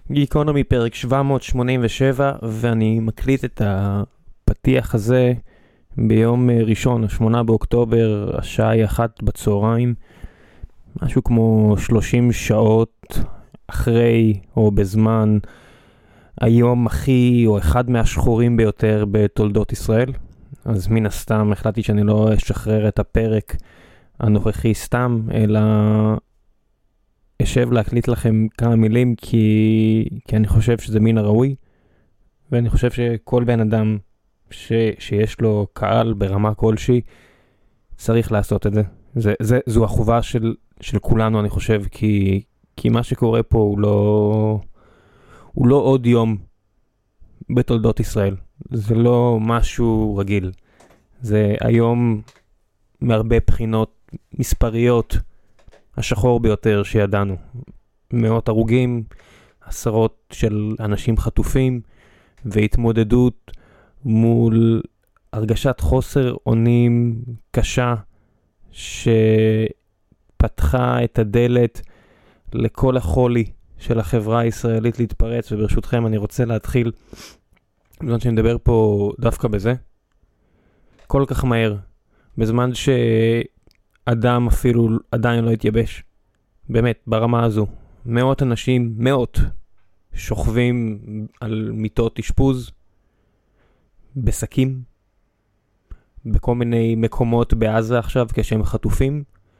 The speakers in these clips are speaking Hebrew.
גיקונומי פרק 787, ואני מקליט את הפתיח הזה ביום ראשון, 8 באוקטובר, השעה היא 1 בצהריים, משהו כמו 30 שעות אחרי או בזמן היום הכי או אחד מהשחורים ביותר בתולדות ישראל. אז מן הסתם החלטתי שאני לא אשחרר את הפרק הנוכחי סתם, אלא אשב להקליט לכם כמה מילים כי אני חושב שזה מן הראוי, ואני חושב שכל בן אדם שיש לו קהל ברמה כלשהי צריך לעשות את זה. זו החובה של כולנו, אני חושב, כי מה שקורה פה הוא לא עוד יום בתולדות ישראל. זה לא משהו רגיל. זה היום מהרבה בחינות מספריות השחור ביותר שידענו. מאות הרוגים, עשרות של אנשים חטופים, והתמודדות מול הרגשת חוסר אונים קשה שפתחה את הדלת לכל החולי של החברה הישראלית להתפרץ. וברשותכם אני רוצה להתחיל, בזמן שאני מדבר פה דווקא בזה, כל כך מהר, בזמן אדם אפילו עדיין לא התייבש. באמת, ברמה הזו. מאות אנשים, שוכבים על מיטות אשפוז, בסקים, בכל מיני מקומות בעזה עכשיו כשהם חטופים,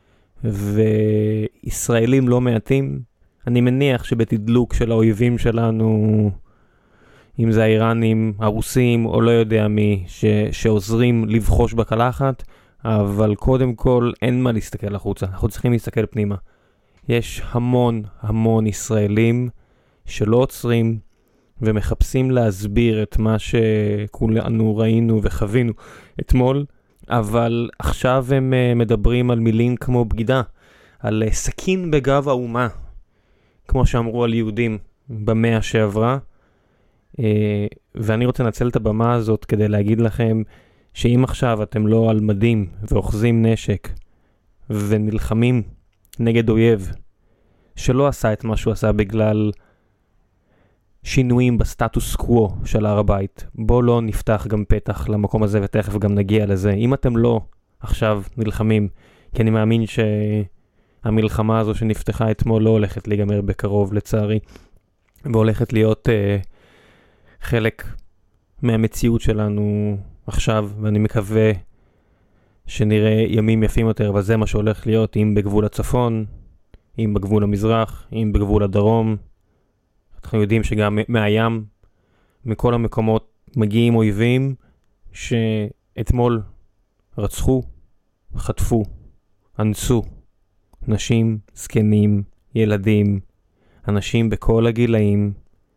וישראלים לא מעטים. אני מניח שבתדלוק של האויבים שלנו, אם זה האיראנים, הרוסים או לא יודע מי, שעוזרים לבחוש בקלחת, אבל קודם כל אין מה להסתכל החוצה, אנחנו צריכים להסתכל פנימה. יש המון ישראלים שלא עוצרים ומחפשים להסביר את מה שכולנו ראינו וחווינו אתמול, אבל עכשיו הם מדברים על מילים כמו בגידה, על סכין בגב האומה, כמו שאמרו על יהודים במאה שעברה. ואני רוצה לנצל את הבמה הזאת כדי להגיד לכם שאם עכשיו אתם לא על מדים ואוחזים נשק ונלחמים נגד אויב שלא עשה את מה שהוא עשה בגלל שינויים בסטטוס קוו של הר הבית, בוא לא נפתח גם פתח למקום הזה ותכף גם נגיע לזה. אם אתם לא עכשיו נלחמים, כי אני מאמין שהמלחמה הזו שנפתחה אתמול לא הולכת להיגמר בקרוב לצערי, והולכת להיות חלק מהמציאות שלנו עכשיו, ואני מקווה שנראה ימים יפים יותר, אבל זה מה שהולך להיות, אם בגבול הצפון, אם בגבול המזרח, אם בגבול הדרום. אנחנו יודעים שגם מהים, מכל המקומות מגיעים אויבים שאתמול רצחו, חטפו, אנסו, נשים, זקנים, ילדים, אנשים בכל הגילאים,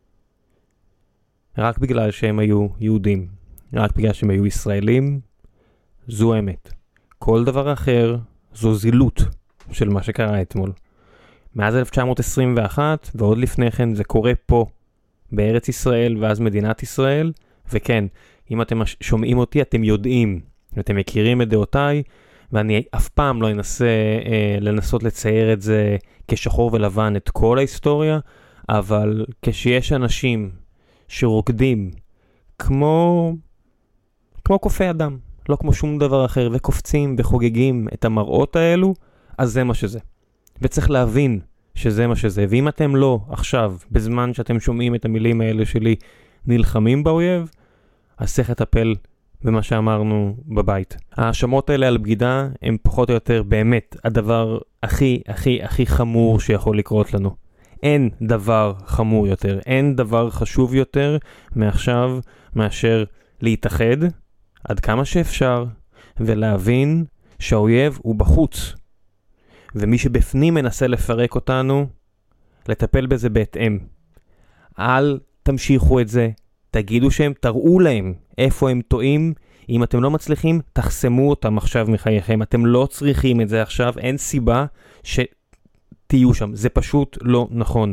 רק בגלל שהם היו יהודים, רק בגלל שהם היו ישראלים. זו האמת. כל דבר אחר זו זילות של מה שקרה אתמול. מאז 1921 ועוד לפני כן זה קורה פה בארץ ישראל ואז מדינת ישראל. וכן, אם אתם שומעים אותי אתם יודעים, אתם מכירים את דעותיי, ואני אף פעם לא אנסה לנסות לצייר את זה כשחור ולבן את כל ההיסטוריה, אבל כשיש אנשים שרוקדים כמו קופי אדם, לא כמו שום דבר אחר, וקופצים וחוגגים את המראות האלו, אז זה מה שזה. וצריך להבין שזה מה שזה. ואם אתם לא עכשיו, בזמן שאתם שומעים את המילים האלה שלי, נלחמים באויב, אז צריך לטפל במה שאמרנו בבית. האשמות האלה על בגידה הם פחות או יותר באמת הדבר הכי חמור שיכול לקרות לנו. אין דבר חמור יותר, אין דבר חשוב יותר מעכשיו מאשר להתאחד עד כמה שאפשר ולהבין שהאויב הוא בחוץ, ומי שבפנים מנסה לפרק אותנו, לטפל בזה בהתאם. אל תמשיכו את זה, תגידו שהם, תראו להם איפה הם טועים. אם אתם לא מצליחים, תחסמו אותם עכשיו מחייכם. אתם לא צריכים את זה עכשיו, אין סיבה שתהיו שם, זה פשוט לא נכון.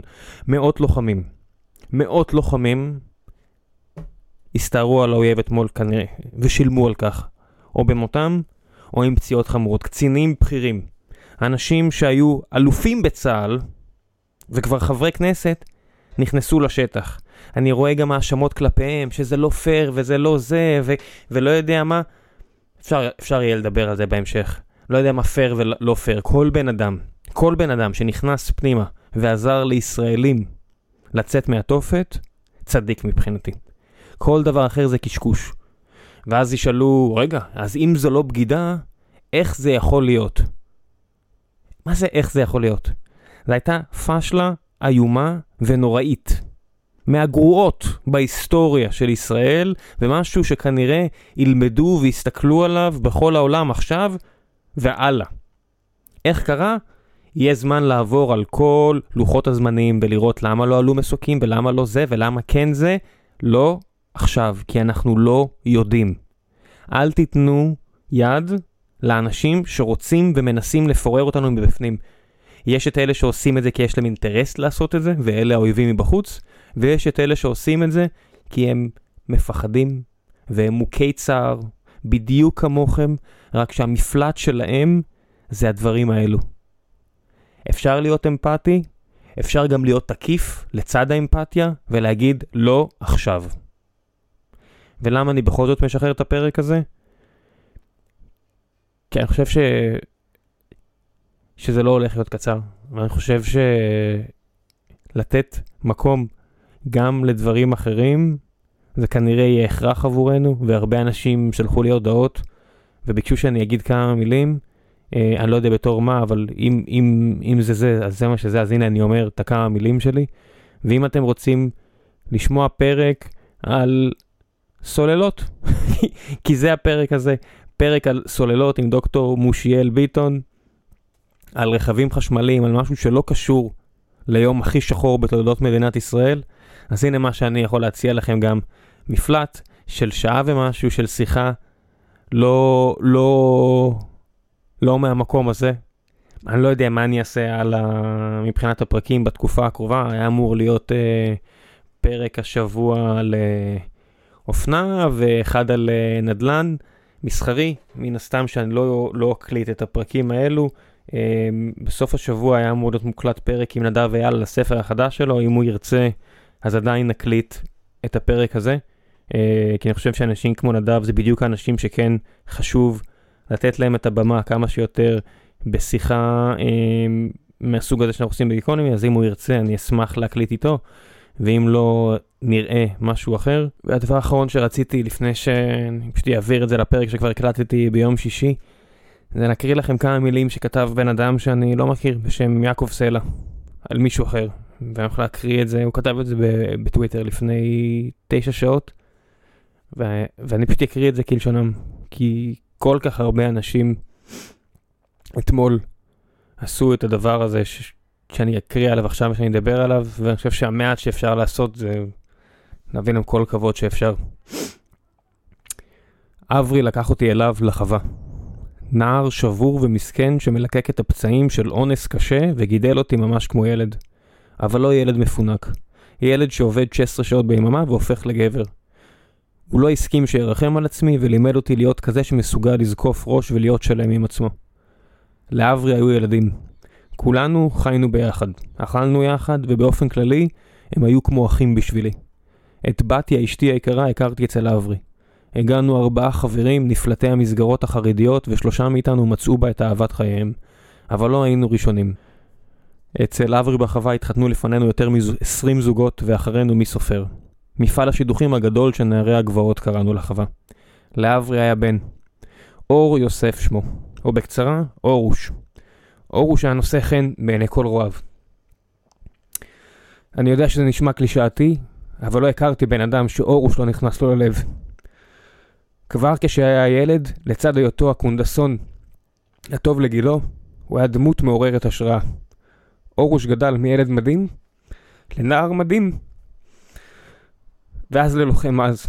מאות לוחמים הסתערו על האויב אתמול כנראה, ושילמו על כך, או במותם או עם פציעות חמורות. קצינים בכירים, אנשים שהיו אלופים בצה"ל וכבר חברי כנסת, נכנסו לשטח. אני רואה גם האשמות כלפיהם, שזה לא פייר וזה לא זה, ולא יודע מה. אפשר יהיה לדבר על זה בהמשך. לא יודע מה פייר ולא פייר. כל בן אדם שנכנס פנימה ועזר לישראלים לצאת מהתופת, צדיק מבחינתי. כל דבר אחר זה קשקוש. ואז ישאלו, רגע, אז אם זו לא בגידה, איך זה יכול להיות? מה זה איך זה יכול להיות? זו הייתה פשלה איומה ונוראית. מהגרועות בהיסטוריה של ישראל, ומשהו שכנראה ילמדו ויסתכלו עליו בכל העולם עכשיו והלאה. איך קרה? יהיה זמן לעבור על כל לוחות הזמנים ולראות למה לא עלו מסוקים ולמה לא זה ולמה כן זה. לא עכשיו, כי אנחנו לא יודעים. אל תיתנו יד לאנשים שרוצים ומנסים לפורר אותנו מבפנים. יש את אלה שעושים את זה כי יש להם אינטרס לעשות את זה, ואלה האויבים מבחוץ, ויש את אלה שעושים את זה כי הם מפחדים, והם מוכי צער, בדיוק כמוכם, רק שהמפלט שלהם זה הדברים האלו. אפשר להיות אמפתי, אפשר גם להיות תקיף לצד האמפתיה, ולהגיד לא עכשיו. ולמה אני בכל זאת משחרר את הפרק הזה? כי אני חושב שזה לא הולך להיות קצר. ואני חושב לתת מקום גם לדברים אחרים, זה כנראה יהיה הכרח עבורנו, והרבה אנשים שלחו לי הודעות, וביקשו שאני אגיד כמה מילים, אני לא יודע בתור מה, אבל אם זה, אז זה מה שזה, אז הנה אני אומר את כמה מילים שלי, ואם אתם רוצים לשמוע פרק על סוללות, כי זה הפרק הזה, פרק על סוללות עם דוקטור מושיאל ביטון, על רכבים חשמליים, על משהו שלא קשור ליום הכי שחור בתולדות מדינת ישראל, אז הנה מה שאני יכול להציע לכם גם מפלט של שעה ומשהו של שיחה, לא מהמקום הזה. אני לא יודע מה אני אעשה מבחינת הפרקים בתקופה הקרובה, היה אמור להיות פרק השבוע על אופנה ואחד על נדל"ן מסחרי, מן הסתם שאני לא אקליט את הפרקים האלו. בסוף השבוע היה אמור להיות מוקלט פרק עם נדב אייל לספר החדש שלו, אם הוא ירצה אז עדיין נקליט את הפרק הזה, כי אני חושב שאנשים כמו נדב זה בדיוק האנשים שכן חשוב לתת להם את הבמה כמה שיותר בשיחה מהסוג הזה שאנחנו עושים בגיקונומי, אז אם הוא ירצה אני אשמח להקליט איתו, ואם לא נראה משהו אחר. והדבר האחרון שרציתי לפני שאני פשוט אעביר את זה לפרק שכבר הקלטתי ביום שישי, זה להקריא לכם כמה מילים שכתב בן אדם שאני לא מכיר בשם יעקב סלע על מישהו אחר, ואני יכול להקריא את זה, הוא כתב את זה בטוויטר לפני 9 שעות, ואני פשוט אקריא את זה כלשונם, כי כל כך הרבה אנשים אתמול עשו את הדבר הזה שאני אקריא עליו עכשיו ושאני אדבר עליו, ואני חושב שהמעט שאפשר לעשות זה להביא להם כל כבוד שאפשר. אברי לקח אותי אליו לחווה. נער שבור ומסכן שמלקק את הפצעים של אונס קשה וגידל אותי ממש כמו ילד. אבל לא ילד מפונק. ילד שעובד 16 שעות ביממה והופך לגבר. הוא לא הסכים שירחם על עצמי ולימד אותי להיות כזה שמסוגל לזקוף ראש ולהיות שלם עם עצמו. לאברי היו ילדים. כולנו חיינו ביחד. אכלנו יחד ובאופן כללי הם היו כמו אחים בשבילי. את בתיה אשתי היקרה הכרתי אצל אברי. הגענו 4 חברים נפלטי המסגרות החרדיות ו3 מאיתנו מצאו בה את אהבת חייהם. אבל לא היינו ראשונים. אצל אברי בחווה התחתנו לפנינו יותר מ-20 זוגות ואחרינו מי סופר. מפעל השידוכים הגדול של נערי הגבעות קראנו לחווה. לאברי היה בן. אור יוסף שמו. או בקצרה, אורוש. אורוש היה נושא חן בעיני כל רואיו. אני יודע שזה נשמע קלישאתי, אבל לא הכרתי בן אדם שאורוש לא נכנס לו ללב. כבר כשהיה ילד, לצד היותו הקונדסון הטוב לגילו, הוא היה דמות מעוררת השראה. אורוש גדל מילד מדהים לנער מדהים, ואז ללוחם אז.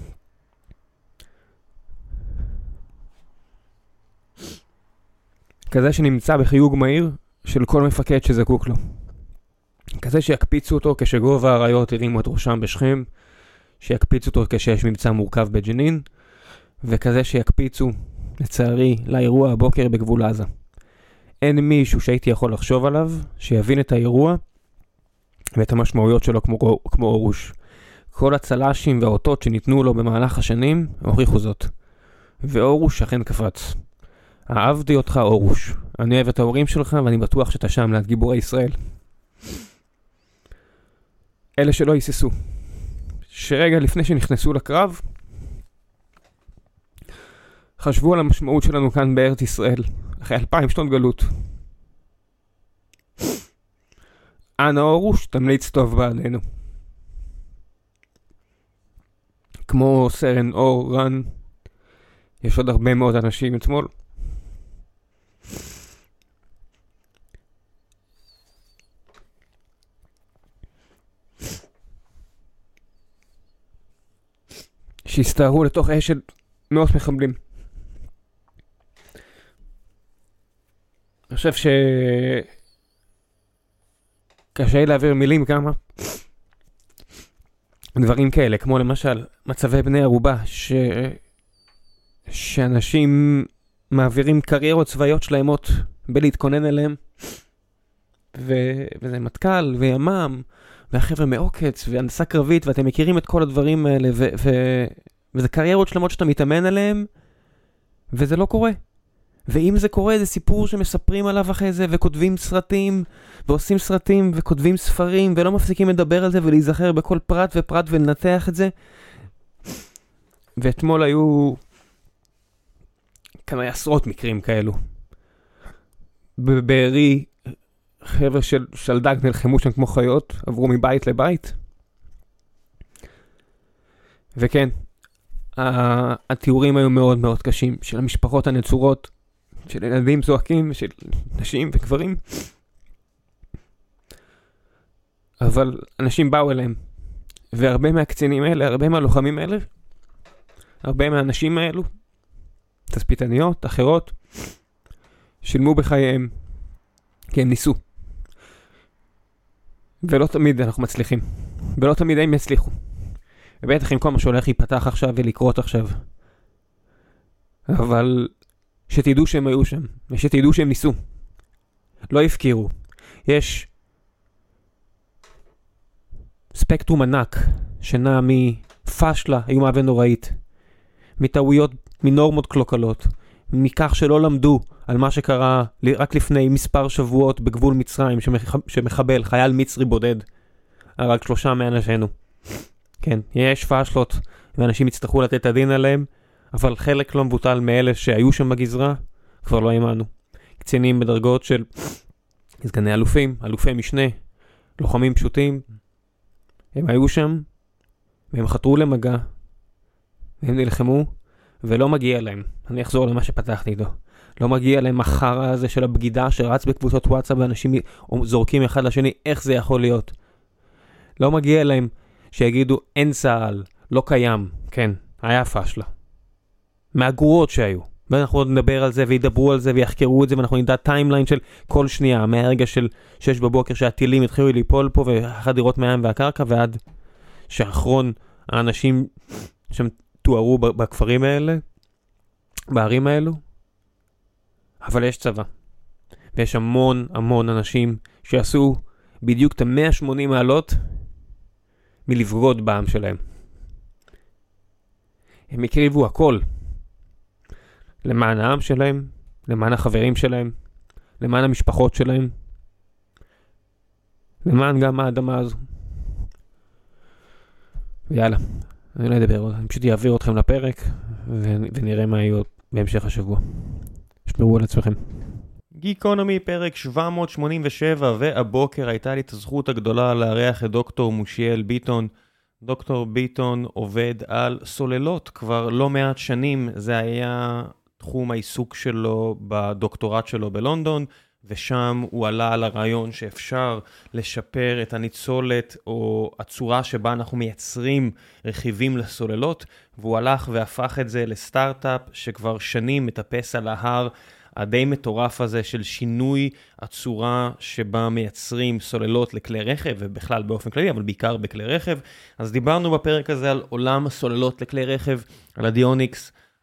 כזה שנמצא בחיוג מהיר של כל מפקד שזקוק לו. כזה שיקפיצו אותו כשגובה האריות הרימו את ראשם בשכם, שיקפיצו אותו כשיש מבצע מורכב בג'נין, וכזה שיקפיצו, לצערי, לאירוע הבוקר בגבול עזה. אין מישהו שהייתי יכול לחשוב עליו, שיבין את האירוע, ואת המשמעויות שלו כמו אורוש. כל הצל"שים והאותות שניתנו לו במהלך השנים הוכיחו זאת. ואורוש אכן קפץ. אהבתי אותך אורוש. אני אוהב את ההורים שלך ואני בטוח שאתה שם ליד גיבורי ישראל. אלה שלא היססו. שרגע לפני שנכנסו לקרב, חשבו על המשמעות שלנו כאן בארץ ישראל, אחרי 2000 שנות גלות. אנא אורוש, תמליץ טוב בעלינו. כמו סרן אור רן, יש עוד הרבה מאוד אנשים אתמול. שהסתערו לתוך אש של מאות מחבלים. אני חושב קשה להעביר מילים כמה דברים כאלה, כמו למשל מצבי בני ערובה, שאנשים מעבירים קריירות צבאיות שלמות בלהתכונן אליהם, וזה מטכ"ל וימ"מ והחבר'ה מעוקץ והנדסה קרבית, ואתם מכירים את כל הדברים האלה, וזה קריירות שלמות שאתה מתאמן עליהם, וזה לא קורה. ואם זה קורה, זה סיפור שמספרים עליו אחרי זה, וכותבים סרטים, ועושים סרטים, וכותבים ספרים, ולא מפסיקים לדבר על זה, ולהיזכר בכל פרט ופרט, ולנתח את זה. ואתמול היו כמה עשרות מקרים כאלו. בבארי, חבר'ה של שלדג נלחמו שם כמו חיות, עברו מבית לבית. וכן, התיאורים היו מאוד מאוד קשים, של המשפחות הנצורות, של ילדים זועקים, של נשים וגברים. אבל אנשים באו אליהם, והרבה מהקצינים האלה, הרבה מהלוחמים האלה, הרבה מהאנשים האלו, תספיתניות, אחרות, שילמו בחייהם, כי הם ניסו. ולא תמיד אנחנו מצליחים, ולא תמיד הם יצליחו. ובטח עם כל מה שהולך להיפתח עכשיו ולקרות עכשיו. אבל שתדעו שהם היו שם, ושתדעו שהם ניסו. לא יפקירו. יש ספקטרום ענק שנע מפשלה, איומה ונוראית, מטעויות, מנורמות קלוקלות, מכך שלא למדו על מה שקרה רק לפני מספר שבועות בגבול מצרים, שמחבל, חייל מצרי בודד, הרג 3 מאנשינו. כן, יש פשלות, ואנשים יצטרכו לתת את הדין עליהם, אבל חלק לא מבוטל מאלה שהיו שם בגזרה, כבר לא האמנו. קצינים בדרגות של סגני אלופים, אלופי משנה, לוחמים פשוטים, הם היו שם, והם חתרו למגע, והם נלחמו, ולא מגיע להם. אני אחזור למה שפתחתי איתו. לא מגיע להם החרא הזה של הבגידה שרץ בקבוצות וואטסאפ, ואנשים זורקים אחד לשני, איך זה יכול להיות? לא מגיע להם שיגידו, אין צהל, לא קיים. כן, היה פשלה. מהגרועות שהיו. ואנחנו עוד נדבר על זה, וידברו על זה, ויחקרו את זה, ואנחנו נדע טיימליין של כל שנייה, מהרגע של 6 בבוקר שהטילים התחילו ליפול פה, ואחד לראות מהים והקרקע, ועד שאחרון האנשים שהם תוארו בכפרים האלה, בערים האלו. אבל יש צבא. ויש המון המון אנשים שעשו בדיוק את 180 מעלות מלבגוד בעם שלהם. הם הקריבו הכל. למען העם שלהם, למען החברים שלהם, למען המשפחות שלהם, למען גם האדמה הזו. ויאללה, אני לא אדבר עוד, אני פשוט אעביר אתכם לפרק, ונראה מה יהיו בהמשך השבוע. שמרו על עצמכם. גיקונומי פרק 787, והבוקר הייתה לי את הזכות הגדולה לארח את דוקטור מושיאל ביטון. דוקטור ביטון עובד על סוללות כבר לא מעט שנים, זה היה תחום העיסוק שלו בדוקטורט שלו בלונדון, ושם הוא עלה על הרעיון שאפשר לשפר את הניצולת או הצורה שבה אנחנו מייצרים רכיבים לסוללות, והוא הלך והפך את זה לסטארט-אפ שכבר שנים מטפס על ההר הדי מטורף הזה של שינוי הצורה שבה מייצרים סוללות לכלי רכב, ובכלל באופן כללי, אבל בעיקר בכלי רכב. אז דיברנו בפרק הזה על עולם הסוללות לכלי רכב, על הדיוניקס,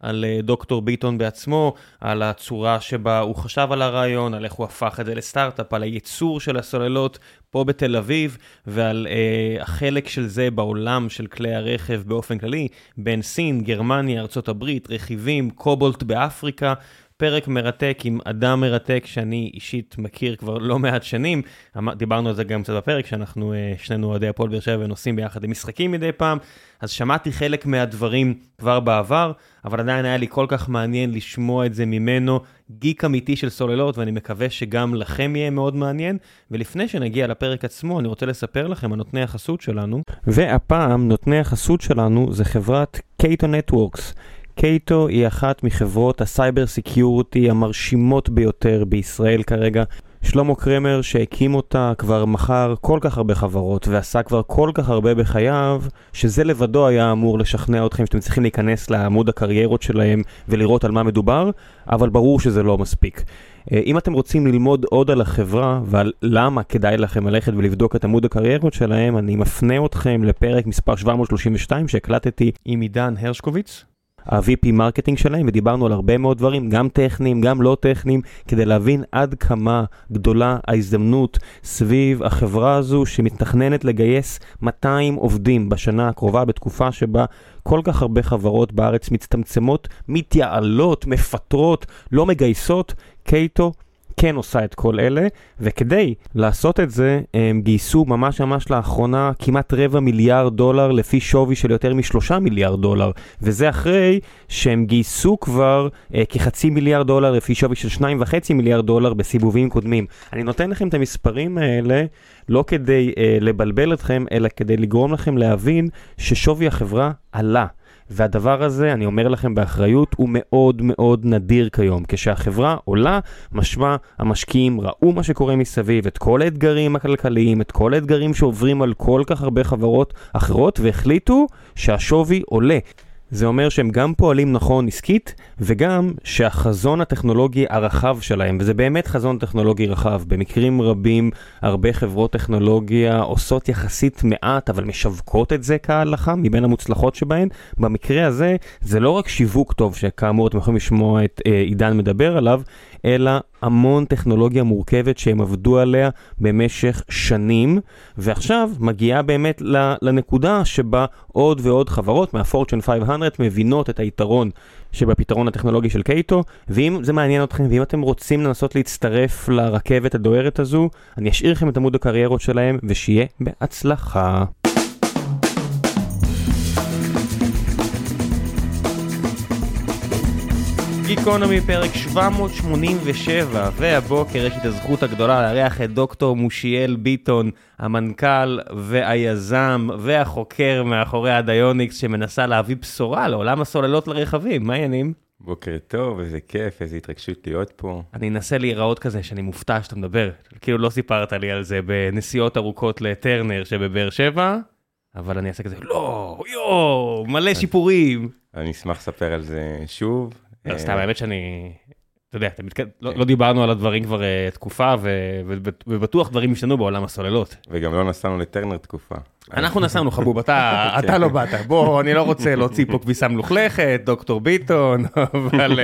על דוקטור ביטון בעצמו, על הצורה שבה הוא חשב על הרעיון, על איך הוא הפך את זה לסטארט-אפ, על הייצור של הסוללות פה בתל אביב, ועל החלק של זה בעולם של כלי הרכב באופן כללי, בין סין, גרמניה, ארצות הברית, רכיבים, קובולט באפריקה, פרק מרתק עם אדם מרתק שאני אישית מכיר כבר לא מעט שנים, דיברנו על זה גם קצת בפרק, שאנחנו שנינו אוהדי הפועל באר שבע ונוסעים ביחד למשחקים מדי פעם, אז שמעתי חלק מהדברים כבר בעבר, אבל עדיין היה לי כל כך מעניין לשמוע את זה ממנו, גיק אמיתי של סוללות, ואני מקווה שגם לכם יהיה מאוד מעניין, ולפני שנגיע לפרק עצמו, אני רוצה לספר לכם על נותני החסות שלנו, והפעם נותני החסות שלנו זה חברת קייטו נטוורקס. קייטו היא אחת מחברות הסייבר סקיוריטי המרשימות ביותר בישראל כרגע. שלמה קרמר שהקים אותה כבר מכר כל כך הרבה חברות ועשה כבר כל כך הרבה בחייו, שזה לבדו היה אמור לשכנע אתכם שאתם צריכים להיכנס לעמוד הקריירות שלהם ולראות על מה מדובר, אבל ברור שזה לא מספיק. אם אתם רוצים ללמוד עוד על החברה ועל למה כדאי לכם ללכת ולבדוק את עמוד הקריירות שלהם, אני מפנה אתכם לפרק מספר 732 שהקלטתי עם עידן הרשקוביץ, ה-VP מרקטינג שלהם, ודיברנו על הרבה מאוד דברים, גם טכניים, גם לא טכניים, כדי להבין עד כמה גדולה ההזדמנות סביב החברה הזו שמתכננת לגייס 200 עובדים בשנה הקרובה, בתקופה שבה כל כך הרבה חברות בארץ מצטמצמות, מתייעלות, מפטרות, לא מגייסות. קייטו כן עושה את כל אלה, וכדי לעשות את זה, הם גייסו ממש לאחרונה כמעט $250 מיליארד לפי שווי של יותר $3 מיליארד, וזה אחרי שהם גייסו כבר כ$0.5 מיליארד לפי שווי של $2.5 מיליארד בסיבובים קודמים. אני נותן לכם את המספרים האלה לא כדי לבלבל אתכם, אלא כדי לגרום לכם להבין ששווי החברה עלה. והדבר הזה, אני אומר לכם באחריות, הוא מאוד מאוד נדיר כיום. כשהחברה עולה, משמע המשקיעים ראו מה שקורה מסביב, את כל האתגרים הכלכליים, את כל האתגרים שעוברים על כל כך הרבה חברות אחרות, והחליטו שהשווי עולה. זה אומר שהם גם פועלים נכון עסקית, וגם שהחזון הטכנולוגי הרחב שלהם, וזה באמת חזון טכנולוגי רחב, במקרים רבים הרבה חברות טכנולוגיה עושות יחסית מעט, אבל משווקות את זה כהלכה, מבין המוצלחות שבהן. במקרה הזה, זה לא רק שיווק טוב, שכאמור אתם יכולים לשמוע את עידן מדבר עליו, אלא המון טכנולוגיה מורכבת שהם עבדו עליה במשך שנים, ועכשיו מגיעה באמת לנקודה שבה עוד ועוד חברות מהפורצ'ן 500 מבינות את היתרון שבפתרון הטכנולוגי של קייטו, ואם זה מעניין אתכם, ואם אתם רוצים לנסות להצטרף לרכבת הדוהרת הזו, אני אשאיר לכם את עמוד הקריירות שלהם, ושיהיה בהצלחה. גיקונומי פרק 787, והבוקר יש את הזכות הגדולה לארח את דוקטור מושיאל ביטון, המנכ"ל והיזם והחוקר מאחורי הדיוניקס, שמנסה להביא בשורה לעולם הסוללות לרכבים. מה העניינים? בוקר טוב, איזה כיף, איזה התרגשות להיות פה. אני אנסה להיראות כזה שאני מופתע שאתה מדבר, כאילו לא סיפרת לי על זה בנסיעות ארוכות לטרנר שבבאר שבע, אבל אני אעשה כזה, לא, מלא שיפורים. אני אשמח לספר על זה שוב. סתם, האמת שאני, אתה יודע, לא דיברנו על הדברים כבר תקופה, ובטוח דברים השתנו בעולם הסוללות. וגם לא נסענו לטרנר תקופה. אנחנו נסענו, חבוב, אתה לא באת. בוא, אני לא רוצה להוציא פה כביסה מלוכלכת, דוקטור ביטון, אבל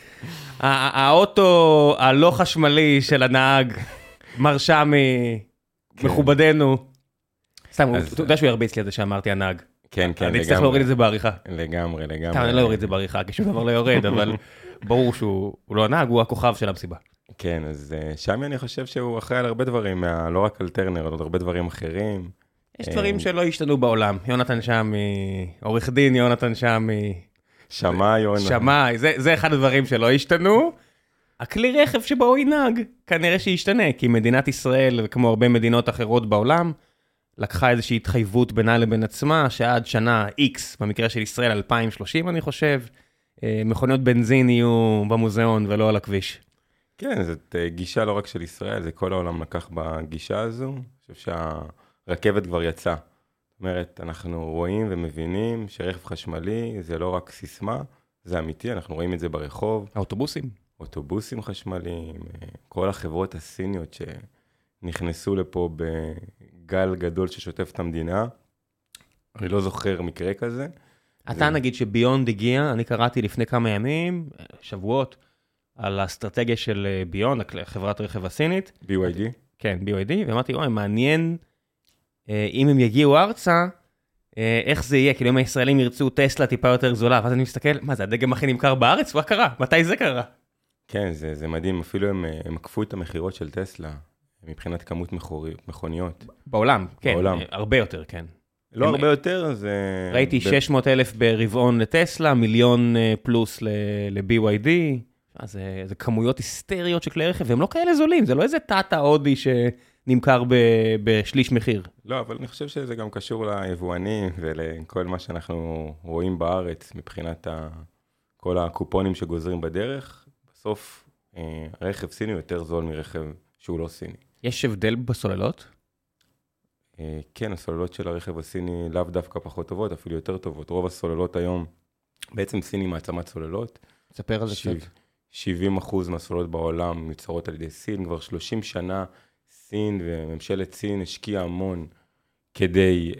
האוטו הלא חשמלי של הנהג, מר שמי, מכובדנו. סתם, אתה יודע שהוא ירביץ לי על זה שאמרתי הנהג. כן, כן, אני צריך להוריד את זה בעריכה. לגמרי. אני לא אוריד את זה בעריכה, כי שום דבר לא יורד, אבל ברור שהוא לא הנהג, הוא הכוכב של המסיבה. כן, אז שמי אני חושב שהוא אחראי על הרבה דברים, לא רק על טרנר, על עוד הרבה דברים אחרים. יש דברים שלא השתנו בעולם. יונתן שמי, עורך דין יונתן שמי. שמאי, זה אחד הדברים שלא השתנו. הכלי רכב שבו הוא ינהג, כנראה שישתנה, כי מדינת ישראל, כמו הרבה מדינות אחרות בעולם, לקחה איזושהי התחייבות בינה לבין עצמה, שעד שנה X, במקרה של ישראל 2030 אני חושב, מכוניות בנזין יהיו במוזיאון ולא על הכביש. כן, זאת גישה לא רק של ישראל, זה כל העולם לקח בגישה הזו. אני חושב שהרכבת כבר יצאה. זאת אומרת, אנחנו רואים ומבינים שרכב חשמלי זה לא רק סיסמה, זה אמיתי, אנחנו רואים את זה ברחוב. אוטובוסים חשמליים, כל החברות הסיניות שנכנסו לפה גל גדול ששוטף את המדינה. אני לא זוכר מקרה כזה. אתה נגיד שביונד הגיע, אני קראתי לפני כמה ימים, שבועות, על האסטרטגיה של ביונד, חברת רכב הסינית. BYD? כן, BYD, ואמרתי, אוי, מעניין, אם הם יגיעו ארצה, איך זה יהיה? כאילו אם הישראלים ירצו טסלה טיפה יותר גזולה, ואז אני מסתכל, מה זה, הדגם הכי נמכר בארץ? מה קרה? מתי זה קרה? כן, זה מדהים, אפילו הם עקפו את המחירות של טסלה, מבחינת כמות מכוניות. בעולם, כן, בעולם. הרבה יותר, כן. לא הרבה יותר, זה... ראיתי 600,000 ברבעון לטסלה, מיליון פלוס ל-BYD, זה כמויות היסטריות של כלי רכב, והם לא כאלה זולים, זה לא איזה טאטה אודי שנמכר בשליש מחיר. לא, אבל אני חושב שזה גם קשור ליבואנים ולכל מה שאנחנו רואים בארץ, מבחינת כל הקופונים שגוזרים בדרך, בסוף רכב סיני יותר זול מרכב שהוא לא סיני. יש הבדל בסוללות? כן, הסוללות של הרכב הסיני לאו דווקא פחות טובות, אפילו יותר טובות. רוב הסוללות היום, בעצם סיני מעצמת סוללות. תספר על זה קצת. 70% מהסוללות בעולם מיוצרות על ידי סין. כבר 30 שנה סין וממשלת סין השקיעה המון כדי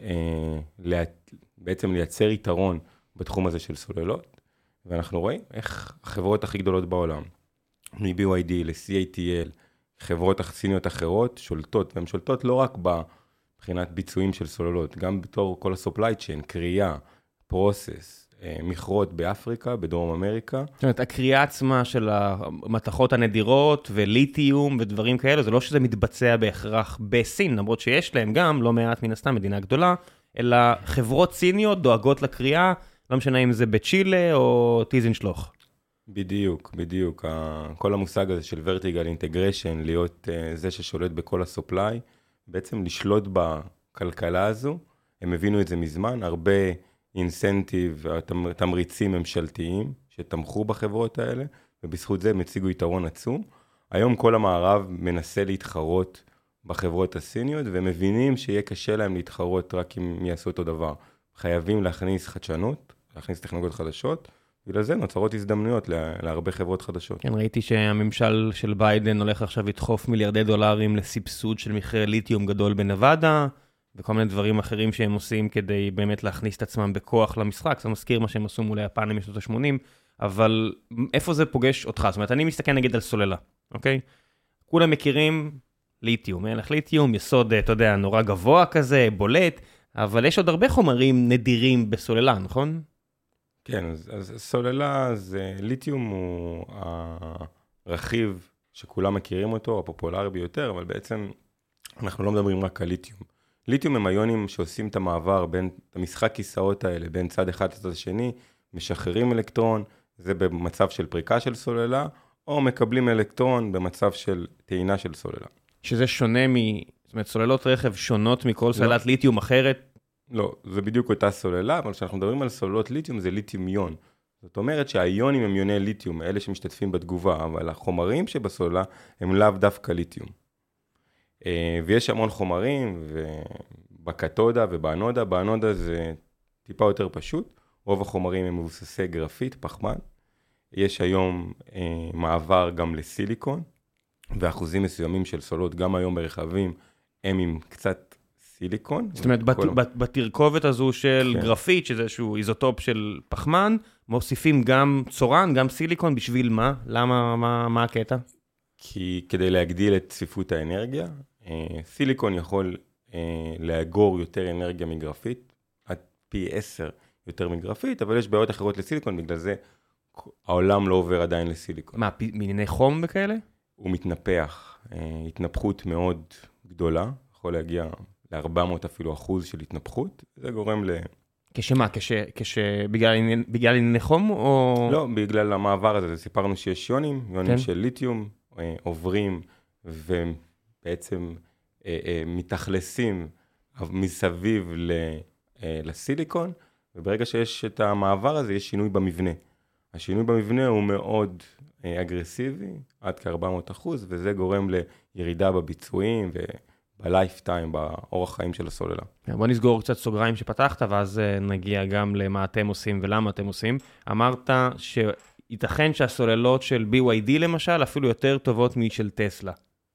בעצם לייצר יתרון בתחום הזה של סוללות. ואנחנו רואים איך החברות הכי גדולות בעולם, מ-BYD ל-CATL, חברות סיניות אחרות שולטות, והן שולטות לא רק מבחינת ביצועים של סוללות, גם בתור כל ה-supply chain, קריאה, פרוסס, מכרות באפריקה, בדרום אמריקה. זאת אומרת, הקריאה עצמה של המתכות הנדירות וליתיום ודברים כאלה, זה לא שזה מתבצע בהכרח בסין, למרות שיש להם גם, לא מעט מן הסתם, מדינה גדולה, אלא חברות סיניות דואגות לקריאה, לא משנה אם זה בצ'ילה או טיזנשלוח. בדיוק, בדיוק. כל המושג הזה של vertical integration, להיות זה ששולט בכל ה-supply, בעצם לשלוט בכלכלה הזו, הם הבינו את זה מזמן, הרבה אינסנטיב, תמריצים ממשלתיים שתמכו בחברות האלה, ובזכות זה הם הציגו יתרון עצום. היום כל המערב מנסה להתחרות בחברות הסיניות, והם מבינים שיהיה קשה להם להתחרות רק אם יעשו אותו דבר. חייבים להכניס חדשנות, להכניס טכנולוגיות חדשות, בגלל זה נוצרות הזדמנויות להרבה חברות חדשות. כן, ראיתי שהממשל של ביידן הולך עכשיו לדחוף מיליארדי דולרים לסבסוד של מכרה ליתיום גדול בנבדה, וכל מיני דברים אחרים שהם עושים כדי באמת להכניס את עצמם בכוח למשחק. זה מזכיר מה שהם עשו מול היפנים משנות ה-80, אבל איפה זה פוגש אותך? זאת אומרת, אני מסתכל נגיד על סוללה, אוקיי? כולם מכירים ליתיום, מלח ליתיום, יסוד, אתה יודע, נורא גבוה כזה, בולט, אבל יש עוד הרבה חומרים נדירים בסוללה, נכון? כן, אז סוללה, ליתיום הוא הרכיב שכולם מכירים אותו, הפופולרי ביותר, אבל בעצם אנחנו לא מדברים רק על ליתיום. ליתיום הם איונים שעושים את המעבר בין המשחק כיסאות האלה, בין צד אחד לצד השני, משחררים אלקטרון, זה במצב של פריקה של סוללה, או מקבלים אלקטרון במצב של טעינה של סוללה. שזה שונה זאת אומרת, סוללות רכב שונות מכל סוללת ליתיום אחרת? לא, זה בדיוק אותה סוללה, אבל כשאנחנו מדברים על סוללות ליתיום, זה ליתיום איון. זאת אומרת שהאיונים הם איוני ליתיום, אלה שמשתתפים בתגובה, אבל החומרים שבסוללה הם לאו דווקא ליתיום. ויש המון חומרים, ובקתודה ובאנודה, באנודה זה טיפה יותר פשוט, רוב החומרים הם מבוססי גרפית, פחמן, יש היום מעבר גם לסיליקון, ואחוזים מסוימים של סוללות, גם היום ברכבים, הם עם קצת סיליקון. זאת אומרת, בתרכובת הזו של גרפית, שזה איזשהו איזוטופ של פחמן, מוסיפים גם צורן, גם סיליקון, בשביל מה? למה, מה הקטע? כי כדי להגדיל את צפיפות האנרגיה, סיליקון יכול לאגור יותר אנרגיה מגרפית, עד פי 10 יותר מגרפית, אבל יש בעיות אחרות לסיליקון, בגלל זה העולם לא עובר עדיין לסיליקון. מה, מענייני חום וכאלה? הוא מתנפח, התנפחות מאוד גדולה, יכול להגיע ל-400 אפילו אחוז של התנפחות, זה גורם כשמה? בגלל ענייני חום או... לא, בגלל המעבר הזה, סיפרנו שיש יונים של ליתיום, עוברים ובעצם מתאכלסים מסביב לסיליקון, וברגע שיש את המעבר הזה, יש שינוי במבנה. השינוי במבנה הוא מאוד אגרסיבי, עד כ-400%, וזה גורם לירידה בביצועים ובלייפטיים, באורח חיים של הסוללה. בוא נסגור קצת סוגריים שפתחת, ואז נגיע גם למה אתם עושים ולמה אתם עושים. אמרת ייתכן שהסוללות של BYD למשל, אפילו יותר טובות משל טסלה.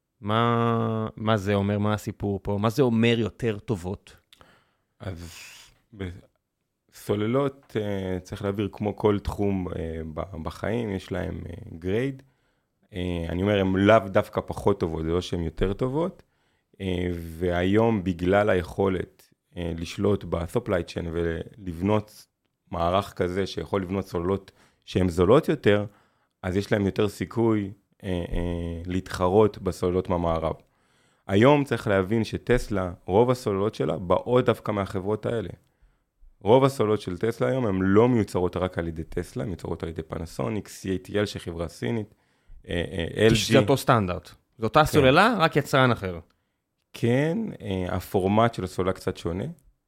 מה זה אומר? מה הסיפור פה? מה זה אומר יותר טובות? אז סוללות, צריך להעביר כמו כל תחום בחיים, יש להם גרייד. אני אומר, הן לאו דווקא פחות טובות, זה לא שהן יותר טובות. והיום, בגלל היכולת לשלוט ב-supply chain ולבנות מערך כזה שיכול לבנות סוללות שהן זולות יותר, אז יש להם יותר סיכוי להתחרות בסוללות מהמערב. היום צריך להבין שטסלה, רוב הסוללות שלה באות דווקא מהחברות האלה. רוב הסוללות של טסלה היום הן לא מיוצרות רק על ידי טסלה, הן מיוצרות על ידי פנסוניק, CATL שחברה סינית, LG. שזה אותו סטנדרט. זו אותה סוללה, רק יצרן אחר. כן, הפורמט של הסוללה קצת שונה.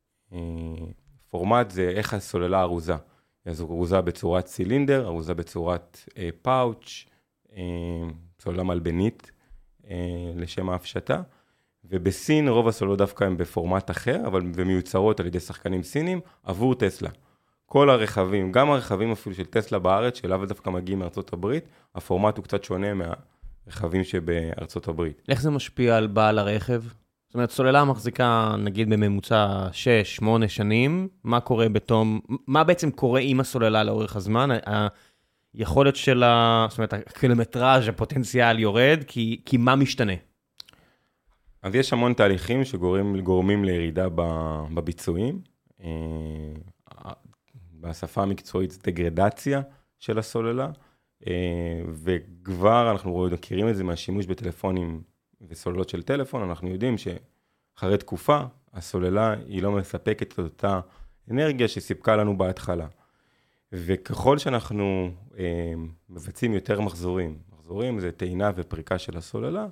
פורמט זה איך הסוללה ארוזה. אז ארוזה בצורת צילינדר, ארוזה בצורת פאוץ', סוללה מלבנית לשם ההפשטה. ובסין רוב הסוללות דווקא הם בפורמט אחר, אבל ומיוצרות על ידי שחקנים סינים עבור טסלה. כל הרכבים, גם הרכבים אפילו של טסלה בארץ, שלאו דווקא מגיעים מארצות הברית, הפורמט הוא קצת שונה מהרכבים שבארצות הברית. איך זה משפיע על בעל הרכב? זאת אומרת, סוללה מחזיקה נגיד בממוצע 6-8 שנים, מה קורה בתום, מה בעצם קורה עם הסוללה לאורך הזמן? היכולת שלה, זאת אומרת, הקילומטראז' הפוטנציאל יורד, כי מה משתנה? אז יש המון תהליכים שגורמים לירידה בביצועים. בשפה המקצועית זה דגרדציה של הסוללה, וכבר אנחנו מכירים את זה מהשימוש בטלפונים וסוללות של טלפון, אנחנו יודעים שאחרי תקופה הסוללה היא לא מספקת את אותה אנרגיה שסיפקה לנו בהתחלה. וככל שאנחנו מבצעים יותר מחזורים זה טעינה ופריקה של הסוללה,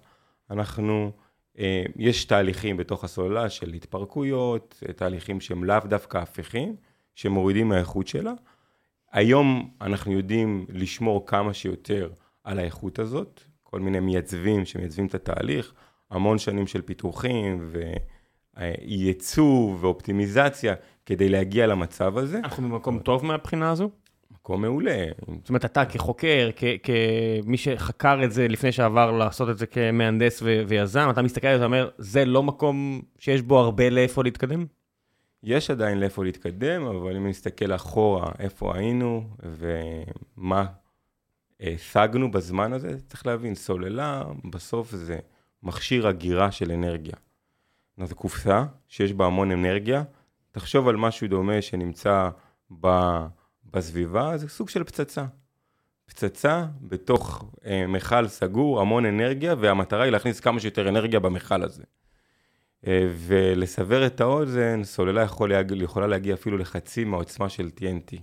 יש תהליכים בתוך הסוללה של התפרקויות, תהליכים שהם לאו דווקא הפיכים, שמורידים מהאיכות שלה. היום אנחנו יודעים לשמור כמה שיותר על האיכות הזאת, כל מיני מייצבים שמייצבים את התהליך, המון שנים של פיתוחים וייצוב ואופטימיזציה כדי להגיע למצב הזה. אנחנו במקום טוב מהבחינה הזו? מקום מעולה. זאת אומרת, אתה כחוקר, כמי שחקר את זה לפני שעבר לעשות את זה כמהנדס ויזם, אתה מסתכל על זה ואומר, זה לא מקום שיש בו הרבה לאיפה להתקדם? יש עדיין לאיפה להתקדם, אבל אם נסתכל אחורה איפה היינו ומה השגנו בזמן הזה, צריך להבין, סוללה בסוף זה מכשיר הגירה של אנרגיה. זו קופסה שיש בה המון אנרגיה, תחשוב על משהו דומה שנמצא בסביבה, זה סוג של פצצה. פצצה בתוך מחל סגור, המון אנרגיה, והמטרה היא להכניס כמה שיותר אנרגיה במחל הזה. ולסבר את האוזן, סוללה יכולה להגיע אפילו לחצי מהעוצמה של TNT.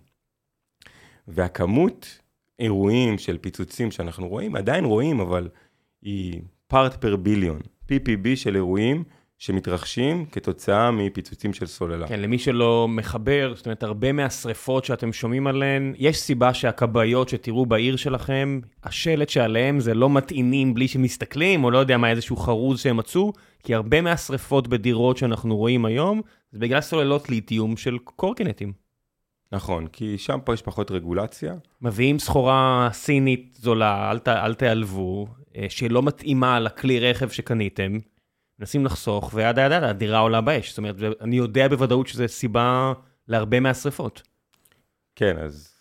והכמות אירועים של פיצוצים שאנחנו רואים, עדיין רואים, אבל היא part per billion, PPB של אירועים שמתרחשים כתוצאה מפיצוצים של סוללה. כן, למי שלא מחבר, זאת אומרת, הרבה מהשריפות שאתם שומעים עליהן, יש סיבה שהכבאיות שתראו בעיר שלכם, השלט שעליהם זה לא מטעינים בלי שמסתכלים, או לא יודע מה, איזשהו חרוז שהם מצאו, כי הרבה מהשריפות בדירות שאנחנו רואים היום, זה בגלל סוללות ליתיום של קורקינטים. נכון, כי שם פה יש פחות רגולציה. מביאים סחורה סינית זולה, אל תעלבו, שלא מתאימה לכלי רכב שקניתם, מנסים לחסוך, הדירה עולה באש. זאת אומרת, אני יודע בוודאות שזה סיבה להרבה מהשריפות. כן, אז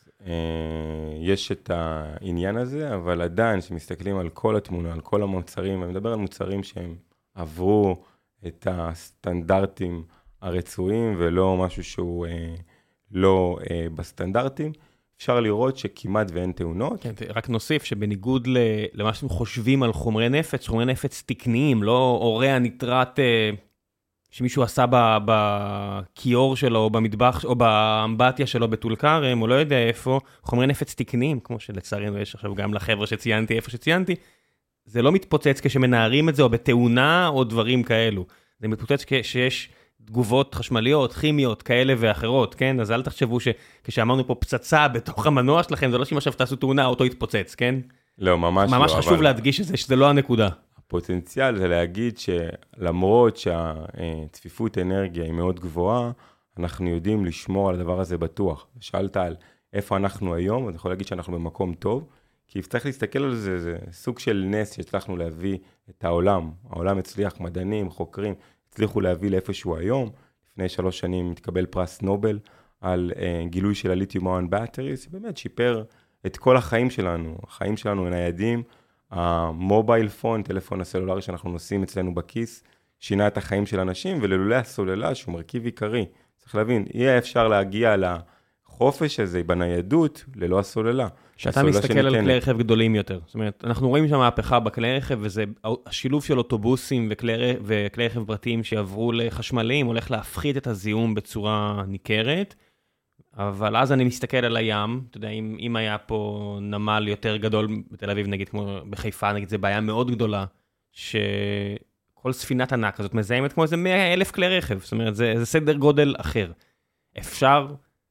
יש את העניין הזה, אבל עדיין שמסתכלים על כל התמונה, על כל המוצרים, אני מדבר על מוצרים שהם עברו את הסטנדרטים הרצויים, ולא משהו שהוא לא בסטנדרטים, אפשר לראות שכמעט ואין תאונות. כן, רק נוסיף שבניגוד למה שאתם חושבים על חומרי נפץ תקניים, לא אורי הניטרט שמישהו עשה בכיור שלו, או במטבח, או באמבטיה שלו בטול כרם, או לא יודע איפה, חומרי נפץ תקניים, כמו שלצערנו יש עכשיו גם לחבר'ה שציינתי, איפה שציינתי, זה לא מתפוצץ כשמנערים את זה, או בתאונה, או דברים כאלו. זה מתפוצץ כשיש תגובות חשמליות, כימיות, כאלה ואחרות, כן? אז אל תחשבו שכשאמרנו פה פצצה בתוך המנוע שלכם, זה לא שאם עכשיו תעשו תאונה, האוטו יתפוצץ, כן? לא, ממש לא. ממש חשוב להדגיש שזה לא הנקודה. הפוטנציאל זה להגיד שלמרות שהצפיפות אנרגיה היא מאוד גבוהה, אנחנו יודעים לשמור על הדבר הזה בטוח. שאלת על איפה אנחנו היום, אני יכול להגיד שאנחנו במקום טוב, כי צריך להסתכל על זה, זה סוג של נס שהצלחנו להביא את העולם. העולם הצליח, מדענים, חוקרים, הצליחו להביא לאיפשהו היום. לפני 3 שנים התקבל פרס נובל על גילוי של הליתיום-איון באטריז, באמת שיפר את כל החיים שלנו. החיים שלנו ניידים, המובייל פון, טלפון הסלולרי שאנחנו נוסעים אצלנו בכיס, שינה את החיים של אנשים, וללולי הסוללה, שהוא מרכיב עיקרי. צריך להבין, יהיה אפשר להגיע לחופש הזה בניידות, ללא הסוללה. שאתה מסתכל על כלי רכב גדולים יותר. זאת אומרת, אנחנו רואים שם מהפכה בכלי רכב, וזה השילוב של אוטובוסים וכלי רכב פרטיים שעברו לחשמליים, הולך להפחית את הזיהום בצורה ניכרת. אבל אז אני מסתכל על הים, אתה יודע, אם היה פה נמל יותר גדול בתל אביב, נגיד, כמו בחיפה, נגיד, זה בעיה מאוד גדולה, שכל ספינת ענק הזאת מזהמת כמו איזה 100,000 כלי רכב, זאת אומרת, זה סדר גודל אחר. אפשר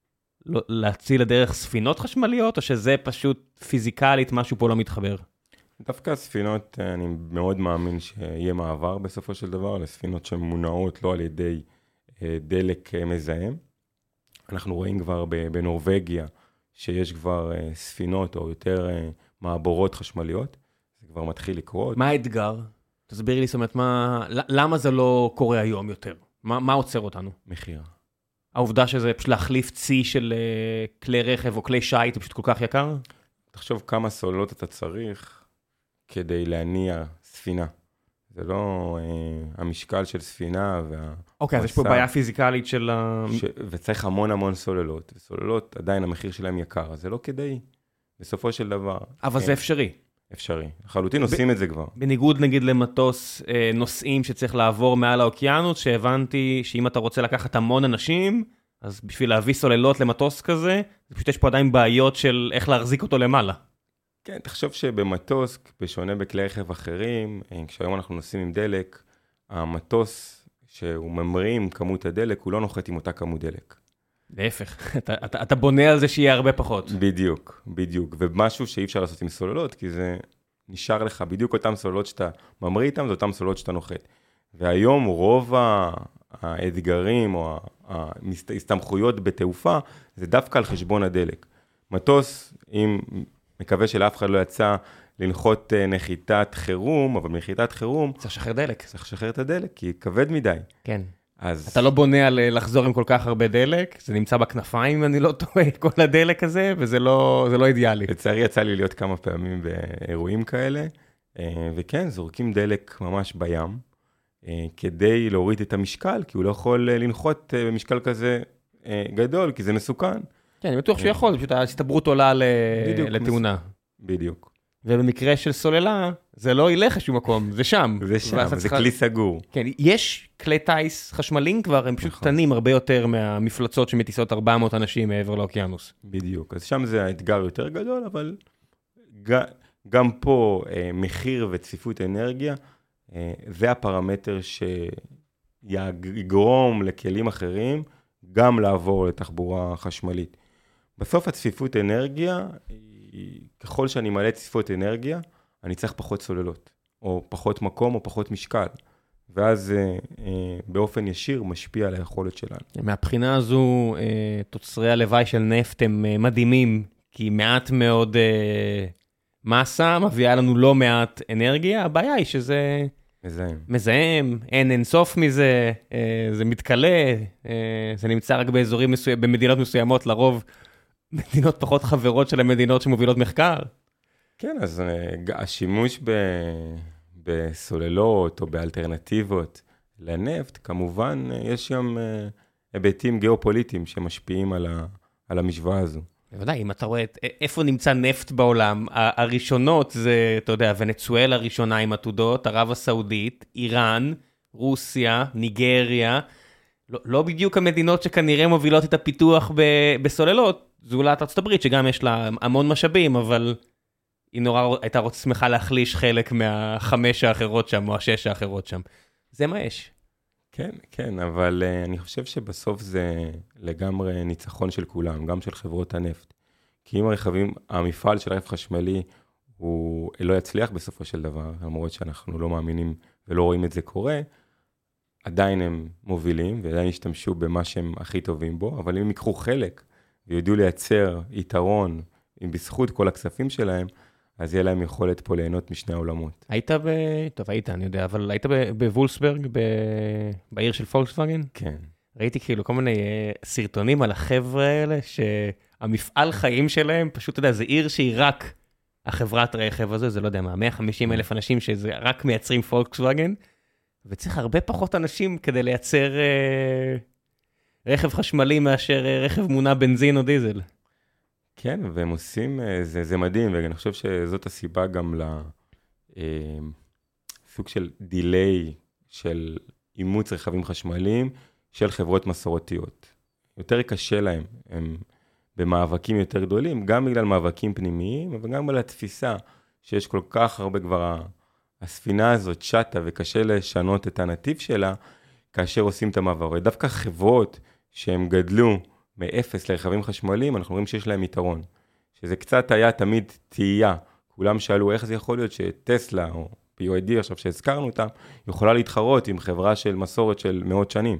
להציל לדרך ספינות חשמליות, או שזה פשוט פיזיקלית, משהו פה לא מתחבר? דווקא הספינות, אני מאוד מאמין שיהיה מעבר בסופו של דבר, לספינות שמונעות לא על ידי דלק מזהם. אנחנו רואים כבר בנורווגיה, שיש כבר ספינות או יותר מעבורות חשמליות, זה כבר מתחיל לקרות. מה האתגר? תסביר לי, זאת אומרת, למה זה לא קורה היום יותר? מה עוצר אותנו? מחיר. העובדה שזה פשוט להחליף צי של כלי רכב או כלי שייט, זה פשוט כל כך יקר? תחשוב כמה סוללות אתה צריך כדי להניע ספינה. זה לא המשקל של ספינה אוקיי, אז יש פה בעיה פיזיקלית של וצריך המון סוללות. וסוללות, עדיין המחיר שלהם יקר, אז זה לא כדאי, בסופו של דבר. אבל זה אפשרי. אפשרי. לחלוטין עושים את זה כבר. בניגוד נגיד למטוס נוסעים שצריך לעבור מעל האוקיינוס, שהבנתי שאם אתה רוצה לקחת המון אנשים, אז בשביל להביא סוללות למטוס כזה, זה פשוט יש פה עדיין בעיות של איך להחזיק אותו למעלה. כן, תחשוב שבמטוס, בשונה בכלי רכב אחרים, כשהיום אנחנו נוסעים עם דלק, המטוס שהוא ממריא עם כמות הדלק, הוא לא נוחת עם אותה כמות דלק. להפך, אתה בונה על זה שיהיה הרבה פחות. בדיוק. ומשהו שאי אפשר לעשות עם סוללות, כי זה נשאר לך בדיוק אותם סוללות שאתה ממריא איתם, זה אותם סוללות שאתה נוחת. והיום רוב האתגרים או ההסתמכויות בתעופה, זה דווקא על חשבון הדלק. מטוס, אם מקווה שלאף אחד לא יצא לנחות נחיתת חירום, אבל בנחיתת חירום צריך לשחרר דלק. צריך לשחרר את הדלק, כי כבד מדי. כן. אתה לא בונה על לחזור עם כל כך הרבה דלק, זה נמצא בכנפיים, אני לא טועה, כל הדלק הזה, וזה לא אידיאלי. לצערי יצא לי להיות כמה פעמים באירועים כאלה, וכן, זורקים דלק ממש בים, כדי להוריד את המשקל, כי הוא לא יכול לנחות במשקל כזה גדול, כי זה מסוכן. כן, אני בטוח שהוא יכול, פשוט ההסתברות עולה לתאונה. בדיוק. ובמקרה של סוללה, זה לא ילך לשום מקום, זה שם. זה כלי סגור. כן, יש כלי טייס חשמליים כבר, הם פשוט קטנים הרבה יותר מהמפלצות שמטיסות 400 אנשים מעבר לאוקיינוס. בדיוק, אז שם זה האתגר יותר גדול, אבל גם פה מחיר וצפיפות אנרגיה, זה הפרמטר שיגרום לכלים אחרים, גם לעבור לתחבורה חשמלית. בסוף הצפיפות אנרגיה, ככל שאני מעלה צפיפות אנרגיה, אני צריך פחות סוללות, או פחות מקום, או פחות משקל. ואז באופן ישיר משפיע על היכולת שלנו. מהבחינה הזו, תוצרי הלוואי של נפט הם מדהימים, כי מעט מאוד מסה מביאה לנו לא מעט אנרגיה. הבעיה היא שזה מזהם, אין אינסוף מזה, זה מתקלה, זה נמצא רק באזורים במדינות מסוימות, לרוב מדינות פחות חברות של המדינות שמובילות מחקר. כן, אז השימוש בסוללות או באלטרנטיבות לנפט, כמובן יש שם היבטים גיאופוליטיים שמשפיעים על המשוואה הזו. בוודאי, אם אתה רואה איפה נמצא נפט בעולם, הראשונות זה, אתה יודע, ונצואלה הראשונה עם עתודות, ערב הסעודית, איראן, רוסיה, ניגריה, לא בדיוק המדינות שכנראה מובילות את הפיתוח בסוללות, זו אולי ארצות הברית שגם יש לה המון משאבים, אבל היא נורא הייתה שמחה להחליש חלק מהחמש האחרות שם, או השש האחרות שם. זה מה יש. כן, כן, אבל אני חושב שבסוף זה לגמרי ניצחון של כולם, גם של חברות הנפט. כי אם המפעל של רכב חשמלי, הוא לא יצליח בסופו של דבר, למרות שאנחנו לא מאמינים ולא רואים את זה קורה, עדיין הם מובילים, ועדיין ישתמשו במה שהם הכי טובים בו, אבל אם הם ייקחו חלק, ויודעו לייצר יתרון, עם בזכות כל הכספים שלהם, אז יהיה להם יכולת פה ליהנות משני העולמות. טוב, היית, אני יודע, אבל היית בוולסברג, בעיר של פולקסווגן? כן. ראיתי כאילו כל מיני סרטונים על החבר'ה האלה, שהמפעל חיים שלהם, פשוט, אתה יודע, זה עיר שהיא רק החברת רכב הזה, זה לא יודע מה, 150,000 אנשים שזה רק מייצרים פולקסווגן, וצריך הרבה פחות אנשים כדי לייצר רכב חשמלי מאשר רכב מונע בנזין או דיזל. כן, והם עושים, זה מדהים, ואני חושב שזאת הסיבה גם לסוג של דיליי של אימוץ רכבים חשמליים של חברות מסורתיות. יותר קשה להם, הם במאבקים יותר גדולים, גם בגלל מאבקים פנימיים, אבל גם בגלל התפיסה שיש כל כך הרבה כבר, הספינה הזאת שטה וקשה לשנות את הנתיב שלה, כאשר עושים את המעבר. דווקא חברות שהם גדלו מאפס לרכבים חשמליים, אנחנו רואים שיש להם יתרון. שזה קצת היה תמיד תהייה. כולם שאלו איך זה יכול להיות שטסלה או BYD, עכשיו שהזכרנו אותם, יכולה להתחרות עם חברה של מסורת של מאות שנים.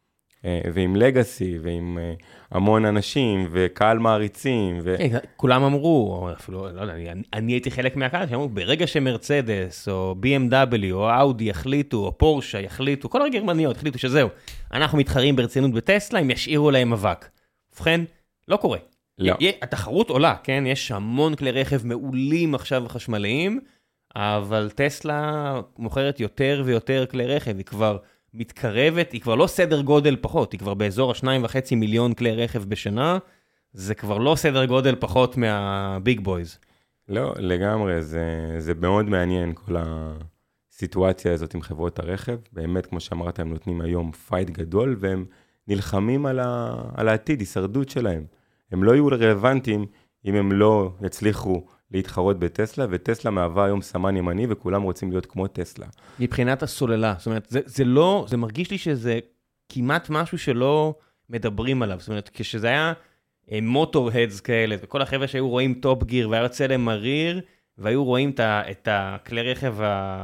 ועם לגאסי, ועם המון אנשים, וקהל מעריצים. כולם אמרו, או אפילו, לא יודע, אני הייתי חלק מהקהל, שאמרו, ברגע שמרצדס, או BMW, או אאודי יחליטו, או פורשה יחליטו, כל הגרמניות יחליטו שזהו, אנחנו מתחרים ברצינות בטסלה, הם ישאירו להם אבק. ובכן, לא קורה. לא. התחרות עולה, כן? יש המון כלי רכב מעולים עכשיו חשמליים, אבל טסלה מוכרת יותר ויותר כלי רכב, היא כבר מתקרבת, היא כבר לא סדר גודל פחות, היא כבר באזור 2.5 מיליון כלי רכב בשנה, זה כבר לא סדר גודל פחות מהביג בויז. לא, לגמרי, זה מאוד מעניין כל הסיטואציה הזאת עם חברות הרכב, באמת כמו שאמרת, הם נותנים היום פייט גדול, והם נלחמים על העתיד, הישרדות שלהם. הם לא יהיו רלוונטיים אם הם לא יצליחו להתחרות בטסלה, וטסלה מהווה היום סמן ימני, וכולם רוצים להיות כמו טסלה. מבחינת הסוללה, זאת אומרת, זה מרגיש לי שזה כמעט משהו שלא מדברים עליו, זאת אומרת, כשזה היה מוטור-הדס כאלה, וכל החבר'ה שהיו רואים טופ גיר, והיה יוצא להם מריר, והיו רואים את הכלי רכב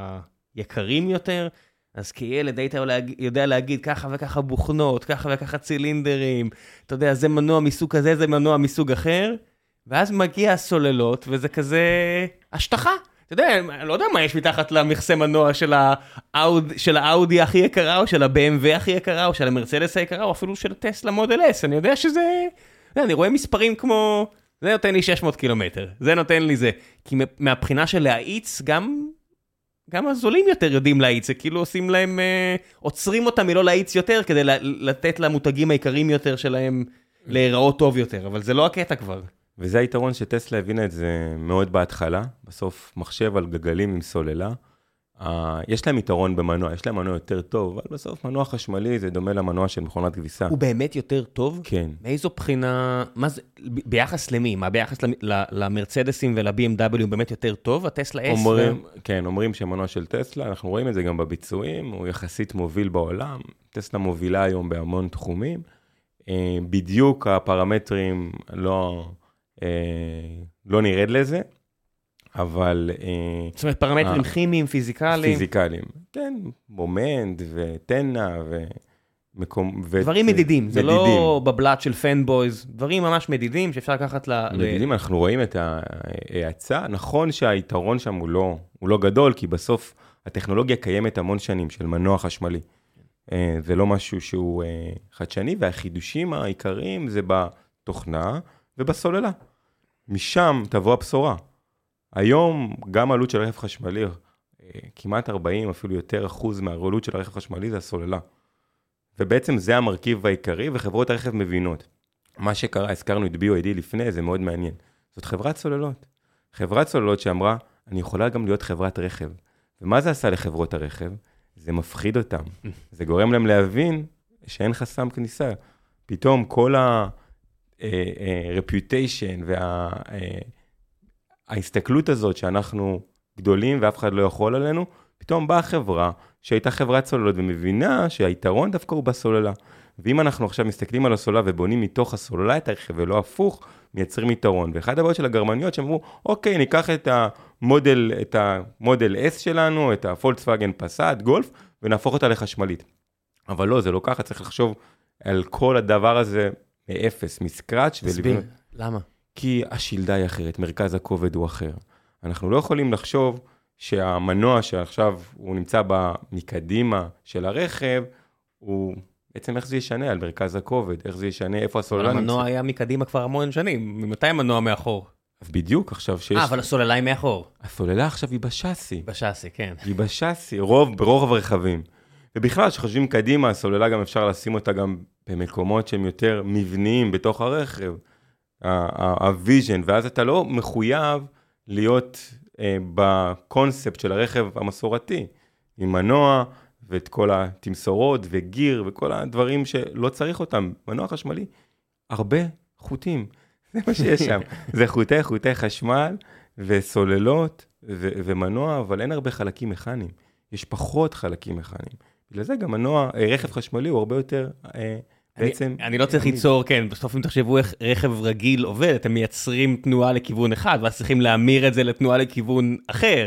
היקרים יותר, אז כילד היית יודע להגיד ככה וככה בוכנות, ככה וככה צילינדרים, אתה יודע, זה מנוע מסוג כזה, זה מנוע מסוג אחר, ואז מגיע הסוללות, וזה כזה השטחה. אתה יודע, אני לא יודע מה יש מתחת למכסה מנוע של האאודי הכי יקרה, או של ה-BMW הכי יקרה, או של המרצדס היקרה, או אפילו של טסלה מודל S. אני יודע שזה... אני רואה מספרים כמו... זה נותן לי 600 קילומטר, זה נותן לי זה. כי מהבחינה של להאיץ, גם הזולים יותר יודעים להאיץ, זה כאילו עושים להם... עוצרים אותם מלא להאיץ יותר, כדי לתת למותגים העיקריים יותר שלהם להיראות טוב יותר, אבל זה לא הקטע כבר. וזה היתרון שטסלה הבינה את זה מאוד בהתחלה, בסוף מחשב על גלגלים עם סוללה, יש להם יתרון במנוע, יש להם מנוע יותר טוב, אבל בסוף מנוע חשמלי זה דומה למנוע של מכונת כביסה. הוא באמת יותר טוב? כן. מאיזו בחינה, מה זה, ביחס למי? מה ביחס למרצדסים ול-BMW הוא באמת יותר טוב? הטסלה S? כן, אומרים שמנוע של טסלה, אנחנו רואים את זה גם בביצועים, הוא יחסית מוביל בעולם, טסלה מובילה היום בהמון תחומים, בדיוק הפרמטרים לא נרד לזה, אבל... זאת אומרת, פרמטרים כימיים, פיזיקליים. פיזיקליים, כן, מומנט וטנה ומקום... דברים מדידים, זה לא בבלט של פנבויז, דברים ממש מדידים שאפשר לקחת מדידים, אנחנו רואים את ההצעה, נכון שהיתרון שם הוא לא גדול, כי בסוף הטכנולוגיה קיימת המון שנים של מנוע חשמלי. זה לא משהו שהוא חדשני, והחידושים העיקריים זה בתוכנה ובסוללה. משם תבוא הבשורה. היום גם העלות של רכב חשמלי, כמעט 40 אפילו יותר אחוז מהעלות של הרכב חשמלי זה הסוללה. ובעצם זה המרכיב העיקרי, וחברות הרכב מבינות. מה שקרה, הזכרנו את BYD לפני, זה מאוד מעניין. זאת חברת סוללות. חברת סוללות שאמרה, אני יכולה גם להיות חברת רכב. ומה זה עשה לחברות הרכב? זה מפחיד אותם. זה גורם להם להבין שאין חסם כניסה. פתאום כל reputation וההסתכלות הזאת שאנחנו גדולים ואף אחד לא יכול עלינו, פתאום באה חברה שהייתה חברת סוללות ומבינה שהיתרון דווקא הוא בסוללה. ואם אנחנו עכשיו מסתכלים על הסוללה ובונים מתוך הסוללה את הרכב ולא הפוך, מייצרים יתרון. ואחד הבעיות של הגרמניות שאמרו, אוקיי, ניקח את המודל S שלנו, את הפולקסווגן פאסאט, גולף, ונהפוך אותה לחשמלית. אבל לא, זה לא ככה, צריך לחשוב על כל הדבר הזה מאפס, מסקראץ' תסביר, למה? כי השילדה היא אחרת, מרכז הכובד הוא אחר. אנחנו לא יכולים לחשוב שהמנוע שעכשיו הוא נמצא מקדימה של הרכב, הוא בעצם איך זה ישנה על מרכז הכובד, איך זה ישנה, איפה הסוללה נמצאת. המנוע היה מקדימה כבר המון שנים, ממתי המנוע מאחור? אז בדיוק עכשיו שיש... אבל הסוללה היא מאחור. הסוללה עכשיו היא בשאסי. בשאסי, כן. היא בשאסי, ברוב הרכבים. ובכלל, כשחושבים קדימה, הסוללה גם אפשר לשים אותה גם במקומות שהם יותר מבניים בתוך הרכב, הוויז'ן, ואז אתה לא מחויב להיות בקונספט של הרכב המסורתי, עם מנוע ואת כל התמסורות וגיר וכל הדברים שלא צריך אותם. מנוע חשמלי, הרבה חוטים, זה מה שיש שם. זה חוטי חשמל וסוללות ומנוע, אבל אין הרבה חלקים מכניים. יש פחות חלקים מכניים. בגלל זה גם רכב חשמלי הוא הרבה יותר בעצם... אני לא צריך ליצור, כן, בסוף אם תחשבו איך רכב רגיל עובד, אתם מייצרים תנועה לכיוון אחד, ואז צריכים להמיר את זה לתנועה לכיוון אחר.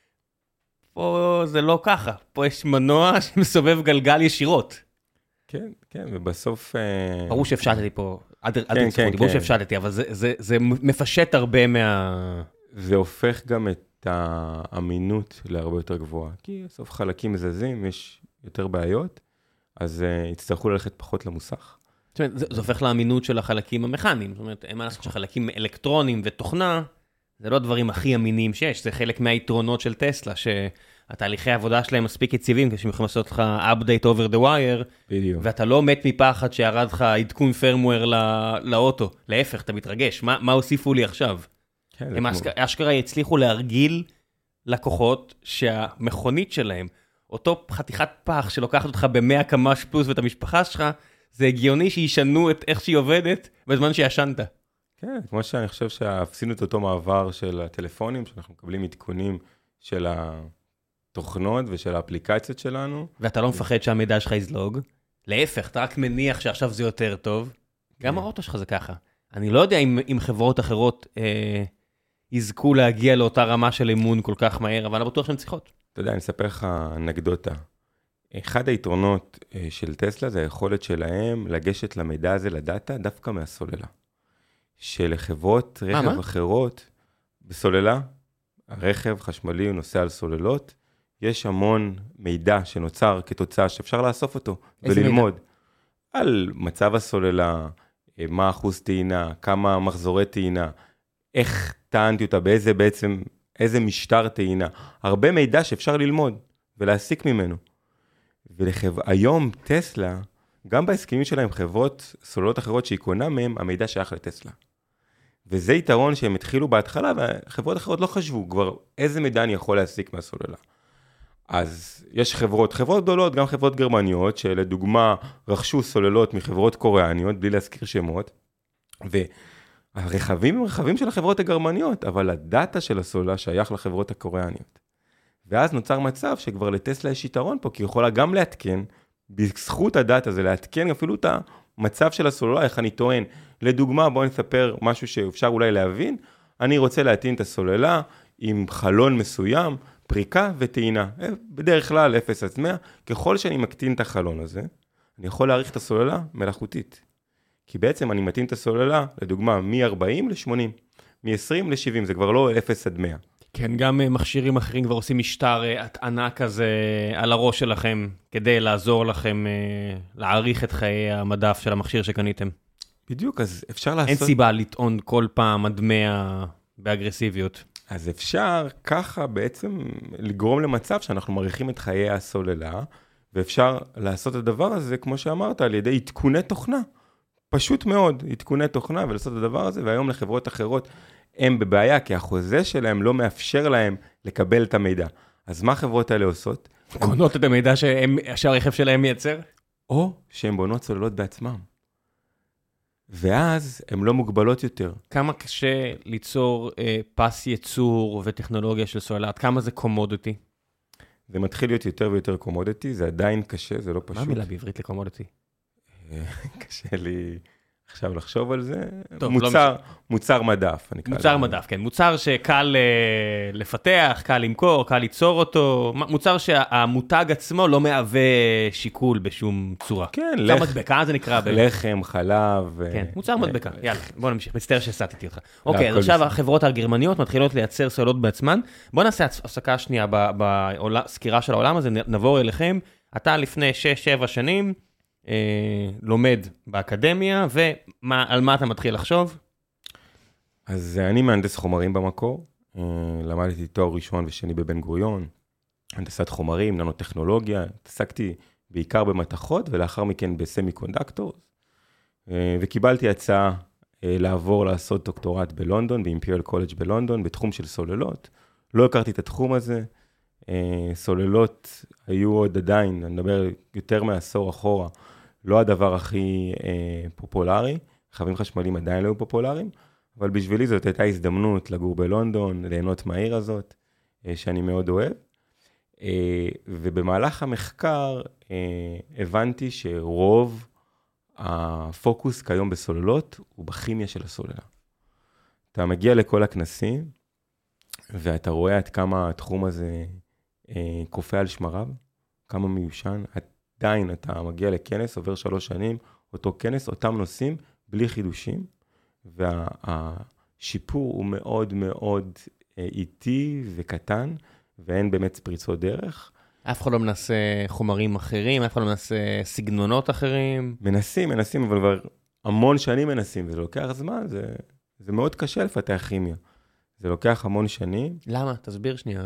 פה זה לא ככה, פה יש מנוע שמסובב גלגל ישירות. כן, כן, ובסוף... ברור שהפשטתי פה, ברור שהפשטתי, אבל זה מפשט הרבה מה... זה הופך גם את האמינות להרבה יותר גבוהה, כי בסוף חלקים מזזים, יש יותר בעיות, אז יצטרכו ללכת פחות למוסך. זאת אומרת, זה הופך לאמינות של החלקים המכניים, זאת אומרת, אין מה לעשות שחלקים אלקטרונים ותוכנה, זה לא הדברים הכי אמינים שיש, זה חלק מהיתרונות של טסלה, שהתהליכי העבודה שלהם מספיק יציבים, כשהם יכולים לעשות לך update over the wire, בדיוק. ואתה לא מת מפחד שירד לך עדכון firmware לאוטו, להפך, אתה מתרגש, מה הוסיפו לי עכשיו? כן, הם אשכרה יצליחו להרגיל לקוחות שהמכונית שלהם, אותו חתיכת פח שלוקחת אותך ב100 קמ"ש פלוס ואת המשפחה שלך, זה הגיוני שישנו את איך שהיא עובדת בזמן שישנת. כן, כמו שאני חושב שעשינו את אותו מעבר של הטלפונים, שאנחנו מקבלים עדכונים של התוכנות ושל האפליקציות שלנו. ואתה לא מפחד שהמידע שלך יזלוג, להפך, אתה רק מניח שעכשיו זה יותר טוב. גם האוטו שלך זה ככה. אני לא יודע אם חברות אחרות יזכו להגיע לאותה רמה של אמון כל כך מהר, אבל אני בטוח שהן צריכות. אתה יודע, אני אספר לך אנקדוטה. אחד היתרונות של טסלה זה היכולת שלהם לגשת למידע הזה, לדאטה, דווקא מהסוללה. שלחברות רכב אחרות, בסוללה, הרכב חשמלי נוסע על סוללות, יש המון מידע שנוצר כתוצאה שאפשר לאסוף אותו וללמוד. מידע? על מצב הסוללה, מה אחוז טעינה, כמה מחזורי טעינה, איך טענתי אותה, איזה משטר טעינה. הרבה מידע שאפשר ללמוד ולהסיק ממנו. והיום טסלה, גם בהסכמים שלהם, חברות סוללות אחרות שהיא קונה מהם, המידע שייך לטסלה. וזה יתרון שהם התחילו בהתחלה, והחברות אחרות לא חשבו כבר איזה מידע אני יכול להסיק מהסוללה. אז יש חברות גדולות, גם חברות גרמניות, שלדוגמה רכשו סוללות מחברות קוריאניות, בלי להזכיר שמות, והרכבים הם רכבים של החברות הגרמניות, אבל הדאטה של הסוללה שייך לחברות הקוריאניות. ואז נוצר מצב שכבר לטסלה יש יתרון פה, כי היא יכולה גם להתקן, בזכות הדאטה זה להתקן אפילו את המצב של הסוללה, איך אני טוען. לדוגמה, בואו נספר משהו שאפשר אולי להבין, אני רוצה להטעין את הסוללה עם חלון מסוים, פריקה וטעינה. בדרך כלל 0-100, ככל שאני מקטין את החלון הזה, אני יכול להאריך את הסוללה מלאכותית. כי בעצם אני מטעין את הסוללה, לדוגמה, מ-40 ל-80, מ-20 ל-70, זה כבר לא 0-100. כן, גם מכשירים אחרים כבר עושים משטר הטענה כזה על הראש שלכם, כדי לעזור לכם להעריך את חיי המדף של המכשיר שקניתם. בדיוק, אז אפשר לעשות... אין סיבה לטעון כל פעם עד 100 באגרסיביות. אז אפשר ככה בעצם לגרום למצב שאנחנו מעריכים את חיי הסוללה, ואפשר לעשות את הדבר הזה, כמו שאמרת, על ידי עדכוני תוכנה. פשוט מאוד, עדכוני תוכנה ולעשות את הדבר הזה, והיום לחברות אחרות הם בבעיה, כי החוזה שלהם לא מאפשר להם לקבל את המידע. אז מה החברות האלה עושות? קונות את המידע שהרכב שלהם מייצר? או שהן בונות סוללות בעצמם. ואז הן לא מוגבלות יותר. כמה קשה ליצור פס ייצור וטכנולוגיה של סוללה? עד כמה זה קומודיטי? זה מתחיל להיות יותר ויותר קומודיטי, זה עדיין קשה, זה לא פשוט. מה המילה בעברית לקומודיטי? קשה לי עכשיו לחשוב על זה. טוב, מוצר מדף. מוצר מדף, כן. מוצר שקל לפתח, קל למכור, קל ליצור אותו. מוצר שהמותג עצמו לא מהווה שיקול בשום צורה. כן, מוצר מדבקה זה נקרא. לחם, חלב. כן, מוצר מדבקה. יאללה, בוא נמשיך. מצטער שסעתיתי אותך. אוקיי, אז עכשיו החברות הגרמניות מתחילות לייצר סוללות בעצמן. בוא נעשה הפסקה שנייה בסקירה של העולם הזה, נעבור אליכם. אתה לפני 6-7 שנים, לומד באקדמיה, ועל מה אתה מתחיל לחשוב? אז אני מהנדס חומרים במקור, למדתי תואר ראשון ושני בבן גוריון, הנדסת חומרים, ננוטכנולוגיה, התעסקתי בעיקר במתכות ולאחר מכן בסמי קונדקטור, וקיבלתי הצעה לעבור לעשות דוקטורט בלונדון, באימפריאל קולג' בלונדון, בתחום של סוללות. לא הכרתי את התחום הזה, סוללות היו עוד עדיין, אני מדבר יותר מעשור אחורה, לא הדבר הכי פופולרי, רכבים חשמליים עדיין לא היו פופולריים, אבל בשבילי זאת הייתה הזדמנות לגור בלונדון, ליהנות מהעיר הזאת, שאני מאוד אוהב. ובמהלך המחקר הבנתי שרוב הפוקוס כיום בסוללות הוא בכימיה של הסוללה. אתה מגיע לכל הכנסים, ואתה רואה עד כמה התחום הזה קופא על שמריו, כמה מיושן. עדיין אתה מגיע לכנס, עובר 3 שנים, אותו כנס, אותם נושאים, בלי חידושים, והשיפור הוא מאוד מאוד איטי וקטן, ואין באמת פריצות דרך. אף אחד לא מנסה חומרים אחרים, אף אחד לא מנסה סגנונות אחרים. מנסים, אבל כבר המון שנים מנסים, וזה לוקח זמן, זה מאוד קשה לפתח כימיה. זה לוקח המון שנים. למה? תסביר שנייה.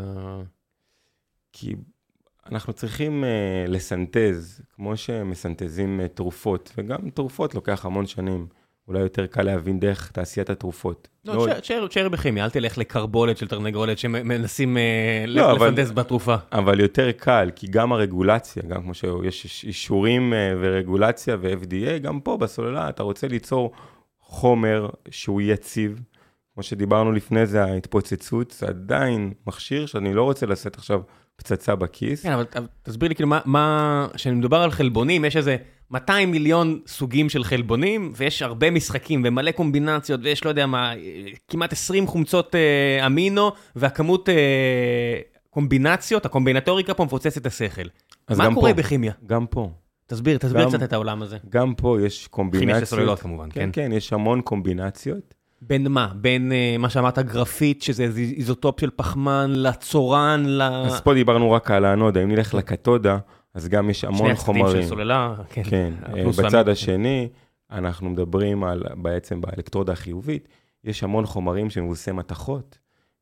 כי אנחנו צריכים לסנטז, כמו שמסנטזים תרופות, וגם תרופות לוקח המון שנים. אולי יותר קל להבין דרך תעשיית התרופות. לא, תשאר בכימיה, אל תלך לקרבולת של תרנגולת שמנסים לפנטז בתרופה. אבל יותר קל, כי גם הרגולציה, גם כמו שיש אישורים ורגולציה ו-FDA, גם פה בסוללה אתה רוצה ליצור חומר שהוא יציב, כמו שדיברנו לפני זה, ההתפוצצות, זה עדיין מכשיר שאני לא רוצה לשאת עכשיו פצצה בכיס. כן, אבל תסביר לי, כאילו, כשאני מדובר על חלבונים, יש איזה 200 מיליון סוגים של חלבונים, ויש הרבה משחקים ומלא קומבינציות, ויש, לא יודע מה, כמעט 20 חומצות אמינו, והכמות קומבינציות, הקומבינטוריקה פה מפוצצת את השכל. מה קורה בכימיה? גם פה. תסביר קצת את העולם הזה. גם פה יש קומבינציות. כימיה של סוללות כמובן, כן. כן, יש המון קומבינציות. בין מה? בין מה שאמרת גרפית, שזה איזוטופ של פחמן, לצורן, אז פה דיברנו רק על האנודה, אם נלך לקתודה, אז גם יש המון חומרים. שני הצדדים של סוללה, כן. כן, בצד השני, אנחנו מדברים על, בעצם באלקטרודה החיובית, יש המון חומרים שמבוססי מתכות,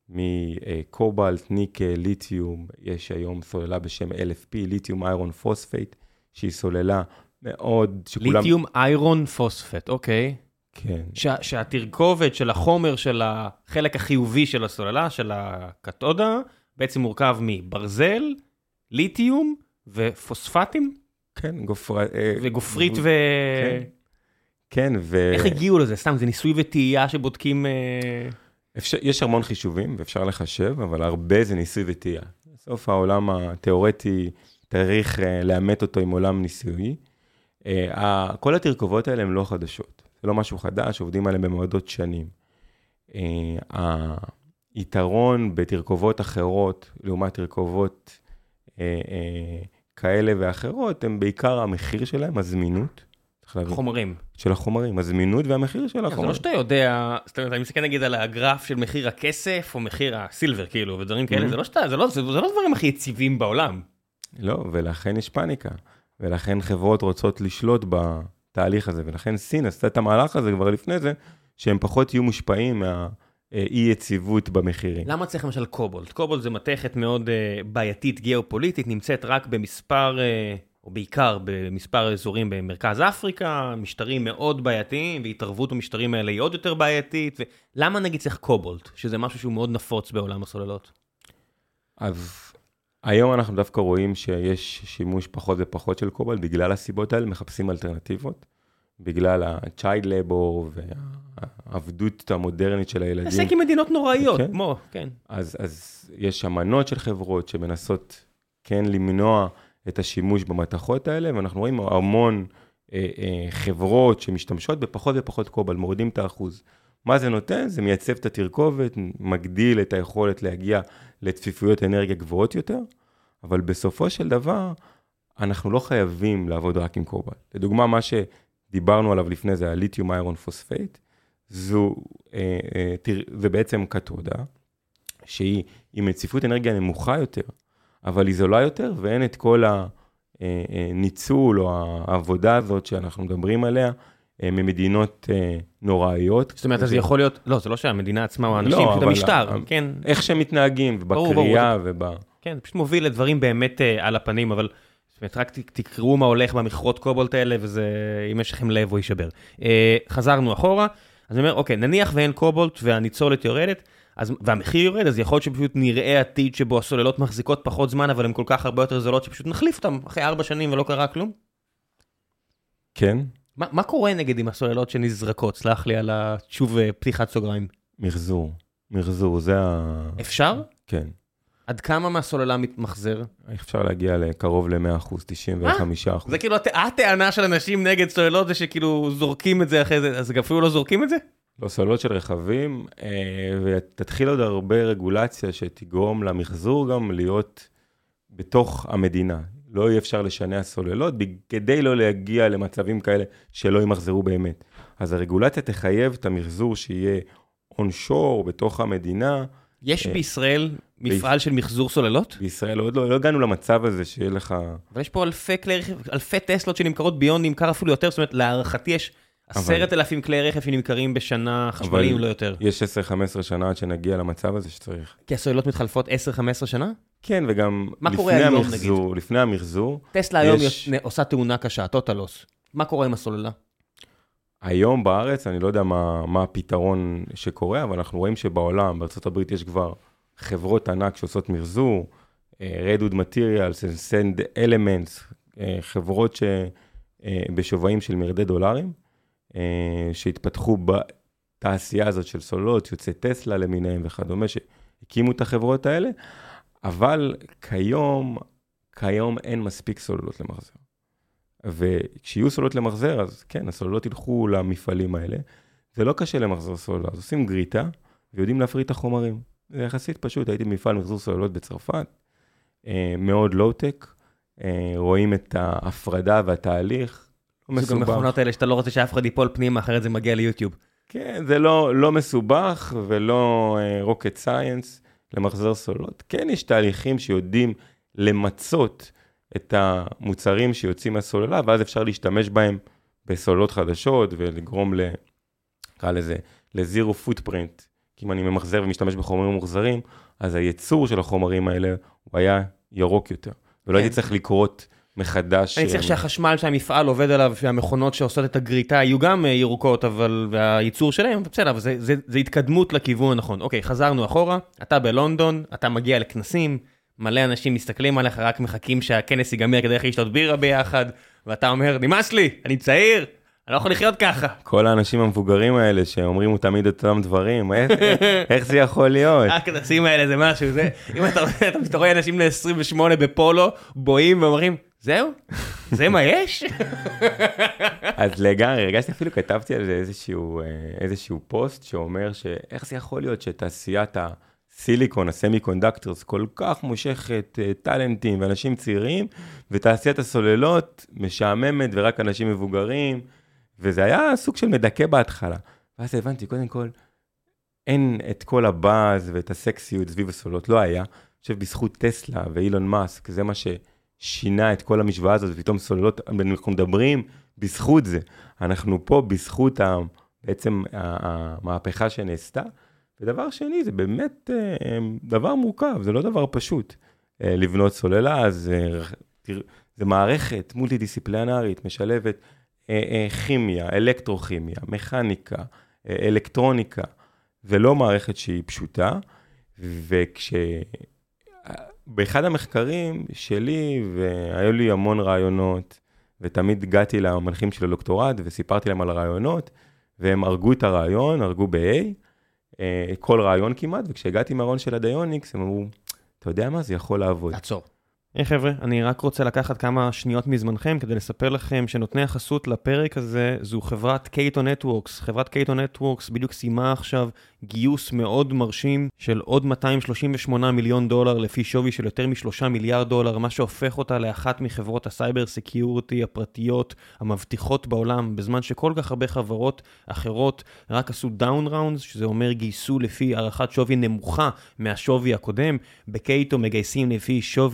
מקובלט, ניקל, ליתיום, יש היום סוללה בשם LFP, ליתיום איירון פוספייט, שהיא סוללה מאוד, שכולם... ליתיום איירון פוספט, אוקיי. כן. שהתרכובת של החומר של החלק החיובי של הסוללה, של הקתודה, בעצם מורכב מברזל, ליתיום ופוספטים? כן, וגופרית כן, איך הגיעו לזה? סתם, זה ניסוי וטעייה שבודקים... יש המון חישובים, ואפשר לחשב, אבל הרבה זה ניסוי וטעייה. בסוף העולם התיאורטי צריך לאמת אותו עם עולם ניסויי. כל התרכובות האלה הן לא חדשות. זה לא משהו חדש, עובדים עליהם במועדות שנים. היתרון בתרכובות אחרות, לעומת תרכובות כאלה ואחרות, הם בעיקר המחיר שלהם, הזמינות. חומרים. של החומרים, הזמינות והמחיר של החומרים. זה לא שאתה יודע, זאת אומרת, אני מסתכל נגיד על הגרף של מחיר הכסף, או מחיר הסילבר, כאילו, ודברים כאלה, זה לא דברים הכי יציבים בעולם. לא, ולכן יש פאניקה, ולכן חברות רוצות לשלוט בתהליך הזה, ולכן סין עשתה את המהלך הזה כבר לפני זה, שהם פחות יהיו מושפעים מהאי-יציבות במחירים. למה צריך למשל קובולט? קובולט זה מתכת מאוד בעייתית גיאופוליטית, נמצאת רק במספר, או בעיקר במספר אזורים במרכז אפריקה, משטרים מאוד בעייתיים, והתערבות במשטרים האלה היא עוד יותר בעייתית, ולמה נגיד צריך קובולט, שזה משהו שהוא מאוד נפוץ בעולם הסוללות? אז היום אנחנו דווקא רואים שיש שימוש פחות ופחות של קובלט, בגלל הסיבות האלה מחפשים אלטרנטיבות, בגלל ה-child labor והעבדות המודרנית של הילדים. עסק עם מדינות נוראיות, כמו, כן. אז יש אמנות של חברות שמנסות כן למנוע את השימוש במתכות האלה, ואנחנו רואים המון חברות שמשתמשות בפחות ופחות קובלט, מורידים את האחוז. מה זה נותן? זה מייצב את התרכובת, מגדיל את היכולת להגיע לצפיפויות אנרגיה גבוהות יותר, אבל בסופו של דבר, אנחנו לא חייבים לעבוד רק עם קובלט. לדוגמה, מה שדיברנו עליו לפני זה, הליתיום איירון פוספייט, זה בעצם קתודה, שהיא עם צפיפות אנרגיה נמוכה יותר, אבל היא זולה יותר, ואין את כל ניצול או העבודה הזאת שאנחנו מדברים עליה, ממדינות נוראיות. זאת אומרת, אז יכול להיות, לא, זה לא שהמדינה עצמה או האנשים, פשוט המשטר, כן. איך שהם מתנהגים, בקריאה כן, פשוט מוביל לדברים באמת על הפנים, אבל זאת אומרת, רק תקראו מה הולך במכרות קובולט האלה, וזה, אם יש לכם לב, הוא יישבר. חזרנו אחורה, אז אני אומר, אוקיי, נניח ואין קובולט והניצולת יורדת, והמחיר יורד, אז יכול להיות שפשוט נראה עתיד שבו הסוללות מחזיקות פחות זמן, אבל הן כל כך הרבה יותר זולות, שפשוט נחליף אותם אחרי 4 שנים ולא קרה כלום? כן. מה קורה נגד עם הסוללות שנזרקות? סלח לי על שוב פתיחת סוגריים. מחזור, זה אפשר? כן. עד כמה מהסוללה מתמחזר? אפשר להגיע לקרוב ל-100%, 95%. זה כאילו, הטענה של אנשים נגד סוללות זה שכאילו זורקים את זה אחרי זה, אז אפילו לא זורקים את זה? לא, סוללות של רכבים, ותתחיל עוד הרבה רגולציה שתגרום למחזור גם להיות בתוך המדינה. לא יהיה אפשר לשנע סוללות, כדי לא להגיע למצבים כאלה שלא ימחזרו באמת. אז הרגולציה תחייב את המחזור שיהיה onshore בתוך המדינה. יש בישראל מפעל של מחזור סוללות? בישראל עוד לא הגענו למצב הזה שיהיה לך... אבל יש פה אלפי טסלות שנמכרות ביון, נמכר אפילו יותר, זאת אומרת, להערכתי יש 10,000 כלי רכב שנמכרים בשנה חשמליים, לא יותר. יש 10-15 שנה עד שנגיע למצב הזה שצריך. כי הסוללות מתחלפות 10-15 שנה? כן, וגם לפני המחזור... טסלה היום עושה תאונה קשה, טוטלוס. מה קורה עם הסוללה? היום בארץ, אני לא יודע מה הפתרון שקורה, אבל אנחנו רואים שבעולם, בארצות הברית יש כבר חברות ענק שעושות מחזור, Redwood Materials, Sand Elements, חברות בשווים של מיליארדי דולרים, שהתפתחו בתעשייה הזאת של סוללות, יוצאי טסלה למיניהם וכדומה, שהקימו את החברות האלה, אבל כיום אין מספיק סוללות למחזר. וכשיהיו סוללות למחזר, אז כן, הסוללות ילכו למפעלים האלה. זה לא קשה למחזר סוללה, אז עושים גריטה, ויודעים להפריד את החומרים. זה יחסית פשוט, הייתי במפעל מחזור סוללות בצרפת, מאוד לואו-טק, רואים את ההפרדה והתהליך, לא מסובך. זה גם מכונות האלה שאתה לא רוצה שאף אחד ייפול פנימה, אחרת זה מגיע ליוטיוב. כן, זה לא מסובך, ולא rocket science למחזר סוללות. כן, יש תהליכים שיודעים למצות את המוצרים שיוצאים מהסוללה, ואז אפשר להשתמש בהם בסוללות חדשות, ולגרום נקרא לזה, לזירו פוטפרינט. כי אם אני ממחזר ומשתמש בחומרים מוחזרים, אז הייצור של החומרים האלה הוא היה ירוק יותר. ולא הייתי צריך לקרות מחדש. אני צריך שהחשמל שהמפעל עובד עליו, שהמכונות שעושות את הגריטה יהיו גם ירוקות, אבל הייצור שלהם, בסדר, אבל זה התקדמות לכיוון הנכון. אוקיי, חזרנו אחורה, אתה בלונדון, אתה מגיע לכנסים, מלא אנשים מסתכלים עליך, רק מחכים שהכנס ייגמר כדי לשתות בירה ביחד, ואתה אומר, נמאס לי, אני צעיר, אני לא יכול לחיות ככה. כל האנשים המבוגרים האלה שאומרים תמיד אותם דברים, איך זה יכול להיות? הכנסים האלה זה משהו, אם אתה רואה אנשים ל-28 בפולו, בואים ואומרים, זהו? זה מה יש? אז לגמרי, הרגשתי אפילו כתבתי על זה איזשהו פוסט שאומר שאיך זה יכול להיות שתעשיית הסיליקון, הסמי-קונדקטורס, כל כך מושכת טלנטים ואנשים צעירים, ותעשיית הסוללות משעממת ורק אנשים מבוגרים, וזה היה סוג של מדכא בהתחלה. ואז הבנתי, קודם כל, אין את כל הבאז ואת הסקסיות סביב הסוללות, לא היה. אני חושב בזכות טסלה ואילון מאסק, זה מה ששינה את כל המשוואה הזאת, ופתאום סוללות, אנחנו מדברים בזכות זה. אנחנו פה בזכות בעצם המהפכה שנעשתה, ודבר שני, זה באמת דבר מורכב, זה לא דבר פשוט. לבנות סוללה, אז זה מערכת מולטי-דיסציפלינרית, משלבת כימיה, אלקטרוכימיה, מכניקה, אלקטרוניקה, ולא מערכת שהיא פשוטה, באחד המחקרים שלי, והיו לי המון רעיונות, ותמיד הגעתי למנחים של הדוקטורט, וסיפרתי להם על הרעיונות, והם הרגו את הרעיון, הרגו ב-A, כל רעיון כמעט, וכשהגעתי מהרעיון של הדיוניקס, הם אמרו, אתה יודע מה? זה יכול לעבוד. עצור. חבר'ה, אני רק רוצה לקחת כמה שניות מזמנכם כדי לספר לכם שנותני החסות לפרק הזה זו חברת קייטו נטוורקס. חברת קייטו נטוורקס בדיוק סיימה עכשיו גיוס מאוד מרשים של עוד $238 מיליון לפי שווי של יותר מ$3 מיליארד, מה שהופך אותה לאחת מחברות הסייבר סקיוריטי הפרטיות המבטיחות בעולם, בזמן שכל כך הרבה חברות אחרות רק עשו דאון ראונדס, שזה אומר גייסו לפי הערכת שווי נמוכה מהשווי הקודם. בקייטו מגייסים לפי שווי גבוה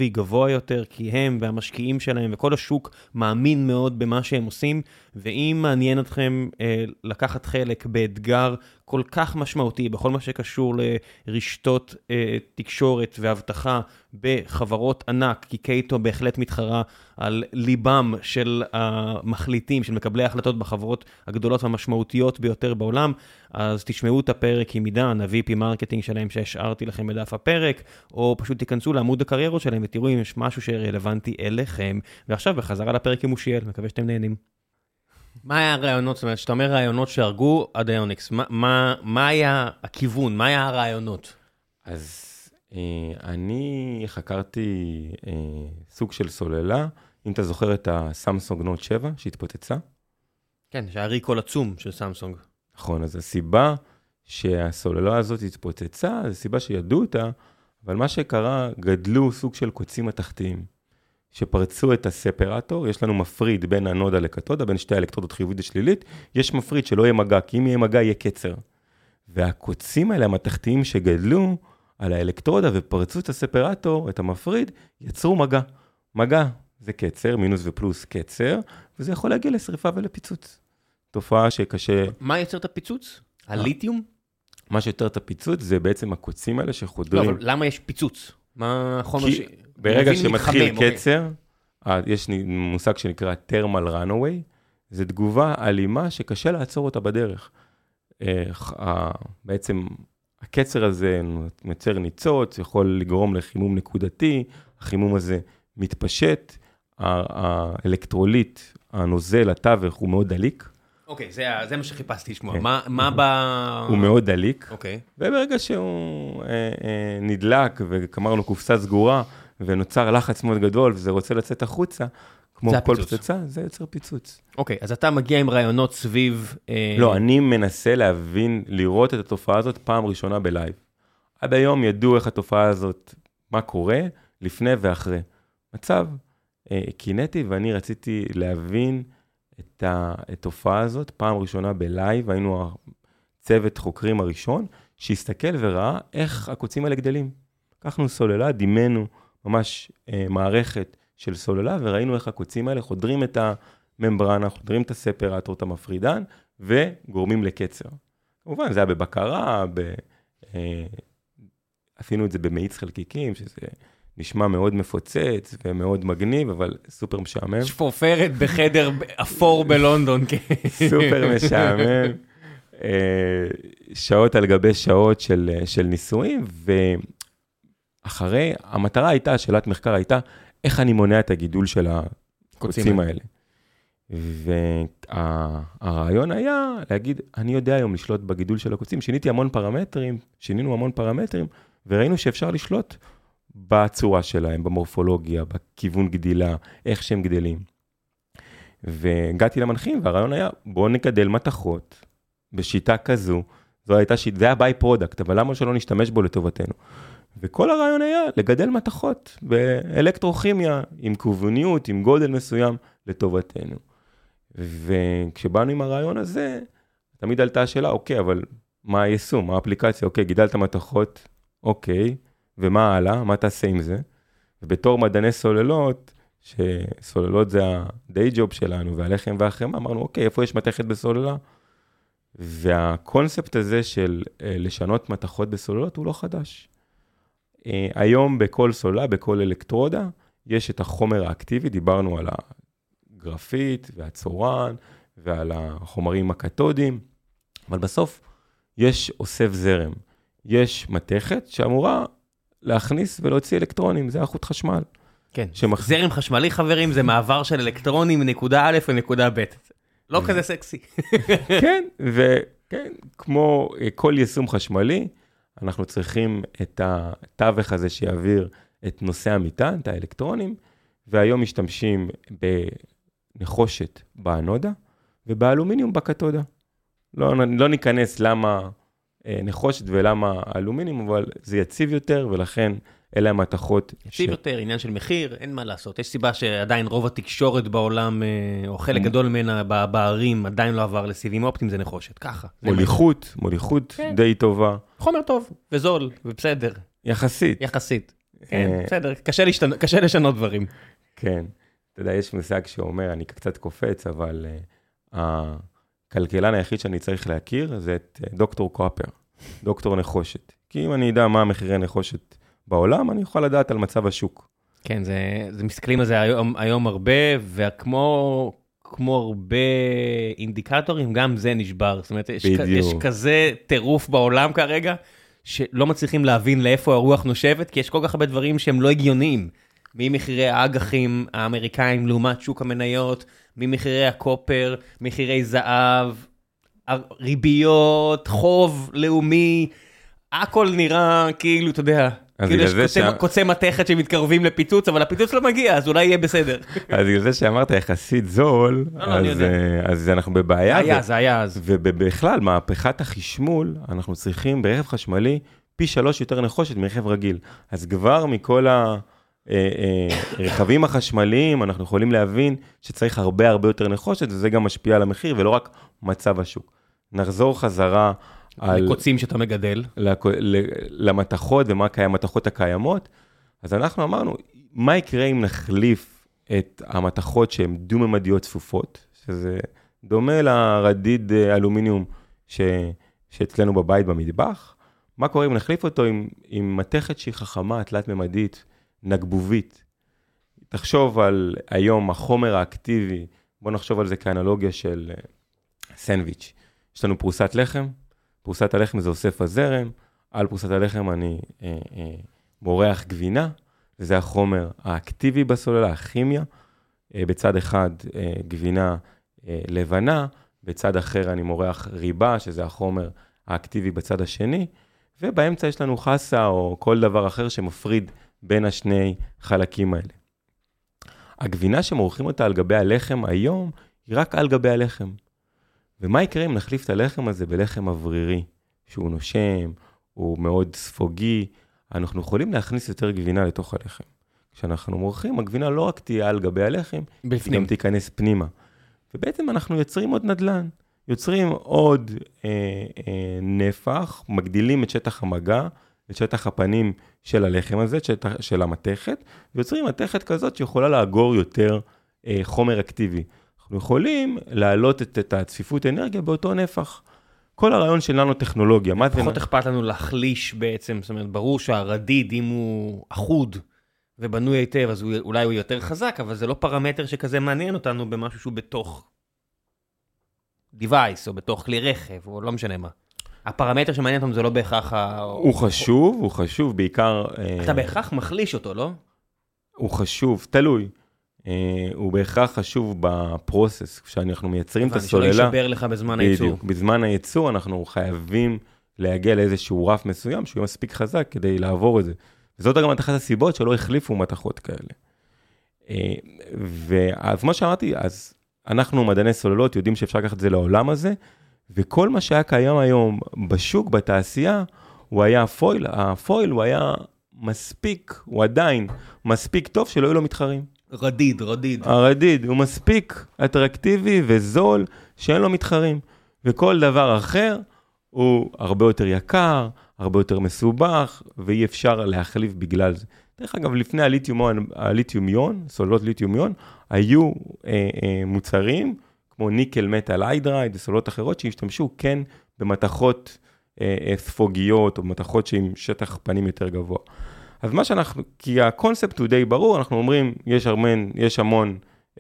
גבוה יותר, כי הם והמשקיעים שלהם וכל השוק מאמין מאוד במה שהם עושים, ואם מעניין אתכם לקחת חלק באתגר כל כך משמעותי, בכל מה שקשור לרשתות תקשורת והבטחה בחברות ענק, כי קייטו בהחלט מתחרה על ליבם של המחליטים, של מקבלי ההחלטות בחברות הגדולות והמשמעותיות ביותר בעולם, אז תשמעו את הפרק עם עידן, ה-VP מרקטינג שלהם שהשארתי לכם בדף הפרק, או פשוט תיכנסו לעמוד הקריירות שלהם ותראו אם יש משהו שרלוונטי אליכם. ועכשיו בחזרה לפרק עם מושיאל, מקווה שאתם נהנים. מה היה הרעיונות? זאת אומרת, שאתה אומר רעיונות שהרגו עד איוניקס, מה היה הכיוון? מה היה הרעיונות? אז אני חקרתי סוג של סוללה, אם אתה זוכר את הסמסונג נוט 7 שהתפוצצה. כן, שהיה ריקול עצום של סמסונג. נכון, אז הסיבה שהסוללה הזאת התפוצצה, זו סיבה שידעו אותה, אבל מה שקרה, גדלו סוג של קוצים התחתיים, שפרצו את הספרטור, יש לנו מפריד בין הנודה לקתודה, בין שתי האלקטרודות חיובית ושלילית, יש מפריד שלא יהיה מגע, כי אם יהיה מגע יהיה קצר. והקוצים האלה, המתחתיים שגדלו על האלקטרודה ופרצו את הספרטור, את המפריד, יצרו מגע. מגע זה קצר, מינוס ופלוס קצר, וזה יכול להגיע לשריפה ולפיצוץ. תופעה שקשה... מה יוצר את הפיצוץ? הליתיום? מה שיותר את הפיצוץ זה בעצם הקוצים האלה שחודרים. לא, אבל למה יש פיצוץ? מה החומר ש... ברגע שמתחיל קצר, יש מושג שנקרא thermal runaway, זה תגובה אלימה שקשה לעצור אותה בדרך. בעצם הקצר הזה מייצר ניצוץ, יכול לגרום לחימום נקודתי, החימום הזה מתפשט, האלקטרוליט, הנוזל, התווך, הוא מאוד דליק. אוקיי, זה מה שחיפשתי לשמוע. מה ב... הוא מאוד דליק. אוקיי. וברגע שהוא נדלק, וכמרנו קופסה סגורה, ונוצר לחץ מאוד גדול, וזה רוצה לצאת החוצה, כמו כל פצצה, זה יוצר פיצוץ. אוקיי, אז אתה מגיע עם רעיונות סביב... לא, אני מנסה להבין, לראות את התופעה הזאת פעם ראשונה בלייב. עד היום ידעו איך התופעה הזאת, מה קורה, לפני ואחרי. מצב, קינטי, ואני רציתי להבין את התופעה הזאת פעם ראשונה בלייב, היינו הצוות חוקרים הראשון, שהסתכל וראה איך הקוצים האלה גדלים. לקחנו סוללה, דימנו ממש מערכת של סוללה, וראינו איך הקוצים האלה חודרים את הממברנה, חודרים את הספרטור, את המפרידן, וגורמים לקצר. כמובן, זה היה בבקרה, עשינו את זה במאיץ חלקיקים, שזה נשמע מאוד מפוצץ ומאוד מגניב, אבל סופר משעמם. שפופרת בחדר אפור בלונדון. סופר משעמם. שעות על גבי שעות של ניסויים, ואחרי, המטרה הייתה, שאלת מחקר הייתה, איך אני מונע את הגידול של הקוצים האלה. והרעיון היה להגיד, אני יודע היום לשלוט בגידול של הקוצים, שינינו המון פרמטרים, וראינו שאפשר לשלוט בצורה שלהם, במורפולוגיה, בכיוון גדילה, איך שהם גדלים. והגעתי למנחים, והרעיון היה, בואו נגדל מתכות בשיטה כזו, זה היה ביי פרודקט, אבל למה שלא נשתמש בו לטובתנו? וכל הרעיון היה לגדל מתכות באלקטרוכימיה, עם כיווניות, עם גודל מסוים לטובתנו. וכשבאנו עם הרעיון הזה, תמיד עלתה השאלה, אוקיי, אבל מה היישום, מה האפליקציה? אוקיי, גידלת מתכות, אוקיי, ומה הלאה? מה תעשה עם זה? ובתור מדעני סוללות, שסוללות זה הדיי ג'וב שלנו, והלחם והחמאה, אמרנו, אוקיי, איפה יש מתכת בסוללה? והקונספט הזה של לשנות מתכות בסוללות הוא לא חדש. היום בכל סוללה, בכל אלקטרודה, יש את החומר האקטיבי, דיברנו על הגרפית והצורן, ועל החומרים הקתודיים, אבל בסוף יש אוסף זרם. יש מתכת שאמורה להכניס ולהוציא אלקטרונים, זה החוט חשמל. כן, זרם חשמלי חברים, זה מעבר של אלקטרונים מנקודה א' לנקודה ב'. לא כזה סקסי. כן, וכן, כמו כל יישום חשמלי, אנחנו צריכים את התווך הזה שיעביר את נושא המטען, את האלקטרונים, והיום משתמשים בנחושת באנודה, ובאלומיניום בקתודה. לא ניכנס למה נחושת ולמה אלומיניום, אבל זה יציב יותר, ולכן אלה המתכות. יציב יותר, עניין של מחיר, אין מה לעשות. יש סיבה שעדיין רוב התקשורת בעולם, או חלק גדול ממנה בערים, עדיין לא עבר לסיבים אופטיים, זה נחושת, ככה. מוליכות די טובה. חומר טוב, וזול, ובסדר. יחסית. יחסית. כן, בסדר, קשה לשנות דברים. כן, אתה יודע, יש מושג שאומר, אני קצת קופץ, אבל הכלכלן היחיד שאני צריך להכיר, זה את דוקטור קופר, דוקטור נחושת. כי אם אני אדע מה מחירי נחושת בעולם, אני יכול לדעת על מצב השוק. כן, זה מסתכלים על זה היום הרבה, וכמו הרבה אינדיקטורים, גם זה נשבר. זאת אומרת, יש כזה טירוף בעולם כרגע, שלא מצליחים להבין לאיפה הרוח נושבת, כי יש כל כך הרבה דברים שהם לא הגיוניים. ממחירי האג"חים האמריקאים לעומת שוק המניות, ממחירי הקופר, מחירי זהב, ריביות, חוב לאומי, הכל נראה כאילו, אתה יודע, כאילו יש קוצי מתכת שמתקרבים לפיצוץ, אבל הפיצוץ לא מגיע, אז אולי יהיה בסדר. אז בגלל זה שאמרת יחסית זול, אז אנחנו בבעיה. זה היה אז. ובכלל, מהפכת החשמול, אנחנו צריכים ברכב חשמלי פי 3 יותר נחושת מרכב רגיל. אז כבר מכל הרכבים החשמליים, אנחנו יכולים להבין שצריך הרבה יותר נחושת, וזה גם משפיע על המחיר, ולא רק מצב השוק. נחזור חזרה לקוצים שאתה מגדל. למתכות ומה המתכות הקיימות. אז אנחנו אמרנו, מה יקרה אם נחליף את המתכות שהן דו-ממדיות צפופות, שזה דומה לרדיד אלומיניום שאצלנו בבית במטבח, מה קורה אם נחליף אותו עם מתכת שהיא חכמה, תלת-ממדית, נגבובית. תחשוב על היום החומר האקטיבי, בוא נחשוב על זה כאנלוגיה של סנדוויץ'. יש לנו פרוסת לחם, פרוסת הלחם זה אוסף הזרם, על פרוסת הלחם אני מורח גבינה, וזה החומר האקטיבי בסוללה, הכימיה. בצד אחד גבינה לבנה, בצד אחר אני מורח ריבה, שזה החומר האקטיבי בצד השני, ובאמצע יש לנו חסה או כל דבר אחר שמפריד בין השני חלקים האלה. הגבינה שמורחים אותה על גבי הלחם היום, היא רק על גבי הלחם. ומה יקרה אם נחליף את הלחם הזה בלחם אוורירי, שהוא נושם, הוא מאוד ספוגי, אנחנו יכולים להכניס יותר גבינה לתוך הלחם. כשאנחנו מורחים, הגבינה לא רק תהיה על גבי הלחם, היא גם תיכנס פנימה. ובעצם אנחנו יוצרים עוד נדלן, יוצרים עוד נפח, מגדילים את שטח המגע, את שטח הפנים של הלחם הזה, של המתכת, ויוצרים מתכת כזאת שיכולה לאגור יותר חומר אקטיבי. אנחנו יכולים להעלות את הצפיפות אנרגיה באותו נפח. כל הרעיון של ננו-טכנולוגיה. פחות אכפת לנו להחליש בעצם, זאת אומרת, ברור שהרדיד, אם הוא אחוד ובנוי היטב, אז אולי הוא יותר חזק, אבל זה לא פרמטר שכזה מעניין אותנו במשהו שהוא בתוך device, או בתוך כלי רכב, או לא משנה מה. הפרמטר שמעניין אותנו זה לא בהכרח הוא חשוב, בעיקר אתה בהכרח מחליש אותו, לא? הוא חשוב, תלוי. הוא בהכרח חשוב בפרוסס, כשאנחנו מייצרים את הסוללה. שלא יישבר לך בזמן הייצור. בדיוק, בזמן הייצור אנחנו חייבים להגיע לאיזשהו רף מסוים, שהוא מספיק חזק כדי לעבור את זה. וזאת גם אחת הסיבות שלא החליפו מתכות כאלה. ואז מה שאמרתי, אז אנחנו מדעני סוללות יודעים שאפשר לקחת את זה לעולם הזה, וכל מה שהיה קיים היום בשוק, בתעשייה, הוא היה הפויל. הפויל הוא היה מספיק, הוא עדיין מספיק טוב שלא יהיו לו מתחרים. רדיד. הרדיד הוא מספיק אטרקטיבי וזול שאין לו מתחרים. וכל דבר אחר הוא הרבה יותר יקר, הרבה יותר מסובך, ואי אפשר להחליף בגלל זה. דרך אגב, לפני הליתיומיון, סוללות ליתיומיון, היו מוצרים כמו ניקל מטל היידרייד, סוללות אחרות שהשתמשו כן במתכות ספוגיות, או במתכות שעם שטח פנים יותר גבוה. אז מה שאנחנו, כי הקונספט הוא די ברור, אנחנו אומרים, יש המון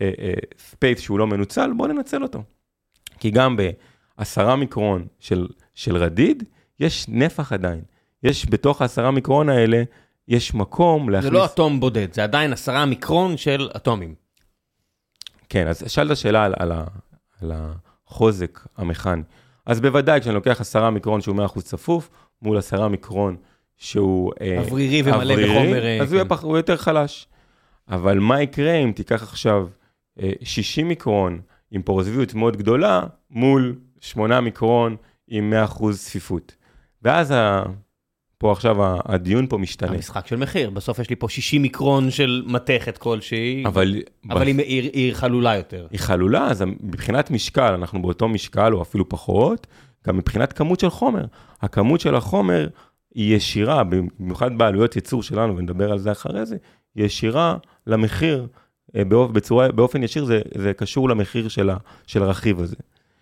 ספייס שהוא לא מנוצל, בואו ננצל אותו. כי גם ב10 מיקרון של רדיד, יש נפח עדיין. יש בתוך 10 מיקרון האלה, יש מקום להכניס... זה לא אטום בודד, זה עדיין 10 מיקרון של אטומים. כן, אז שאלת שאלה על החוזק המכני. אז בוודאי, כשאני לוקח 10 מיקרון שהוא 100% צפוף, מול 10 מיקרון שהוא אוורירי ומלא בחומר, אז הוא יותר חלש. אבל מה יקרה אם תיקח עכשיו 60 מיקרון עם פורוזביות מאוד גדולה, מול 8 מיקרון עם 100% צפיפות. ואז פה עכשיו הדיון פה משתנה. המשחק של מחיר, בסוף יש לי פה 60 מיקרון של מתכת כלשהי, אבל היא חלולה יותר. היא חלולה, אז מבחינת משקל, אנחנו באותו משקל או אפילו פחות, גם מבחינת כמות של חומר. הכמות של החומר היא ישירה, במיוחד בעלויות ייצור שלנו, ונדבר על זה אחרי זה, היא ישירה למחיר, באופן ישיר זה קשור למחיר של הרכיב הזה.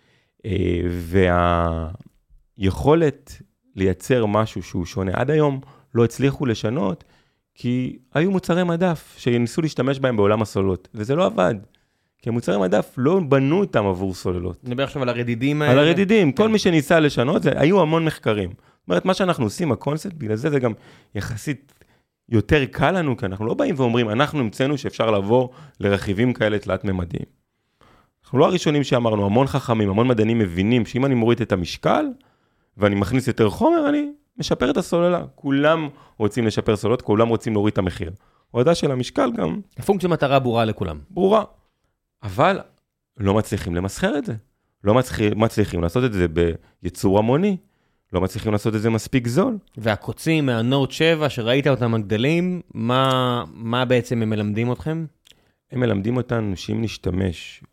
והיכולת לייצר משהו שהוא שונה, עד היום לא הצליחו לשנות, כי היו מוצרי מדף שניסו להשתמש בהם בעולם הסוללות, וזה לא עבד. כי המוצרי מדף לא בנו אותם עבור סוללות. נדבר עכשיו על הרדידים האלה. על הרדידים, כל מי שניסה לשנות, היו המון מחקרים. זאת אומרת, מה שאנחנו עושים, הקונספט, בגלל זה גם יחסית יותר קל לנו, כי אנחנו לא באים ואומרים, אנחנו המצאנו שאפשר לעבור לרכיבים כאלה תלת ממדיים. אנחנו לא הראשונים שאמרנו, המון חכמים, המון מדענים מבינים, שאם אני מוריד את המשקל, ואני מכניס יותר חומר, אני משפר את הסוללה. כולם רוצים לשפר סוללות, כולם רוצים להוריד את המחיר. הורדה של המשקל גם... הפונקציה מטרה ברורה לכולם. ברורה. אבל לא מצליחים למסחר את זה. לא מצליחים לעשות את זה בייצור המוני. לא מצליחים לעשות את זה מספיק זול. והקוצים מהנוט 7, שראית אותם הגדלים, מה בעצם הם מלמדים אתכם? הם מלמדים אותנו שאם נשתמש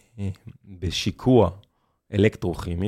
בשיקוע אלקטרוכימי,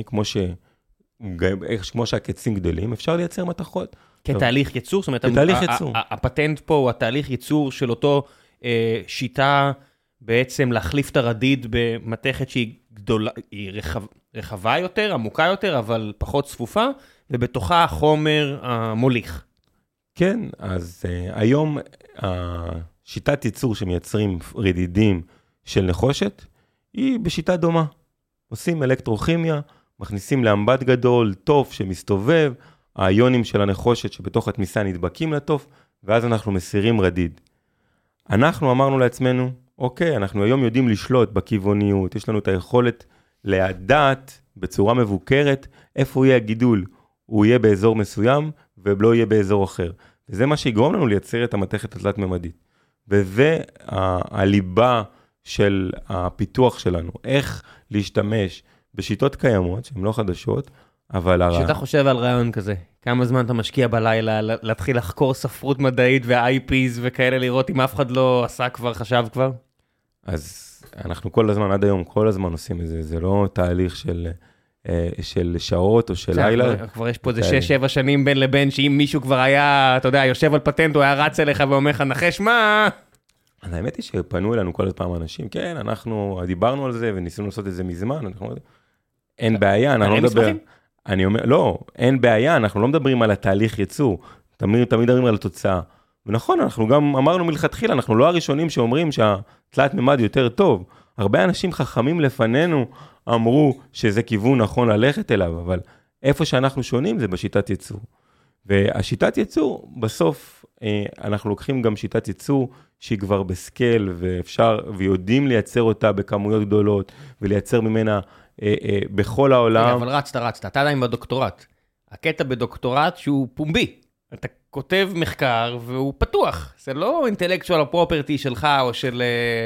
כמו שהקצים גדלים, אפשר לייצר מתכות. כתהליך ייצור? זאת אומרת, כתהליך ייצור. הפטנט פה הוא התהליך ייצור של אותו שיטה בעצם להחליף את הרדיד במתכת שהיא גדולה, היא רחבה יותר, עמוקה יותר, אבל פחות צפופה, ובתוכה החומר המוליך. כן, אז היום השיטת ייצור שמייצרים רדידים של נחושת, היא בשיטה דומה. עושים אלקטרוכימיה, מכניסים לאמבט גדול, תוף שמסתובב, האיונים של הנחושת שבתוך התמיסה נדבקים לתוף, ואז אנחנו מסירים רדיד. אנחנו אמרנו לעצמנו, אוקיי, אנחנו היום יודעים לשלוט בכיווניות, יש לנו את היכולת לדעת בצורה מבוקרת איפה יהיה הגידול, הוא יהיה באזור מסוים ולא יהיה באזור אחר. וזה מה שיגרום לנו לייצר את המתכת התלת-ממדית. וזה הליבה של הפיתוח שלנו, איך להשתמש בשיטות קיימות, שהן לא חדשות, אבל... כשאתה חושב על רעיון כזה, כמה זמן אתה משקיע בלילה להתחיל לחקור ספרות מדעית וה-IPs וכאלה, לראות אם אף אחד לא עשה כבר, חשב כבר? אז אנחנו כל הזמן, עד היום, כל הזמן עושים את זה, זה לא תהליך של שעות או של לילה. כבר יש פה איזה 6-7 שנים בין לבין, שאם מישהו כבר היה, אתה יודע, יושב על פטנט, הוא היה רץ אליך ואומר לך, נחש מה? אז האמת היא שפנו אלינו כל פעם אנשים, כן, אנחנו דיברנו על זה וניסינו לעשות את זה מזמן, אין בעיה, אנחנו לא מדבר... אני אומר, לא, אין בעיה, אנחנו לא מדברים על התהליך ייצור, תמיד מדברים על התוצאה. ונכון, אנחנו גם אמרנו מלכתחילה, אנחנו לא הראשונים שאומרים שהתלת ממד יותר טוב. הרבה אנשים חכמים לפנינו אמרו שזה כיוון נכון ללכת אליו, אבל איפה שאנחנו שונים זה בשיטת ייצור. והשיטת ייצור, בסוף אנחנו לוקחים גם שיטת ייצור שהיא כבר בסקייל, ויודעים לייצר אותה בכמויות גדולות, ולייצר ממנה בכל העולם. אבל רצת, אתה עדיין בדוקטורט. הקטע בדוקטורט שהוא פומבי. אתה כותב מחקר והוא פתוח. זה לא אינטלקטואל הפרופרטי שלך או של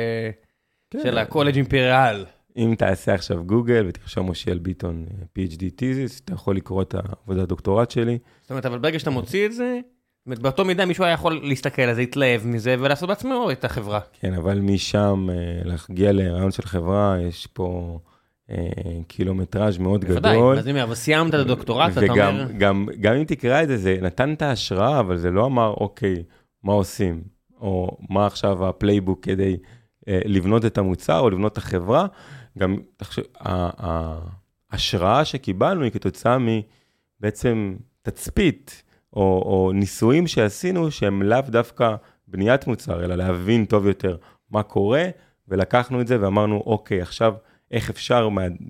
הקולג' אימפריאל. אם תעשה עכשיו גוגל ותרשום מושיאל ביטון PhD תיזיס, אתה יכול לקרוא את העבודת הדוקטורט שלי. זאת אומרת, אבל ברגע שאתה מוציא את זה, באותו מידה מישהו היה יכול להסתכל על זה, להתלהב מזה ולעשות בעצמו את החברה. כן, אבל משם להגיע לרעיון של חברה, יש פה קילומטראז' מאוד גדול. אבל סיימת את הדוקטורט, אתה אומר... גם אם תקרא את זה, זה נתן את ההשראה, אבל זה לא אמר, אוקיי, מה עושים? או מה עכשיו הפלייבוק כדי לבנות את המוצר, או לבנות את החברה. גם, ההשראה שקיבלנו היא כתוצאה מבעצם תצפית, או ניסויים שעשינו, שהם לאו דווקא בניית מוצר, אלא להבין טוב יותר מה קורה, ולקחנו את זה ואמרנו, אוקיי, עכשיו איך אפשר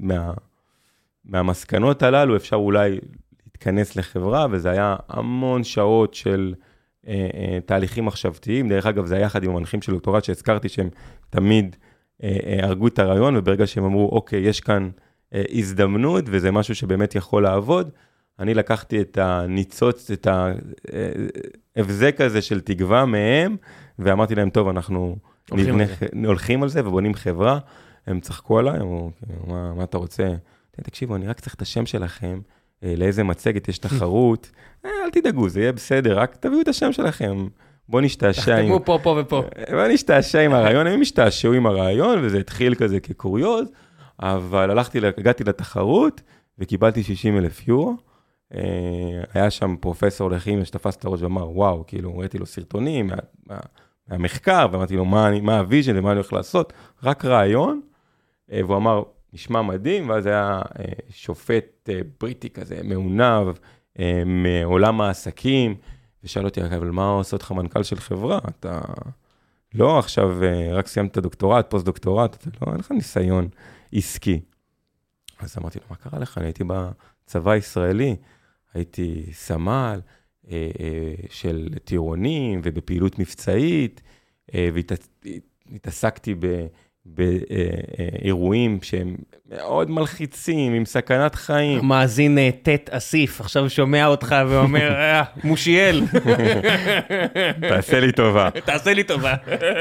מהמסקנות הללו, אפשר אולי להתכנס לחברה, וזה היה המון שעות של תהליכים מחשבתיים. דרך אגב, זה היה יחד עם המנחים של דוקטורט שהזכרתי שהם תמיד הרגו את הרעיון, וברגע שהם אמרו, אוקיי, יש כאן הזדמנות, וזה משהו שבאמת יכול לעבוד, אני לקחתי את הניצוץ, את ההבזק הזה של תקווה מהם, ואמרתי להם, טוב, אנחנו הולכים על זה ובונים חברה. הם צחקו עליי, אמרו, מה אתה רוצה? תקשיבו, אני רק צריך את השם שלכם, לאיזה מצגת יש תחרות, אל תדאגו, זה יהיה בסדר, רק תביאו את השם שלכם, בוא נשתעשע עם... תחתמו פה ופה. בוא נשתעשע עם הרעיון, הם משתעשעו עם הרעיון, וזה התחיל כזה כקוריוז, אבל הגעתי לתחרות, וקיבלתי 60,000 יורו, היה שם פרופסור לכימיה שתפס את הראש ואמר, וואו, כאילו, ראיתי לו סרטונים מהמחקר, ואמרתי לו, מה הוויז'ן ומה אני הולך לעשות? רק רעיון, והוא אמר, נשמע מדהים, ואז היה שופט בריטי כזה, מעונב, מעולם העסקים, ושאל אותי, אבל מה עושה אותך מנכ"ל של חברה? אתה לא עכשיו רק סיימת את הדוקטורט, פוסט-דוקטורט, אתה לא, אין לך ניסיון עסקי. אז אמרתי לו, מה קרה לך? אני הייתי בצבא הישראלי, הייתי סמל של טירונים ובפעילות מבצעית, והתעסקתי באירועים שהם מאוד מלחיצים, עם סכנת חיים. מאזין תת אסיף, עכשיו שומע אותך ואומר, מושיאל. תעשה לי טובה. תעשה לי טובה.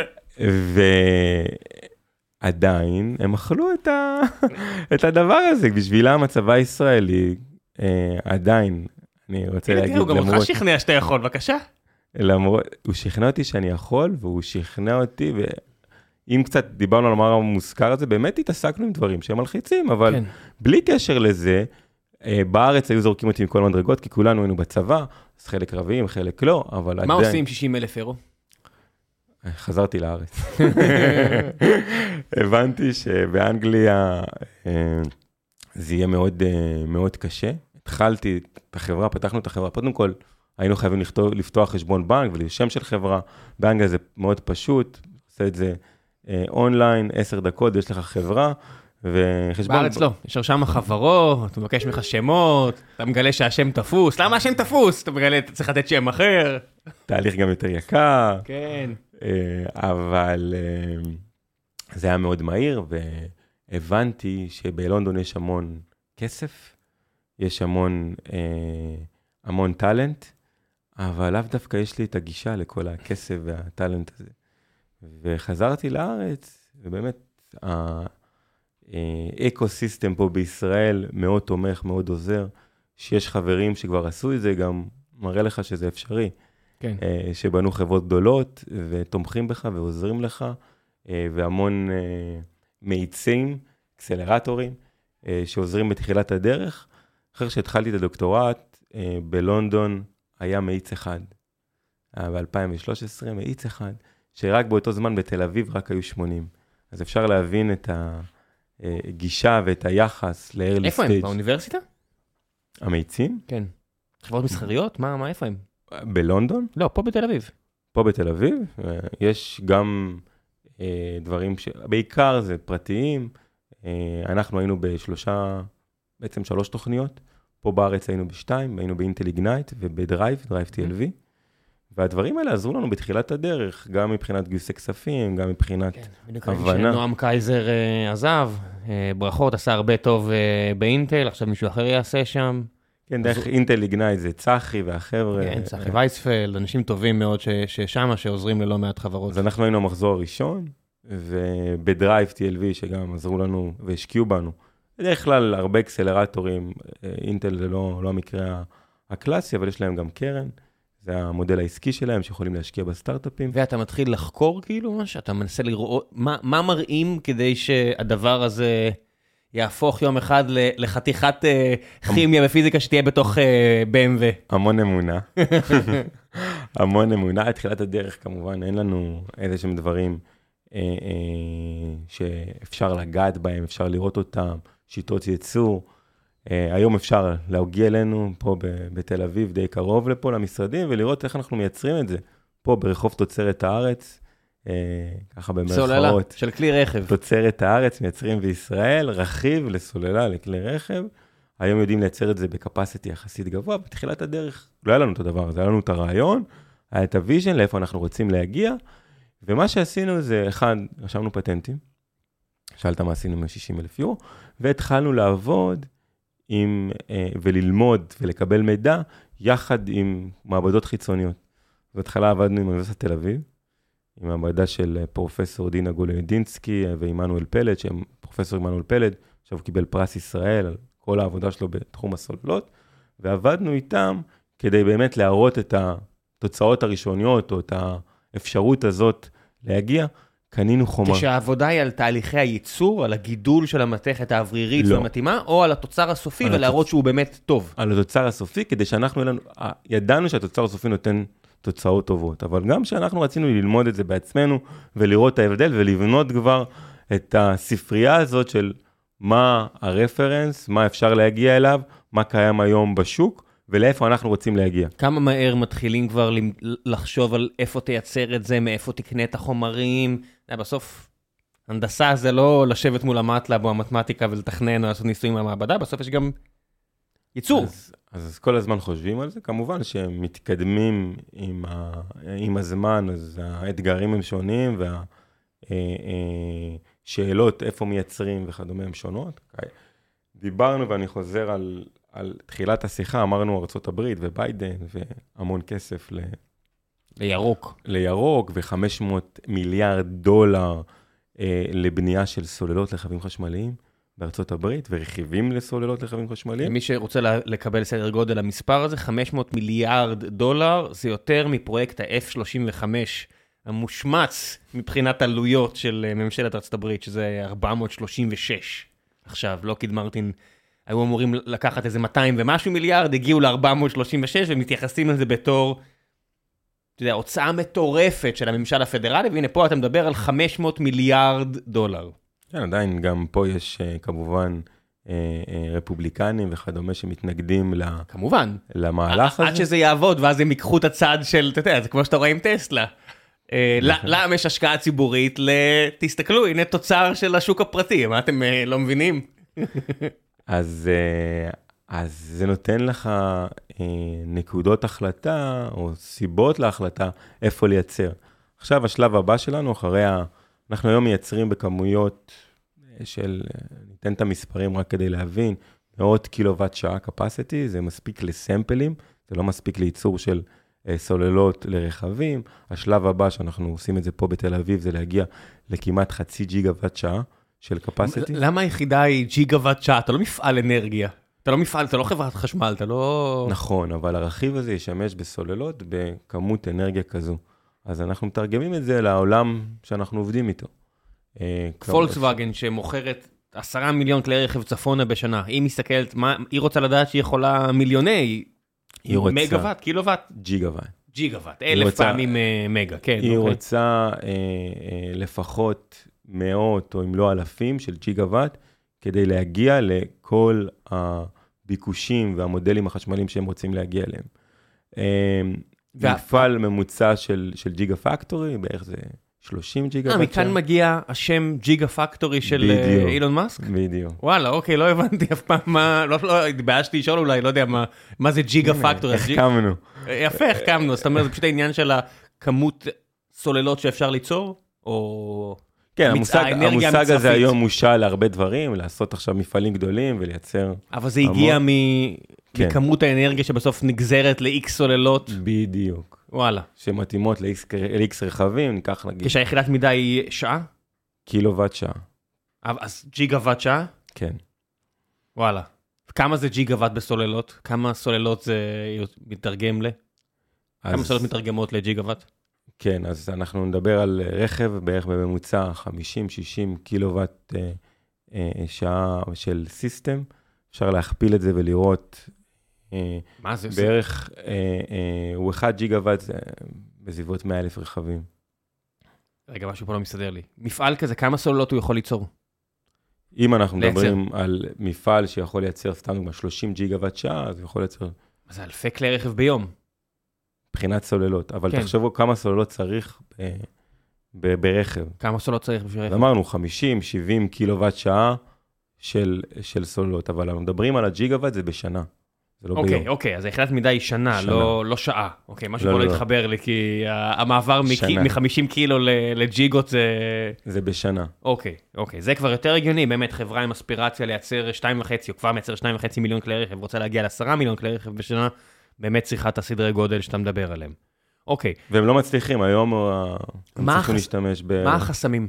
ועדיין הם אכלו את הדבר הזה, בשבילם הצבא הישראלי, עדיין, אני רוצה להגיד, הוא גם אותך שכנע שאתה יכול, בבקשה. למרות, הוא שכנע אותי שאני יכול, והוא שכנע אותי, אם קצת דיברנו על המאמר המוזכר הזה, באמת התעסקנו עם דברים שהם מלחיצים, אבל כן. בלי קשר לזה, בארץ היו זורקים אותי מכל מדרגות, כי כולנו היינו בצבא, אז חלק רבים, חלק לא, אבל מה עדיין... עושים 60,000 אירו? חזרתי לארץ. הבנתי שבאנגליה זה יהיה מאוד, מאוד קשה. התחלתי את החברה, פתחנו את החברה, קודם כל היינו חייבים לפתוח חשבון בנק ולשם של חברה, באנגליה זה מאוד פשוט, עושה את זה אונליין, 10 דקות, יש לך חברה, וחשבון... בארץ לא, יש שם חברות, אתה מבקש ממך שמות, אתה מגלה שהשם תפוס, למה השם תפוס? אתה מגלה, אתה צריך לתת שם אחר. תהליך גם יותר יקר. כן. אבל זה היה מאוד מהיר, והבנתי שבלונדון יש המון כסף, יש המון טלנט, אבל לאו דווקא יש לי את הגישה לכל הכסף והטלנט הזה. וחזרתי לארץ, ובאמת האקוסיסטם פה בישראל מאוד תומך, מאוד עוזר, שיש חברים שכבר עשו את זה, גם מראה לך שזה אפשרי. כן. שבנו חברות גדולות, ותומכים בך ועוזרים לך, והמון מאיצים, אקסלרטורים, שעוזרים בתחילת הדרך. אחרי שהתחלתי את הדוקטורט, בלונדון היה מאיץ אחד. ב-2013, מאיץ אחד, שרק באותו זמן בתל אביב רק היו 80. אז אפשר להבין את הגישה ואת היחס ל-early stage. איפה הם? באוניברסיטה? המאיצים? כן. חברות מסחריות? מה איפה הם? בלונדון? לא, פה בתל אביב. פה בתל אביב, יש גם דברים בעיקר זה פרטיים, אנחנו היינו בעצם 3 תוכניות, פה בארץ היינו ב2, היינו באינטל איגנייט ובדרייב, דרייב TLV, והדברים האלה עזרו לנו בתחילת הדרך, גם מבחינת גיוסי כספים, גם מבחינת הבנה. נועם קייזר עזב, ברכות, עשה הרבה טוב באינטל, עכשיו מישהו אחר יעשה שם. כן, דרך אינטל איגנייט זה צחי והחבר'ה. כן, צחי וייספלד, אנשים טובים מאוד ששמה, שעוזרים ללא מעט חברות. אז אנחנו היינו המחזור הראשון, ובדרייב TLV שגם עזרו לנו והשקיעו בנו. בדרך כלל הרבה אקסלרטורים, אינטל זה לא המקרה הקלאסי, אבל יש להם גם קרן. זה המודל העסקי שלהם שיכולים להשקיע בסטארט-אפים. ואתה מתחיל לחקור כאילו משהו? אתה מנסה לראות, מה מראים כדי שהדבר הזה יהפוך יום אחד לחתיכת כימיה ופיזיקה שתהיה בתוך BMW? המון אמונה. המון אמונה. התחילת הדרך כמובן, אין לנו איזשהם דברים שאפשר לגעת בהם, אפשר לראות אותם, שיטות ייצור. היום אפשר להגיע אלינו פה בתל אביב, די קרוב לפה למשרדים, ולראות איך אנחנו מייצרים את זה. פה ברחוב תוצרת הארץ, ככה במרכאות. סוללה של כלי רכב. תוצרת הארץ, מייצרים בישראל, רכיב לסוללה, לכלי רכב. היום יודעים לייצר את זה בקפסיטי יחסית גבוה. בתחילת הדרך לא היה לנו את הדבר הזה, היה לנו את הרעיון, היה את הוויז'ן, לאיפה אנחנו רוצים להגיע, ומה שעשינו זה, אחד, רשמנו פטנטים, שאלת מה עשינו מ-60,000 יורו, והתחלנו לעבוד וללמוד ולקבל מידע יחד עם מעבדות חיצוניות. בהתחלה עבדנו עם אוניברסיטת תל אביב, עם המעבדה של פרופסור דינה גולדינסקי ועמנואל פלד, שהם פרופסור עמנואל פלד, עכשיו הוא קיבל פרס ישראל על כל העבודה שלו בתחום הסוללות, ועבדנו איתם כדי באמת להראות את התוצאות הראשוניות, או את האפשרות הזאת להגיע, קנינו חומר. כשהעבודה היא על תהליכי הייצור, על הגידול של המתכת האוורירית לא. והמתאימה, או על התוצר הסופי ולהראות שהוא באמת טוב? על התוצר הסופי, כדי שאנחנו ידענו שהתוצר הסופי נותן תוצאות טובות, אבל גם שאנחנו רצינו ללמוד את זה בעצמנו, ולראות את ההבדל, ולבנות כבר את הספרייה הזאת של מה הרפרנס, מה אפשר להגיע אליו, מה קיים היום בשוק, ולאיפה אנחנו רוצים להגיע. כמה מהר מתחילים כבר לחשוב על איפה תייצר את זה, מאיפה תקנה את החומרים? בסוף, הנדסה זה לא לשבת מול המטלב או המתמטיקה ולתכנן או לעשות ניסויים במעבדה, בסוף יש גם ייצור. אז כל הזמן חושבים על זה, כמובן שמתקדמים עם הזמן, אז האתגרים הם שונים, והשאלות איפה מייצרים וכדומה הם שונות. דיברנו ואני חוזר על תחילת השיחה, אמרנו ארצות הברית וביידן והמון כסף לירוק ו$500 מיליארד לבנייה של סוללות לרכבים חשמליים בארצות הברית ורכיבים לסוללות לרכבים חשמליים. מי שרוצה לקבל סדר גודל המספר הזה, $500 מיליארד, זה יותר מפרויקט ה-F-35 המושמץ מבחינת עלויות של ממשלת ארצות הברית, שזה 436. עכשיו, לוקהיד מרטין היו אמורים לקחת איזה 200 ומשהו מיליארד, הגיעו ל-436 ומתייחסים לזה בתור, אתה יודע, הוצאה מטורפת של הממשל הפדרלי, והנה פה אתה מדבר על $500 מיליארד. כן, עדיין גם פה יש כמובן רפובליקנים וכדומה שמתנגדים כמובן. למהלך הזה. עד שזה יעבוד, ואז הם ייקחו את הצד של, אתה יודע, זה כמו שאתה רואה עם טסלה. למה יש השקעה ציבורית? תסתכלו, הנה תוצר של השוק הפרטי, מה אתם לא מבינים? אז זה נותן לך נקודות החלטה, או סיבות להחלטה, איפה לייצר. עכשיו, השלב הבא שלנו, אנחנו היום מייצרים בכמויות של, ניתן את המספרים רק כדי להבין, מאות קילוואט שעה capacity, זה מספיק לסמפלים, זה לא מספיק לייצור של סוללות לרכבים. השלב הבא שאנחנו עושים את זה פה בתל אביב, זה להגיע לכמעט 0.5 ג'יגוואט שעה של capacity. למה היחידה היא ג'יגוואט שעה? אתה לא מפעל אנרגיה. אתה לא חברת חשמל, אתה לא... נכון, אבל הרכיב הזה ישמש בסוללות בכמות אנרגיה כזו. אז אנחנו מתרגמים את זה לעולם שאנחנו עובדים איתו. פולקסווגן שמוכרת 10 מיליון כלי רכב צפונה בשנה, היא מסתכלת, היא רוצה לדעת שהיא יכולה מיליוני מגוואט, קילוואט? ג'יגוואט, 1,000 פעמים מגה, כן. היא רוצה לפחות מאות או אם לא אלפים של ג'יגוואט, כדי להגיע לכל הביקושים והמודלים החשמליים שהם רוצים להגיע אליהם. מפעל ממוצע של ג'יגה פקטורי, בערך זה 30 ג'יגה פקטורי. מכאן מגיע השם ג'יגה פקטורי של אילון מאסק? בדיוק. וואלה, אוקיי, לא הבנתי אף פעם מה, לא, התביישתי לשאול אולי, לא יודע מה זה ג'יגה פקטורי. החכמנו. יפה, החכמנו, זאת אומרת, זה פשוט העניין של הכמות סוללות שאפשר ליצור, או... כן, המושג הזה היום מושל להרבה דברים, לעשות עכשיו מפעלים גדולים ולייצר... אבל זה הגיע מכמות האנרגיה שבסוף נגזרת ל-X סוללות. בדיוק. וואלה. שמתאימות ל-X רכבים, ניקח נגיד. כשהיחידת מידה היא שעה? קילוואט שעה. אז ג'יגוואט שעה? כן. וואלה. כמה זה ג'יגוואט בסוללות? כמה סוללות זה מתרגם כמה סוללות מתרגמות לג'יגוואט? כן, אז אנחנו נדבר על רכב בערך בממוצע 50-60 קילוואט שעה של סיסטם. אפשר להכפיל את זה ולראות מה זה? בערך הוא 1 ג'יגוואט בסביבות 100,000 רכבים. רגע, משהו פה לא מסתדר לי. מפעל כזה, כמה סוללות הוא יכול ליצור? אם אנחנו מדברים על מפעל שיכול לייצר סתם 30 ג'יגוואט שעה, אז הוא יכול לייצר... זה אלפי כלי רכב ביום. מבחינת סוללות, אבל תחשבו כמה סוללות צריך ברכב. כמה סוללות צריך ברכב? אמרנו 50-70 קילוואט שעה של סוללות, אבל אנחנו מדברים על הג'יגוואט זה בשנה, זה לא ביום. אוקיי, אז היחידת מידה היא שנה, לא שעה. אוקיי, משהו פה לא התחבר לי, כי המעבר מ-50 קילו לג'יגות זה... זה בשנה. אוקיי, זה כבר יותר הגיוני, באמת חברה עם אספירציה לייצר 2.5, או כבר מייצר 2.5 מיליון כלי רכב, רוצה להגיע ל10 מיליון כלי רכב בשנה, באמת צריכה את הסדרי גודל שאתה מדבר עליהם. אוקיי. והם לא מצליחים, היום הם צריכים להשתמש מה החסמים?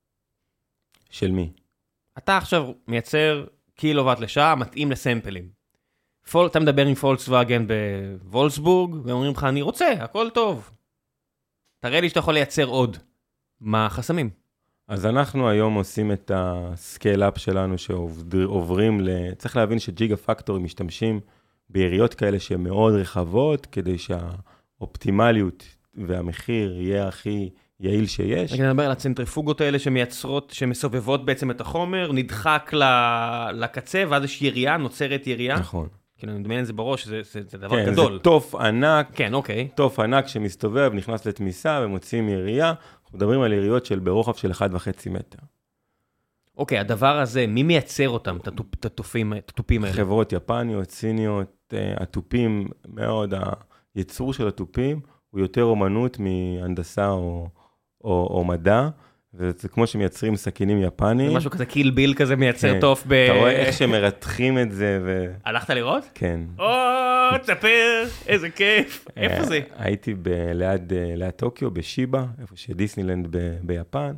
של מי? אתה עכשיו מייצר קילוואט לשעה, מתאים לסמפלים. אתה מדבר עם פולקסווגן בוולסבורג, ואומרים לך, אני רוצה, הכל טוב. תראה לי שאתה יכול לייצר עוד. מה החסמים? אז אנחנו היום עושים את הסקייל-אפ שלנו שעוברים צריך להבין שג'יגה פקטורים משתמשים ביריות כאלה שהן מאוד רחבות, כדי שהאופטימליות והמחיר יהיה הכי יעיל שיש. אני מדבר על הצנטריפוגות האלה שמייצרות, שמסובבות בעצם את החומר, נדחק לקצה, ואז יש ירייה, נוצרת ירייה. נכון. כאילו, אני מדמיין את זה בראש, זה דבר כן, גדול. זה תוף ענק. כן, אוקיי. תוף ענק שמסתובב, נכנס לתמיסה ומוצאים ירייה. אנחנו מדברים על יריות ברוחב של 1.5 מטר. אוקיי, הדבר הזה, מי מייצר אותם, את התופים האלה? חברות יפניות, סיניות, התופים מאוד, הייצור של התופים הוא יותר אומנות מהנדסה או מדע, וזה כמו שמייצרים סכינים יפניים. זה משהו כזה קיל ביל כזה מייצר תוף ב... אתה רואה איך שמרתחים את זה הלכת לראות? כן. תספר, איזה כיף. איפה זה? הייתי ליד טוקיו, בשיבה, איפה שדיסנילנד ביפן,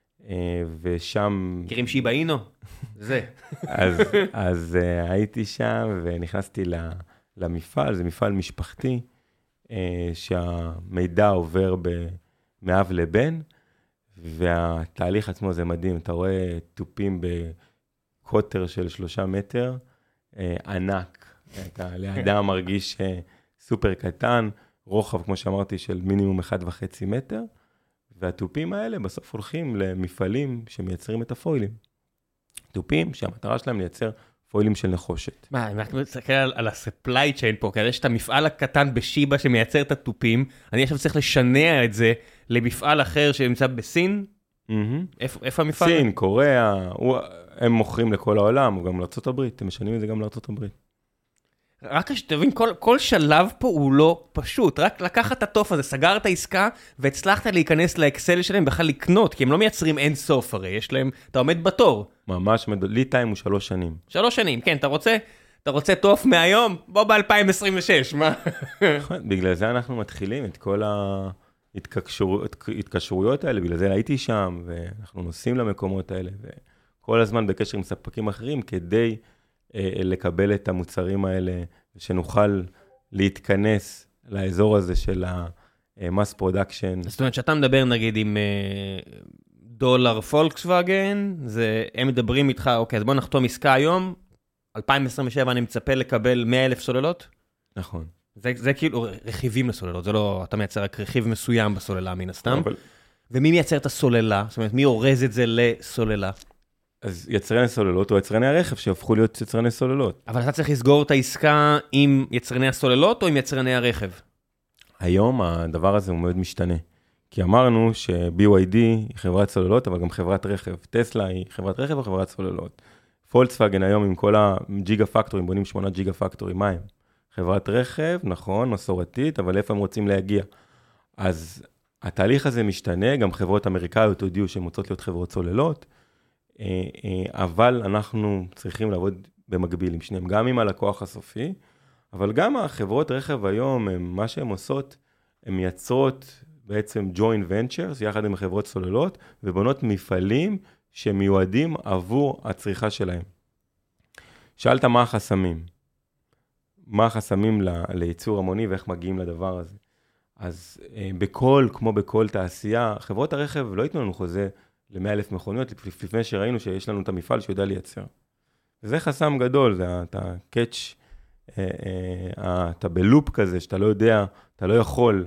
ושם... מכירים שיבה אינו? זה. אז הייתי שם ונכנסתי למפעל, זה מפעל משפחתי, שהמידע עובר מאב לבן, והתהליך עצמו זה מדהים, אתה רואה טופים בקוטר של 3 מטר, ענק, אתה לאדם מרגיש סופר קטן, רוחב, כמו שאמרתי, של מינימום 1.5 מטר, והטופים האלה בסוף הולכים למפעלים שמייצרים את הפוילים. טופים שהמטרה שלהם לייצר פוילים של נחושת. מה, אני רק מסתכל על ה-supply chain פה, כי יש את המפעל הקטן בשיבה שמייצר את הטופים, אני עכשיו צריך לשנע את זה למפעל אחר שנמצא בסין. איפה המפעל? סין, קוריאה, הם מוכרים לכל העולם, או גם לארצות הברית, הם משנים את זה גם לארצות הברית. רק שתבין, כל שלב פה הוא לא פשוט, רק לקחת את התוף הזה, סגרת העסקה, והצלחת להיכנס לאקסל שלהם, בכלל לקנות, כי הם לא מייצרים אין סוף הרי, יש להם, אתה עומד בתור. ממש, לי טיים הוא 3 שנים. 3 שנים, כן, אתה רוצה תוף מהיום? בוא ב-2026, מה? בגלל זה אנחנו מתחילים את כל ההתקשרויות האלה, בגלל זה הייתי שם, ואנחנו נוסעים למקומות האלה, וכל הזמן בקשר עם ספקים אחרים, כדי לקבל את המוצרים האלה, שנוכל להתכנס לאזור הזה של ה-mass production. זאת אומרת, שאתה מדבר נגיד עם דולר פולקסווגן, הם מדברים איתך, אוקיי, אז בוא נחתום עסקה היום, 2027 אני מצפה לקבל 100,000 סוללות? נכון. זה כאילו רכיבים לסוללות, זה לא, אתה מייצר רק רכיב מסוים בסוללה מן הסתם. ומי מייצר את הסוללה? זאת אומרת, מי אורז את זה לסוללה? אז יצרני סוללות או יצרני הרכב שהפכו להיות יצרני סוללות. אבל אתה צריך לסגור את העסקה עם יצרני הסוללות או עם יצרני הרכב? היום הדבר הזה הוא מאוד משתנה. כי אמרנו ש-BYD היא חברת סוללות, אבל גם חברת רכב. טסלה היא חברת רכב או חברת סוללות. פולקסווגן היום עם כל הג'יגה פקטורים, בונים 8 ג'יגה פקטורים, מה הם? חברת רכב, נכון, מסורתית, אבל איפה הם רוצים להגיע? אז התהליך הזה משתנה, גם חברות אמריקאיות הודיעו שהן רוצות להיות חברות סוללות, אבל אנחנו צריכים לעבוד במקביל עם שניהם, גם עם הלקוח הסופי, אבל גם החברות רכב היום, מה שהן עושות, הן מייצרות בעצם joint ventures, יחד עם חברות סוללות, ובונות מפעלים שמיועדים עבור הצריכה שלהם. שאלת מה החסמים? מה החסמים לייצור המוני ואיך מגיעים לדבר הזה? אז כמו בכל תעשייה, חברות הרכב לא ייתנו לנו חוזה ל100,000 מכוניות, לפני שראינו שיש לנו את המפעל שיודע לייצר. וזה חסם גדול, זה אתה קאץ', אתה בלופ כזה, שאתה לא יודע, אתה לא יכול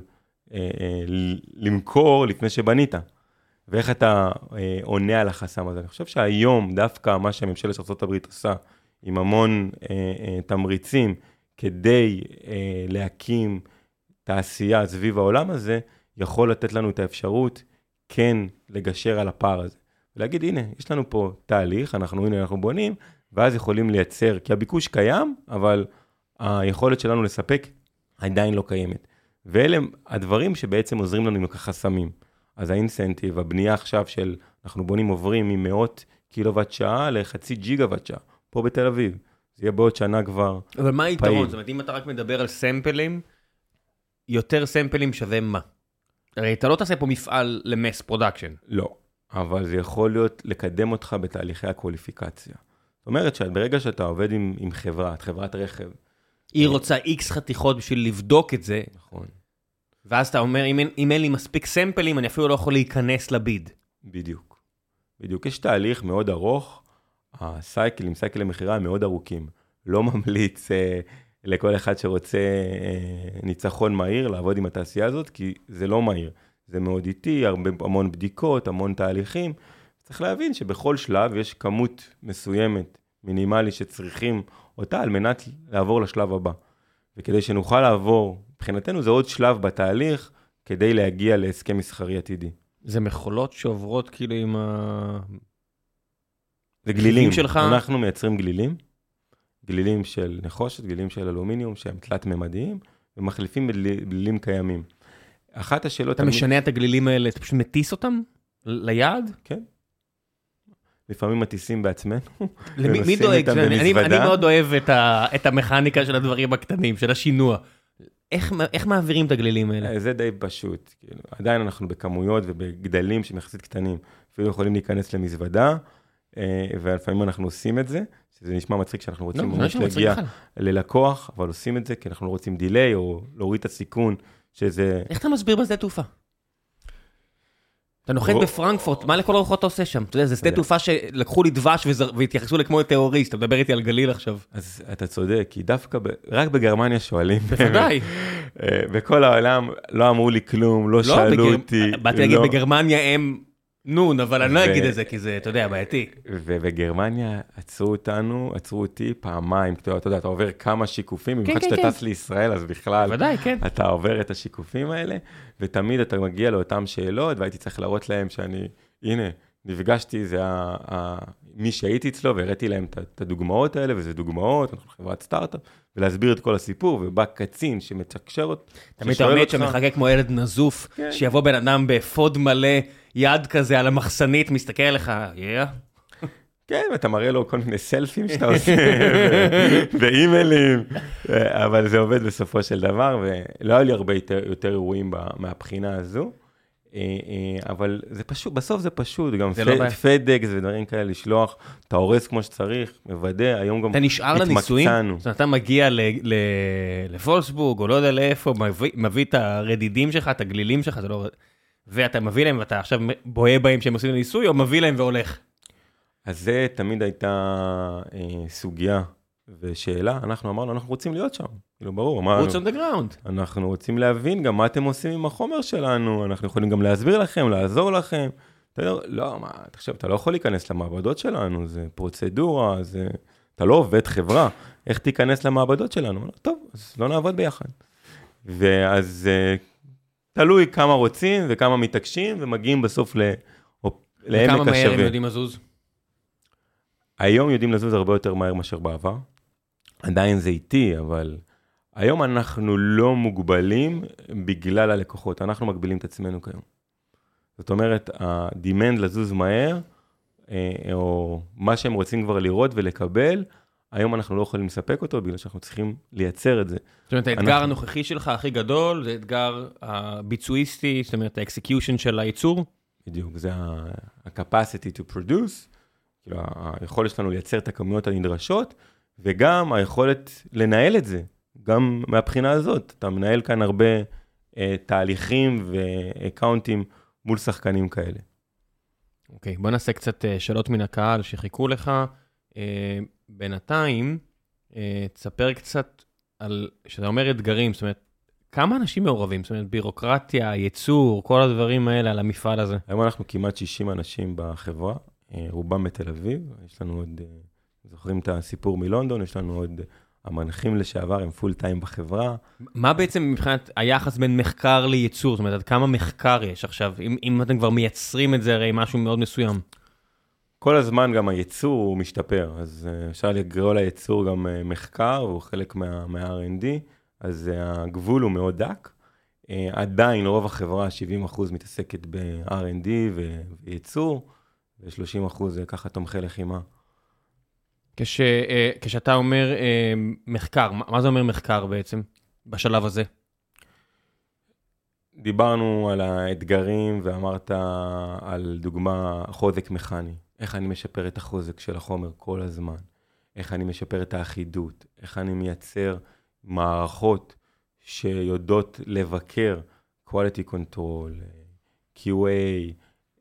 למכור לפני שבנית. ואיך אתה עונה על החסם הזה. אני חושב שהיום דווקא מה שהממשלת ארצות הברית עושה, עם המון תמריצים, כדי להקים תעשייה סביב העולם הזה, יכול לתת לנו את האפשרות כן לגשר על הפער הזה. ולהגיד, הנה, יש לנו פה תהליך, אנחנו בונים, ואז יכולים לייצר, כי הביקוש קיים, אבל היכולת שלנו לספק עדיין לא קיימת. ואלה הדברים שבעצם עוזרים לנו עם החסמים. אז האינסנטיב, הבנייה עכשיו של, אנחנו בונים עוברים ממאות קילוואט שעה לחצי ג'יגוואט שעה, פה בתל אביב. זה יהיה בעוד שנה כבר אבל מה היתרון? זאת אומרת, אם אתה רק מדבר על סמפלים, יותר סמפלים שווה מה? הרי אתה לא תעשה פה מפעל למס פרודקשן. לא, אבל זה יכול להיות לקדם אותך בתהליכי הקוליפיקציה. זאת אומרת שברגע שאתה עובד עם חברת רכב, היא רוצה X חתיכות בשביל לבדוק את זה. נכון. ואז אתה אומר, אם אין לי מספיק סמפלים, אני אפילו לא יכול להיכנס לביד. בדיוק. בדיוק, יש תהליך מאוד ארוך, סייקלים מחירה הם מאוד ארוכים. לא ממליץ לכל אחד שרוצה ניצחון מהיר לעבוד עם התעשייה הזאת, כי זה לא מהיר. זה מאוד איטי, המון בדיקות, המון תהליכים. צריך להבין שבכל שלב יש כמות מסוימת, מינימלי, שצריכים אותה על מנת לעבור לשלב הבא. וכדי שנוכל לעבור, מבחינתנו זה עוד שלב בתהליך, כדי להגיע להסכם מסחרי עתידי. זה מכולות שעוברות כאילו עם זה גלילים שלך. אנחנו מייצרים גלילים של נחושת, גלילים של אלומיניום, שהם תלת ממדיים, ומחליפים בגלילים קיימים. אחת השאלות... אתה משנה את הגלילים האלה, אתה פשוט מטיס אותם ליעד? כן. לפעמים מטיסים בעצמנו. מי דואג? אני מאוד אוהב את המכניקה של הדברים הקטנים, של השינוע. איך מעבירים את הגלילים האלה? זה די פשוט. עדיין אנחנו בכמויות ובגדלים שמחסית קטנים. אפילו יכולים להיכנס למזוודה, ולפעמים אנחנו עושים את זה, שזה נשמע מצחיק שאנחנו רוצים ממש להגיע ללקוח, אבל עושים את זה כי אנחנו לא רוצים דיליי, או להוריד את הסיכון, שזה... איך אתה מסביר בשדה תעופה? אתה נוחת בפרנקפורט, מה לכל אורחות אתה עושה שם? אתה יודע, זה שדה תעופה שלקחו לי דבש והתייחסו לכמו טרוריסט, אתה מדבר איתי על גליל עכשיו. אז אתה צודק, כי דווקא רק בגרמניה שואלים. בוודאי. בכל העולם לא אמרו לי כלום, לא שאלו אותי. באתי להגיד בגרמניה הם נון, אבל אני לא אגיד את זה, כי זה, אתה יודע, בעייתי. ובגרמניה עצרו אותי פעמיים, אתה יודע, אתה עובר כמה שיקופים, במיוחד שאתה טס לישראל, אז בכלל, בוודאי, כן. אתה עובר את השיקופים האלה, ותמיד אתה מגיע לאותם שאלות, והייתי צריך להראות להם שאני, הנה, נפגשתי, זה מי שהייתי אצלו, והראיתי להם את הדוגמאות האלה, וזה דוגמאות, אנחנו חברת סטארט-אפ, ולהסביר את כל הסיפור, ובא קצין שמתקשר אותך, תמיד תמיד שמחכה כמו ילד נזוף, שיבוא בן אדם באפוד מלא, יד כזה על המחסנית, מסתכל עליך, כן, ואתה מראה לו כל מיני סלפים שאתה עושה, ואימיילים, אבל זה עובד בסופו של דבר, ולא היה לי הרבה יותר אירועים מהבחינה הזו, אבל זה פשוט, בסוף זה פשוט, גם פדקס ודברים כאלה לשלוח, אתה הורס כמו שצריך, מוודא, היום גם אתה נשאר לניסויים? זאת אומרת, אתה מגיע לפולסבורג, או לא יודע לאיפה, מביא את הרדידים שלך, את הגלילים שלך, ואתה מביא להם, ואתה עכשיו בוהה בהם שהם עושים לניסוי, או מביא להם והולך? אז זה תמיד הייתה סוגיה ושאלה, אנחנו אמרנו, אנחנו רוצים להיות שם, כאילו ברור, אמרנו, Boots on the ground. אנחנו רוצים להבין גם מה אתם עושים עם החומר שלנו, אנחנו יכולים גם להסביר לכם, לעזור לכם, לא, מה, תחשב, אתה לא יכול להיכנס למעבדות שלנו, זה פרוצדורה, אתה לא עובד חברה, איך תיכנס למעבדות שלנו? טוב, אז לא נעבוד ביחד. ואז תלוי כמה רוצים וכמה מתעקשים, ומגיעים בסוף לעמק השווה. וכמה מהר הם יודעים לזוז? היום יודעים לזוז הרבה יותר מהר מאשר בעבר. עדיין זה איטי, אבל היום אנחנו לא מוגבלים בגלל הלקוחות. אנחנו מגבילים את עצמנו כיום. זאת אומרת, הדימנד לזוז מהר, או מה שהם רוצים כבר לראות ולקבל, היום אנחנו לא יכולים לספק אותו, בגלל שאנחנו צריכים לייצר את זה. זאת אומרת, האתגר הנוכחי שלך הכי גדול, זה אתגר הביצועיסטי, זאת אומרת, האקסקיושן של הייצור? בדיוק, זה ה-capacity to produce, כאילו, היכולת שלנו לייצר את הכמויות הנדרשות, וגם היכולת לנהל את זה, גם מהבחינה הזאת. אתה מנהל כאן הרבה תהליכים ואקאונטים מול שחקנים כאלה. אוקיי, בוא נעשה קצת שאלות מן הקהל שחיכו לך. בינתיים, תספר קצת על, שאתה אומר אתגרים, זאת אומרת, כמה אנשים מעורבים? זאת אומרת, בירוקרטיה, ייצור, כל הדברים האלה על המפעל הזה. היום אנחנו כמעט 60 אנשים בחברה, רובם בתל אביב, יש לנו עוד, זוכרים את הסיפור מלונדון, יש לנו עוד המנחים לשעבר, הם פול טיים בחברה. מה בעצם מבחינת היחס בין מחקר לייצור? זאת אומרת, עד כמה מחקר יש עכשיו? אם אתם כבר מייצרים את זה, הרי משהו מאוד מסוים. כל הזמן גם הייצור הוא משתפר, אז אפשר לגרוע לייצור גם מחקר, הוא חלק מה-R&D, אז הגבול הוא מאוד דק. עדיין רוב החברה, 70% מתעסקת ב-R&D וייצור, ו-30% זה ככה תומכי לחימה. כשאתה אומר מחקר, מה זה אומר מחקר בעצם בשלב הזה? דיברנו על האתגרים ואמרת על דוגמה חוזק מכני. איך אני משפר את החוזק של החומר כל הזמן. איך אני משפר את האחידות. איך אני מייצר מערכות שיודעות לבקר quality control, QA,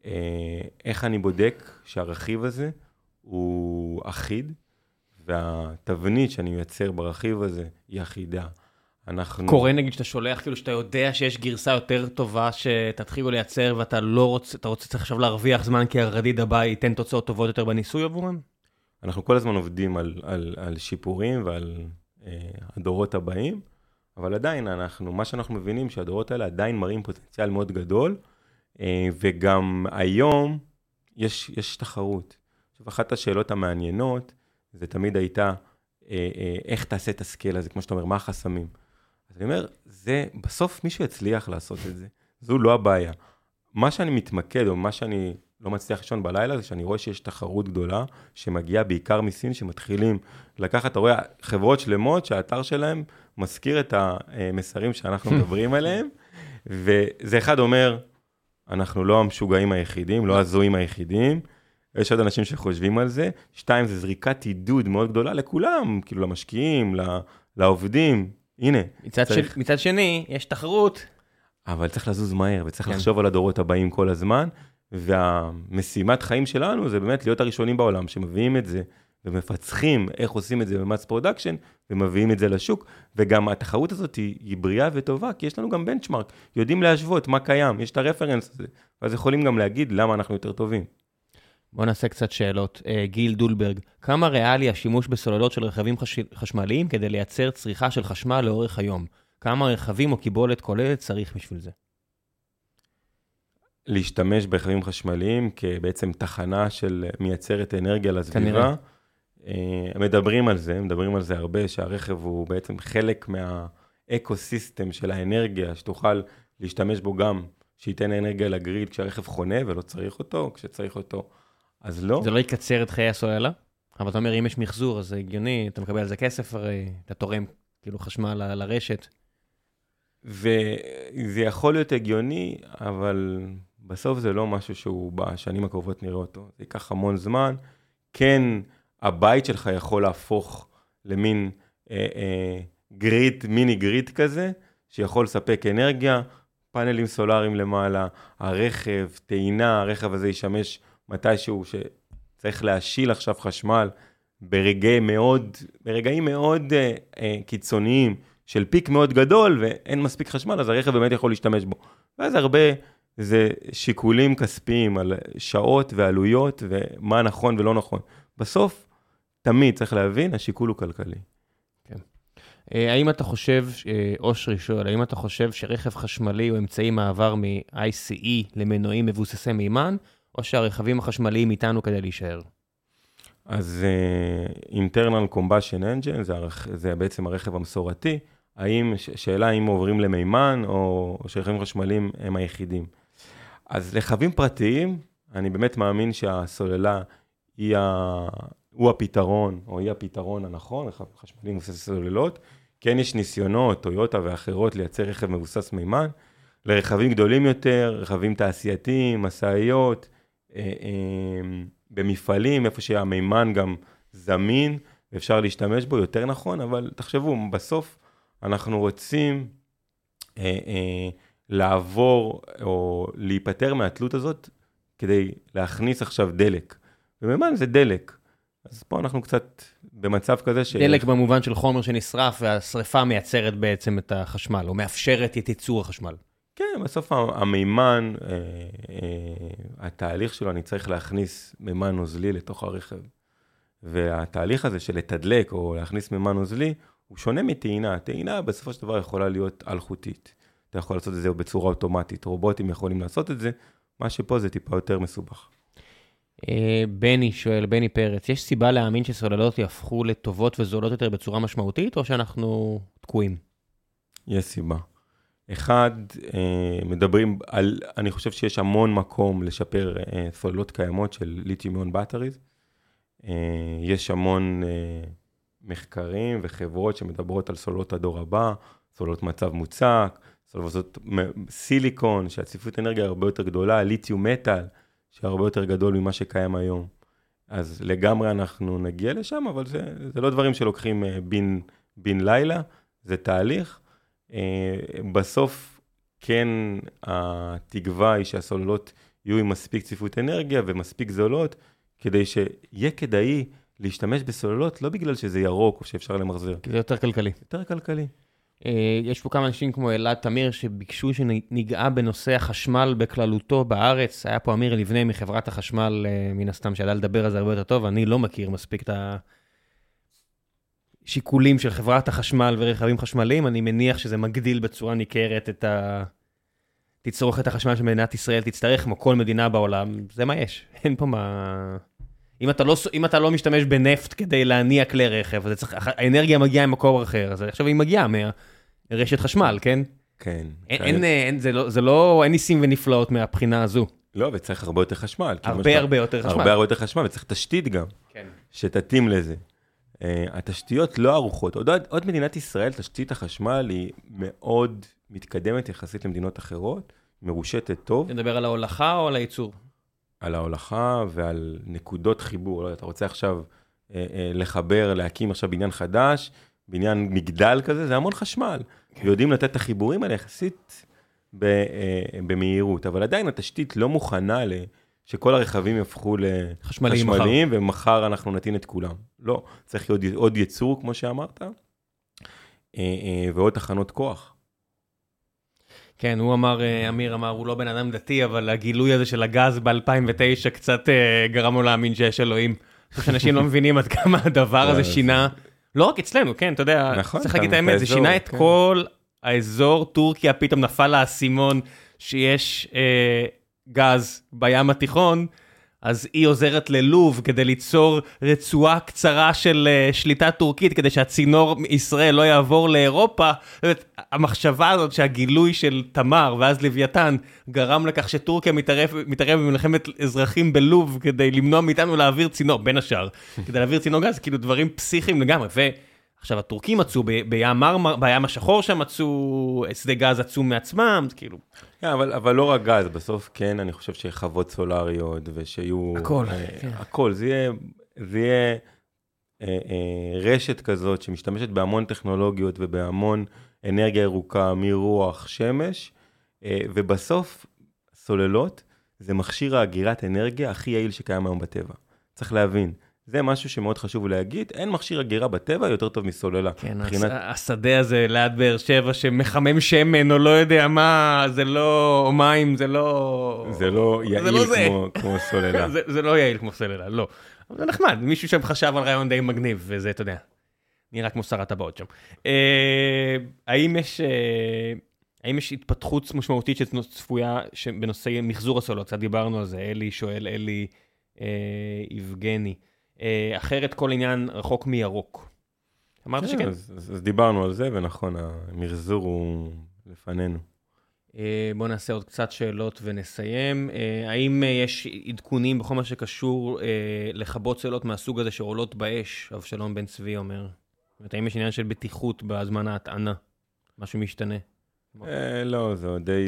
איך אני בודק שהרכיב הזה הוא אחיד, והתבנית שאני מייצר ברכיב הזה היא אחידה. קורה נגיד שאתה שולח, כאילו שאתה יודע שיש גרסה יותר טובה שתתחילו לייצר, ואתה לא רוצה, אתה רוצה עכשיו להרוויח זמן, כי הרדיד הבא ייתן תוצאות טובות יותר בניסוי עבורם? אנחנו כל הזמן עובדים על שיפורים ועל הדורות הבאים, אבל עדיין מה שאנחנו מבינים שהדורות האלה עדיין מראים פוטנציאל מאוד גדול, וגם היום יש תחרות. עכשיו, אחת השאלות המעניינות, זה תמיד הייתה, איך תעשה את הסקייל הזה, כמו שאתה אומר, מה החסמים? אז אני אומר, בסוף מישהו יצליח לעשות את זה. זו לא הבעיה. מה שאני מתמקד, או מה שאני לא מצליח לישון בלילה, זה שאני רואה שיש תחרות גדולה, שמגיעה בעיקר מסין, שמתחילים לקחת, אתה רואה, חברות שלמות, שהאתר שלהם מזכיר את המסרים שאנחנו מדברים עליהם, וזה אחד אומר, אנחנו לא המשוגעים היחידים, לא הזויים היחידים, יש עוד אנשים שחושבים על זה. 2, זה זריקת עידוד מאוד גדולה לכולם, כאילו למשקיעים, לעובדים. הנה. מצד שני, יש תחרות. אבל צריך לזוז מהר, וצריך לחשוב על הדורות הבאים כל הזמן, והמשימת חיים שלנו זה באמת להיות הראשונים בעולם שמביאים את זה, ומפצחים איך עושים את זה במאס פרודקשן, ומביאים את זה לשוק, וגם התחרות הזאת היא בריאה וטובה, כי יש לנו גם בנצ'מרק, יודעים להשוות מה קיים, יש את הרפרנס הזה, ואז יכולים גם להגיד למה אנחנו יותר טובים. בוא נעשה קצת שאלות. גיל דולברג, כמה ריאלי השימוש בסוללות של רכבים חשמליים כדי לייצר צריכה של חשמל לאורך היום? כמה רכבים או קיבולת כוללת צריך בשביל זה? להשתמש ברכבים חשמליים כבעצם תחנה של מייצרת אנרגיה לסביבה. מדברים על זה הרבה, שהרכב הוא בעצם חלק מהאקוסיסטם של האנרגיה, שתוכל להשתמש בו גם, שייתן אנרגיה לגריד כשהרכב חונה ולא צריך אותו, כשצריך אותו, אז לא. זה לא יקצר את חיי הסוללה? אבל אתה אומר, אם יש מחזור, אז זה הגיוני, אתה מקבל על זה כסף, הרי אתה תורם כאילו חשמל לרשת. וזה יכול להיות הגיוני, אבל בסוף זה לא משהו שהוא בשנים הקרובות נראה אותו. זה ייקח המון זמן. כן, הבית שלך יכול להפוך למין גריד, מיני גריד כזה, שיכול לספק אנרגיה, פאנלים סולאריים למעלה, הרכב, טעינה, הרכב הזה ישמש מתישהו שצריך להשיל עכשיו חשמל ברגעים מאוד קיצוניים, של פיק מאוד גדול ואין מספיק חשמל, אז הרכב באמת יכול להשתמש בו. ואז הרבה זה שיקולים כספיים על שעות ועלויות ומה נכון ולא נכון. בסוף, תמיד צריך להבין, השיקול הוא כלכלי. כן. האם אתה חושב, אושרי שואל, האם אתה חושב שרכב חשמלי הוא אמצעי מעבר מ-ICE למנועים מבוססי מימן, או שהרכבים החשמליים איתנו כדי להישאר? אז internal combustion engine, זה בעצם הרכב המסורתי, שאלה האם עוברים למימן, או שרכבים חשמליים הם היחידים. אז לרכבים פרטיים, אני באמת מאמין שהסוללה הוא הפתרון, או היא הפתרון הנכון, רכב חשמלי מבוסס סוללות. כן יש ניסיונות, טויוטה ואחרות, לייצר רכב מבוסס מימן, לרכבים גדולים יותר, רכבים תעשייתיים, מסעיות, במפעלים, איפה שהמימן גם זמין, ואפשר להשתמש בו יותר נכון, אבל תחשבו, בסוף אנחנו רוצים לעבור או להיפטר מהתלות הזאת, כדי להכניס עכשיו דלק. ומימן זה דלק. אז פה אנחנו קצת במצב כזה דלק במובן של חומר שנשרף, והשריפה מייצרת בעצם את החשמל, או מאפשרת את ייצור החשמל. כן, בסוף המימן, התהליך שלו, אני צריך להכניס מימן נוזלי לתוך הרכב. והתהליך הזה של לתדלק או להכניס מימן נוזלי, הוא שונה מטעינה. טעינה בסופו של דבר יכולה להיות אלחוטית. אתה יכול לעשות את זה בצורה אוטומטית. רובוטים יכולים לעשות את זה. מה שפה זה טיפה יותר מסובך. בני שואל, בני פרץ, יש סיבה להאמין שסוללות יהפכו לטובות וזולות יותר בצורה משמעותית, או שאנחנו תקועים? יש סיבה. אחד, מדברים על, אני חושב שיש המון מקום לשפר סוללות קיימות של ליתיום-איון בטריז. יש המון מחקרים וחברות שמדברות על סוללות הדור הבא, סוללות מצב מוצק, סוללות סיליקון, שהצפיפות אנרגיה הרבה יותר גדולה, ליתיום מטל, שהרבה יותר גדול ממה שקיים היום. אז לגמרי אנחנו נגיע לשם, אבל זה לא דברים שלוקחים בין לילה, זה תהליך. בסוף כן התקווה היא שהסוללות יהיו עם מספיק צפיפות אנרגיה ומספיק זולות, כדי שיהיה כדאי להשתמש בסוללות, לא בגלל שזה ירוק או שאפשר למחזר. כי זה יותר כלכלי. יותר כלכלי. יש פה כמה אנשים כמו אלעד תמיר שביקשו שניגעה בנושא החשמל בכללותו בארץ. היה פה אמיר לבנה מחברת החשמל, מן הסתם שידע לדבר על זה הרבה יותר טוב. אני לא מכיר מספיק את השיקולים של חברת החשמל ורכבים חשמליים. אני מניח שזה מגדיל בצורה ניכרת את תצרוכת החשמל של מדינת ישראל, תצטרך כמו כל מדינה בעולם. זה מה יש. אין פה מה... אם אתה לא משתמש בנפט כדי להניע כלי רכב, אז האנרגיה מגיעה ממקור אחר, אז עכשיו היא מגיעה מהרשת חשמל, כן? כן. אין ניסים ונפלאות מהבחינה הזו. לא, וצריך הרבה יותר חשמל. הרבה יותר חשמל. הרבה יותר חשמל, וצריך תשתית גם, שתתאים לזה. התשתיות לא ערוכות. עוד מדינת ישראל, תשתית החשמל היא מאוד מתקדמת יחסית למדינות אחרות, מרושתת טוב. נדבר על ההולכה או על הייצור? על ההולכה ועל נקודות חיבור. לא, אתה רוצה עכשיו לחבר, להקים עכשיו בניין חדש, בניין מגדל כזה, זה המון חשמל. ויודעים לתת את החיבורים האלה יחסית במהירות, אבל עדיין התשתית לא מוכנה שכל הרכבים יהפכו לחשמליים, ומחר אנחנו נתין את כולם. לא, צריך עוד ייצור, כמו שאמרת, ועוד תחנות כוח. כן, אמיר אמר, הוא לא בן אדם דתי, אבל הגילוי הזה של הגז ב-2009 קצת גרם לו להאמין שיש אלוהים. אני חושב שאנשים לא מבינים עד כמה הדבר הזה שינה, לא רק אצלנו, כן, אתה יודע, צריך להגיד את האמת, זה שינה את כל האזור, טורקיה, פתאום נפל האסימון שיש גז בים התיכון, אז היא עוזרת ללוב כדי ליצור רצועה קצרה של שליטה טורקית, כדי שהצינור מישראל לא יעבור לאירופה. המחשבה הזאת שהגילוי של תמר ואז לוויתן גרם לכך שטורקיה מתערב במלחמת אזרחים בלוב, כדי למנוע מאיתנו להעביר צינור, בין השאר, כדי להעביר צינור גז, כאילו דברים פסיכיים לגמרי. ועכשיו הטורקים מצאו, בים השחור שם מצאו שדה גז עצום מעצמם, כאילו... אבל לא רק גז, בסוף כן, אני חושב שחוות סולריות, ושיהיו... הכל, זה יהיה רשת כזאת, שמשתמשת בהמון טכנולוגיות, ובהמון אנרגיה ירוקה, מרוח, שמש, ובסוף, סוללות, זה מכשיר האגירת אנרגיה הכי יעיל שקיים היום בטבע. צריך להבין. זה משהו שמאוד חשוב להגיד, אין מכשיר אגירה בטבע יותר טוב מסוללה. כן, השדה הזה ליד באר שבע שמחמם שמן או לא יודע מה, זה לא מים, זה לא יעיל כמו סוללה. זה לא יעיל כמו סוללה, לא. אבל זה נחמד, מישהו שם חשב על רעיון די מגניב, וזה, אתה יודע, נראה כמו שר הטבעות שם. האם יש התפתחות משמעותית שצפויה בנושא מחזור הסוללות? קצת דיברנו על זה, אלי שואל, אלי יבגני. אחרת כל עניין רחוק מירוק. אמרת שכן. אז דיברנו על זה, ונכון, המחזור הוא לפנינו. בואו נעשה עוד קצת שאלות ונסיים. האם יש עדכונים בכל מה שקשור לכבות סוללות מהסוג הזה שעולות באש? אבשלום בן צבי אומר. האם יש עניין של בטיחות בזמן ההטענה? משהו משתנה? לא, זה די...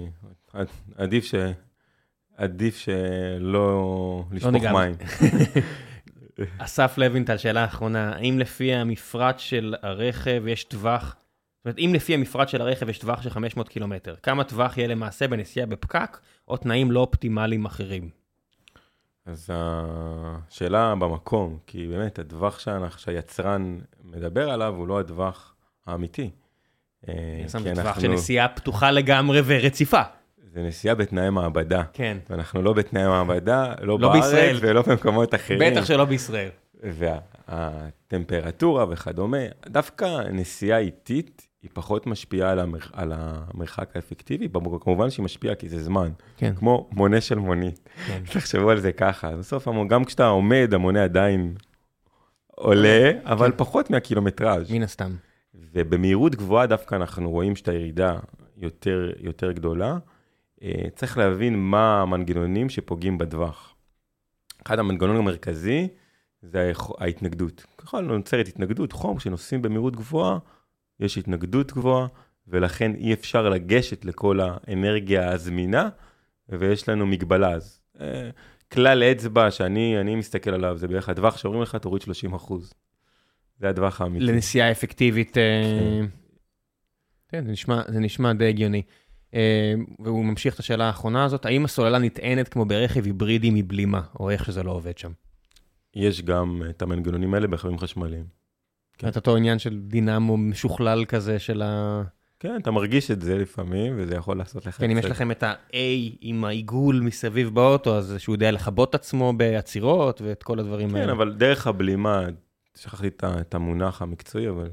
עדיף שלא לשפוך מים. אסף לוינטל, שאלה האחרונה, האם לפי המפרט של הרכב יש טווח, זאת אומרת, אם לפי המפרט של הרכב יש טווח של 500 קילומטר, כמה טווח יהיה למעשה בנסיעה בפקק, או תנאים לא אופטימליים אחרים? אז השאלה במקום, כי באמת הטווח שהיצרן מדבר עליו הוא לא הטווח האמיתי. זה טווח של נסיעה פתוחה לגמרי ורציפה. זה נסיעה בתנאי מעבדה. כן. ואנחנו לא בתנאי מעבדה, לא בארץ ולא במקומות אחרים. בטח שלא בישראל. והטמפרטורה וכדומה, דווקא נסיעה איטית היא פחות משפיעה על המרחק האפקטיבי, כמובן שהיא משפיעה כי זה זמן. כן. כמו מונה של מונית. כן. תחשבו על זה ככה. בסוף, גם כשאתה עומד, המונה עדיין עולה, אבל פחות מהקילומטראז'. מן הסתם. ובמהירות גבוהה דווקא אנחנו רואים שאת הירידה יותר גדולה. צריך להבין מה המנגנונים שפוגעים בטווח. אחד המנגנון המרכזי זה ההתנגדות. ככל נוצרת התנגדות, חום שנוסעים במהירות גבוהה, יש התנגדות גבוהה, ולכן אי אפשר לגשת לכל האנרגיה הזמינה, ויש לנו מגבלה. אז כלל אצבע שאני מסתכל עליו, זה בערך הטווח שאומרים לך, תוריד 30%. זה הטווח האמיתי. לנסיעה אפקטיבית, כן, זה נשמע די הגיוני. והוא ממשיך את השאלה האחרונה הזאת, האם הסוללה נטענת כמו ברכב היברידי מבלימה, או איך שזה לא עובד שם? יש גם את המנגנונים האלה ברכבים חשמליים. כן. את אותו עניין של דינמו משוכלל כזה של ה... כן, אתה מרגיש את זה לפעמים, וזה יכול לעשות לך... כן, אם יש לכם את ה-A עם העיגול מסביב באוטו, אז שהוא יודע לחבות עצמו בעצירות, ואת כל הדברים האלה. כן, אבל דרך הבלימה, שכחתי את המונח המקצועי, אבל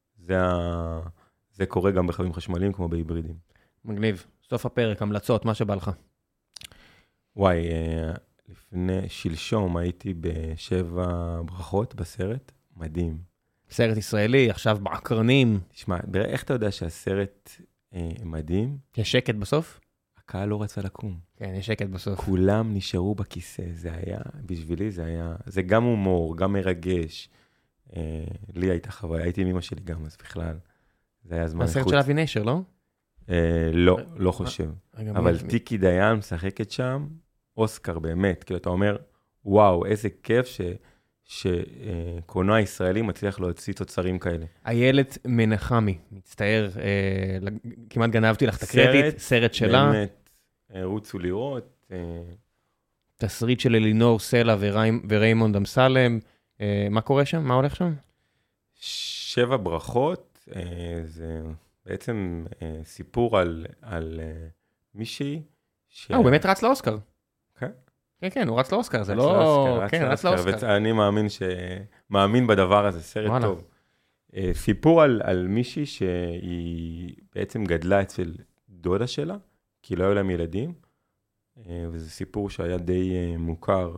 זה קורה גם ברכבים חשמליים כמו בהיברידים. מגניב. סוף הפרק, המלצות, מה שבא לך. וואי, לפני שלשום הייתי ב7 ברכות בסרט, מדהים. סרט ישראלי, עכשיו בעקרנים. תשמע, איך אתה יודע שהסרט מדהים? יש שקט בסוף? הקהל לא רצה לקום. כן, יש שקט בסוף. כולם נשארו בכיסא, זה היה, בשבילי זה היה, זה גם הומור, גם מרגש. לי הייתה חוויה, הייתי עם אמא שלי גם, אז בכלל, זה היה זמן איכות. הסרט של אבי נשר, לא? לא חושב. אבל טיקי דיין משחקת שם, אוסקר באמת, כאילו אתה אומר, וואו, איזה כיף שקולנוע ישראלי מצליח להוציא תוצרים כאלה. איילת מנחמי, מצטער, כמעט גנבתי לך את הקרדיט, סרט שלה. באמת, רוצו לראות. תסריט של אלינור סלע וריימונד אמסלם, מה קורה שם? מה הולך שם? 7 ברכות, זה בעצם סיפור על מישהי. הוא באמת רץ לאוסקר. כן. כן, כן, הוא רץ לאוסקר, זה לא... כן, רץ לאוסקר. אני מאמין בדבר הזה, סרט טוב. סיפור על מישהי שהיא בעצם גדלה אצל דודה שלה, כי לא היו להם ילדים, וזה סיפור שהיה די מוכר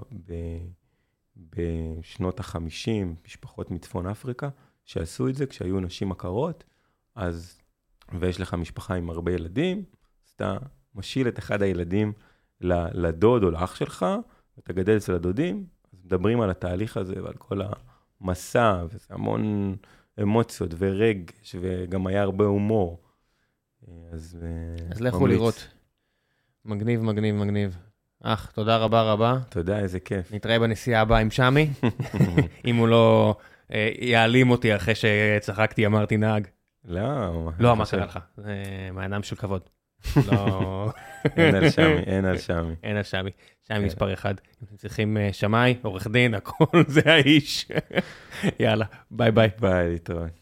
בשנות ה-50, משפחות מצפון אפריקה, שעשו את זה כשהיו נשים עקרות, ויש לך משפחה עם הרבה ילדים, אז אתה משיל את אחד הילדים לדוד או לאח שלך, ואתה גדל אצל הדודים, אז מדברים על התהליך הזה ועל כל המסע, וזה המון אמוציות ורגש, וגם היה הרבה הומור. אז לכו לראות. מגניב, מגניב, מגניב. תודה רבה רבה. תודה, איזה כיף. נתראה בנסיעה הבאה עם שמי. אם הוא לא יעלים אותי אחרי שצחקתי, אמרתי נהג. לא, מה קרה לך? זה מעיניים של כבוד. לא... אין על שמי, אין על שמי. אין על שמי. שמי מספר 1. אם צריכים שמי, עורך דין, הכל זה האיש. יאללה, ביי ביי. ביי, להתראות.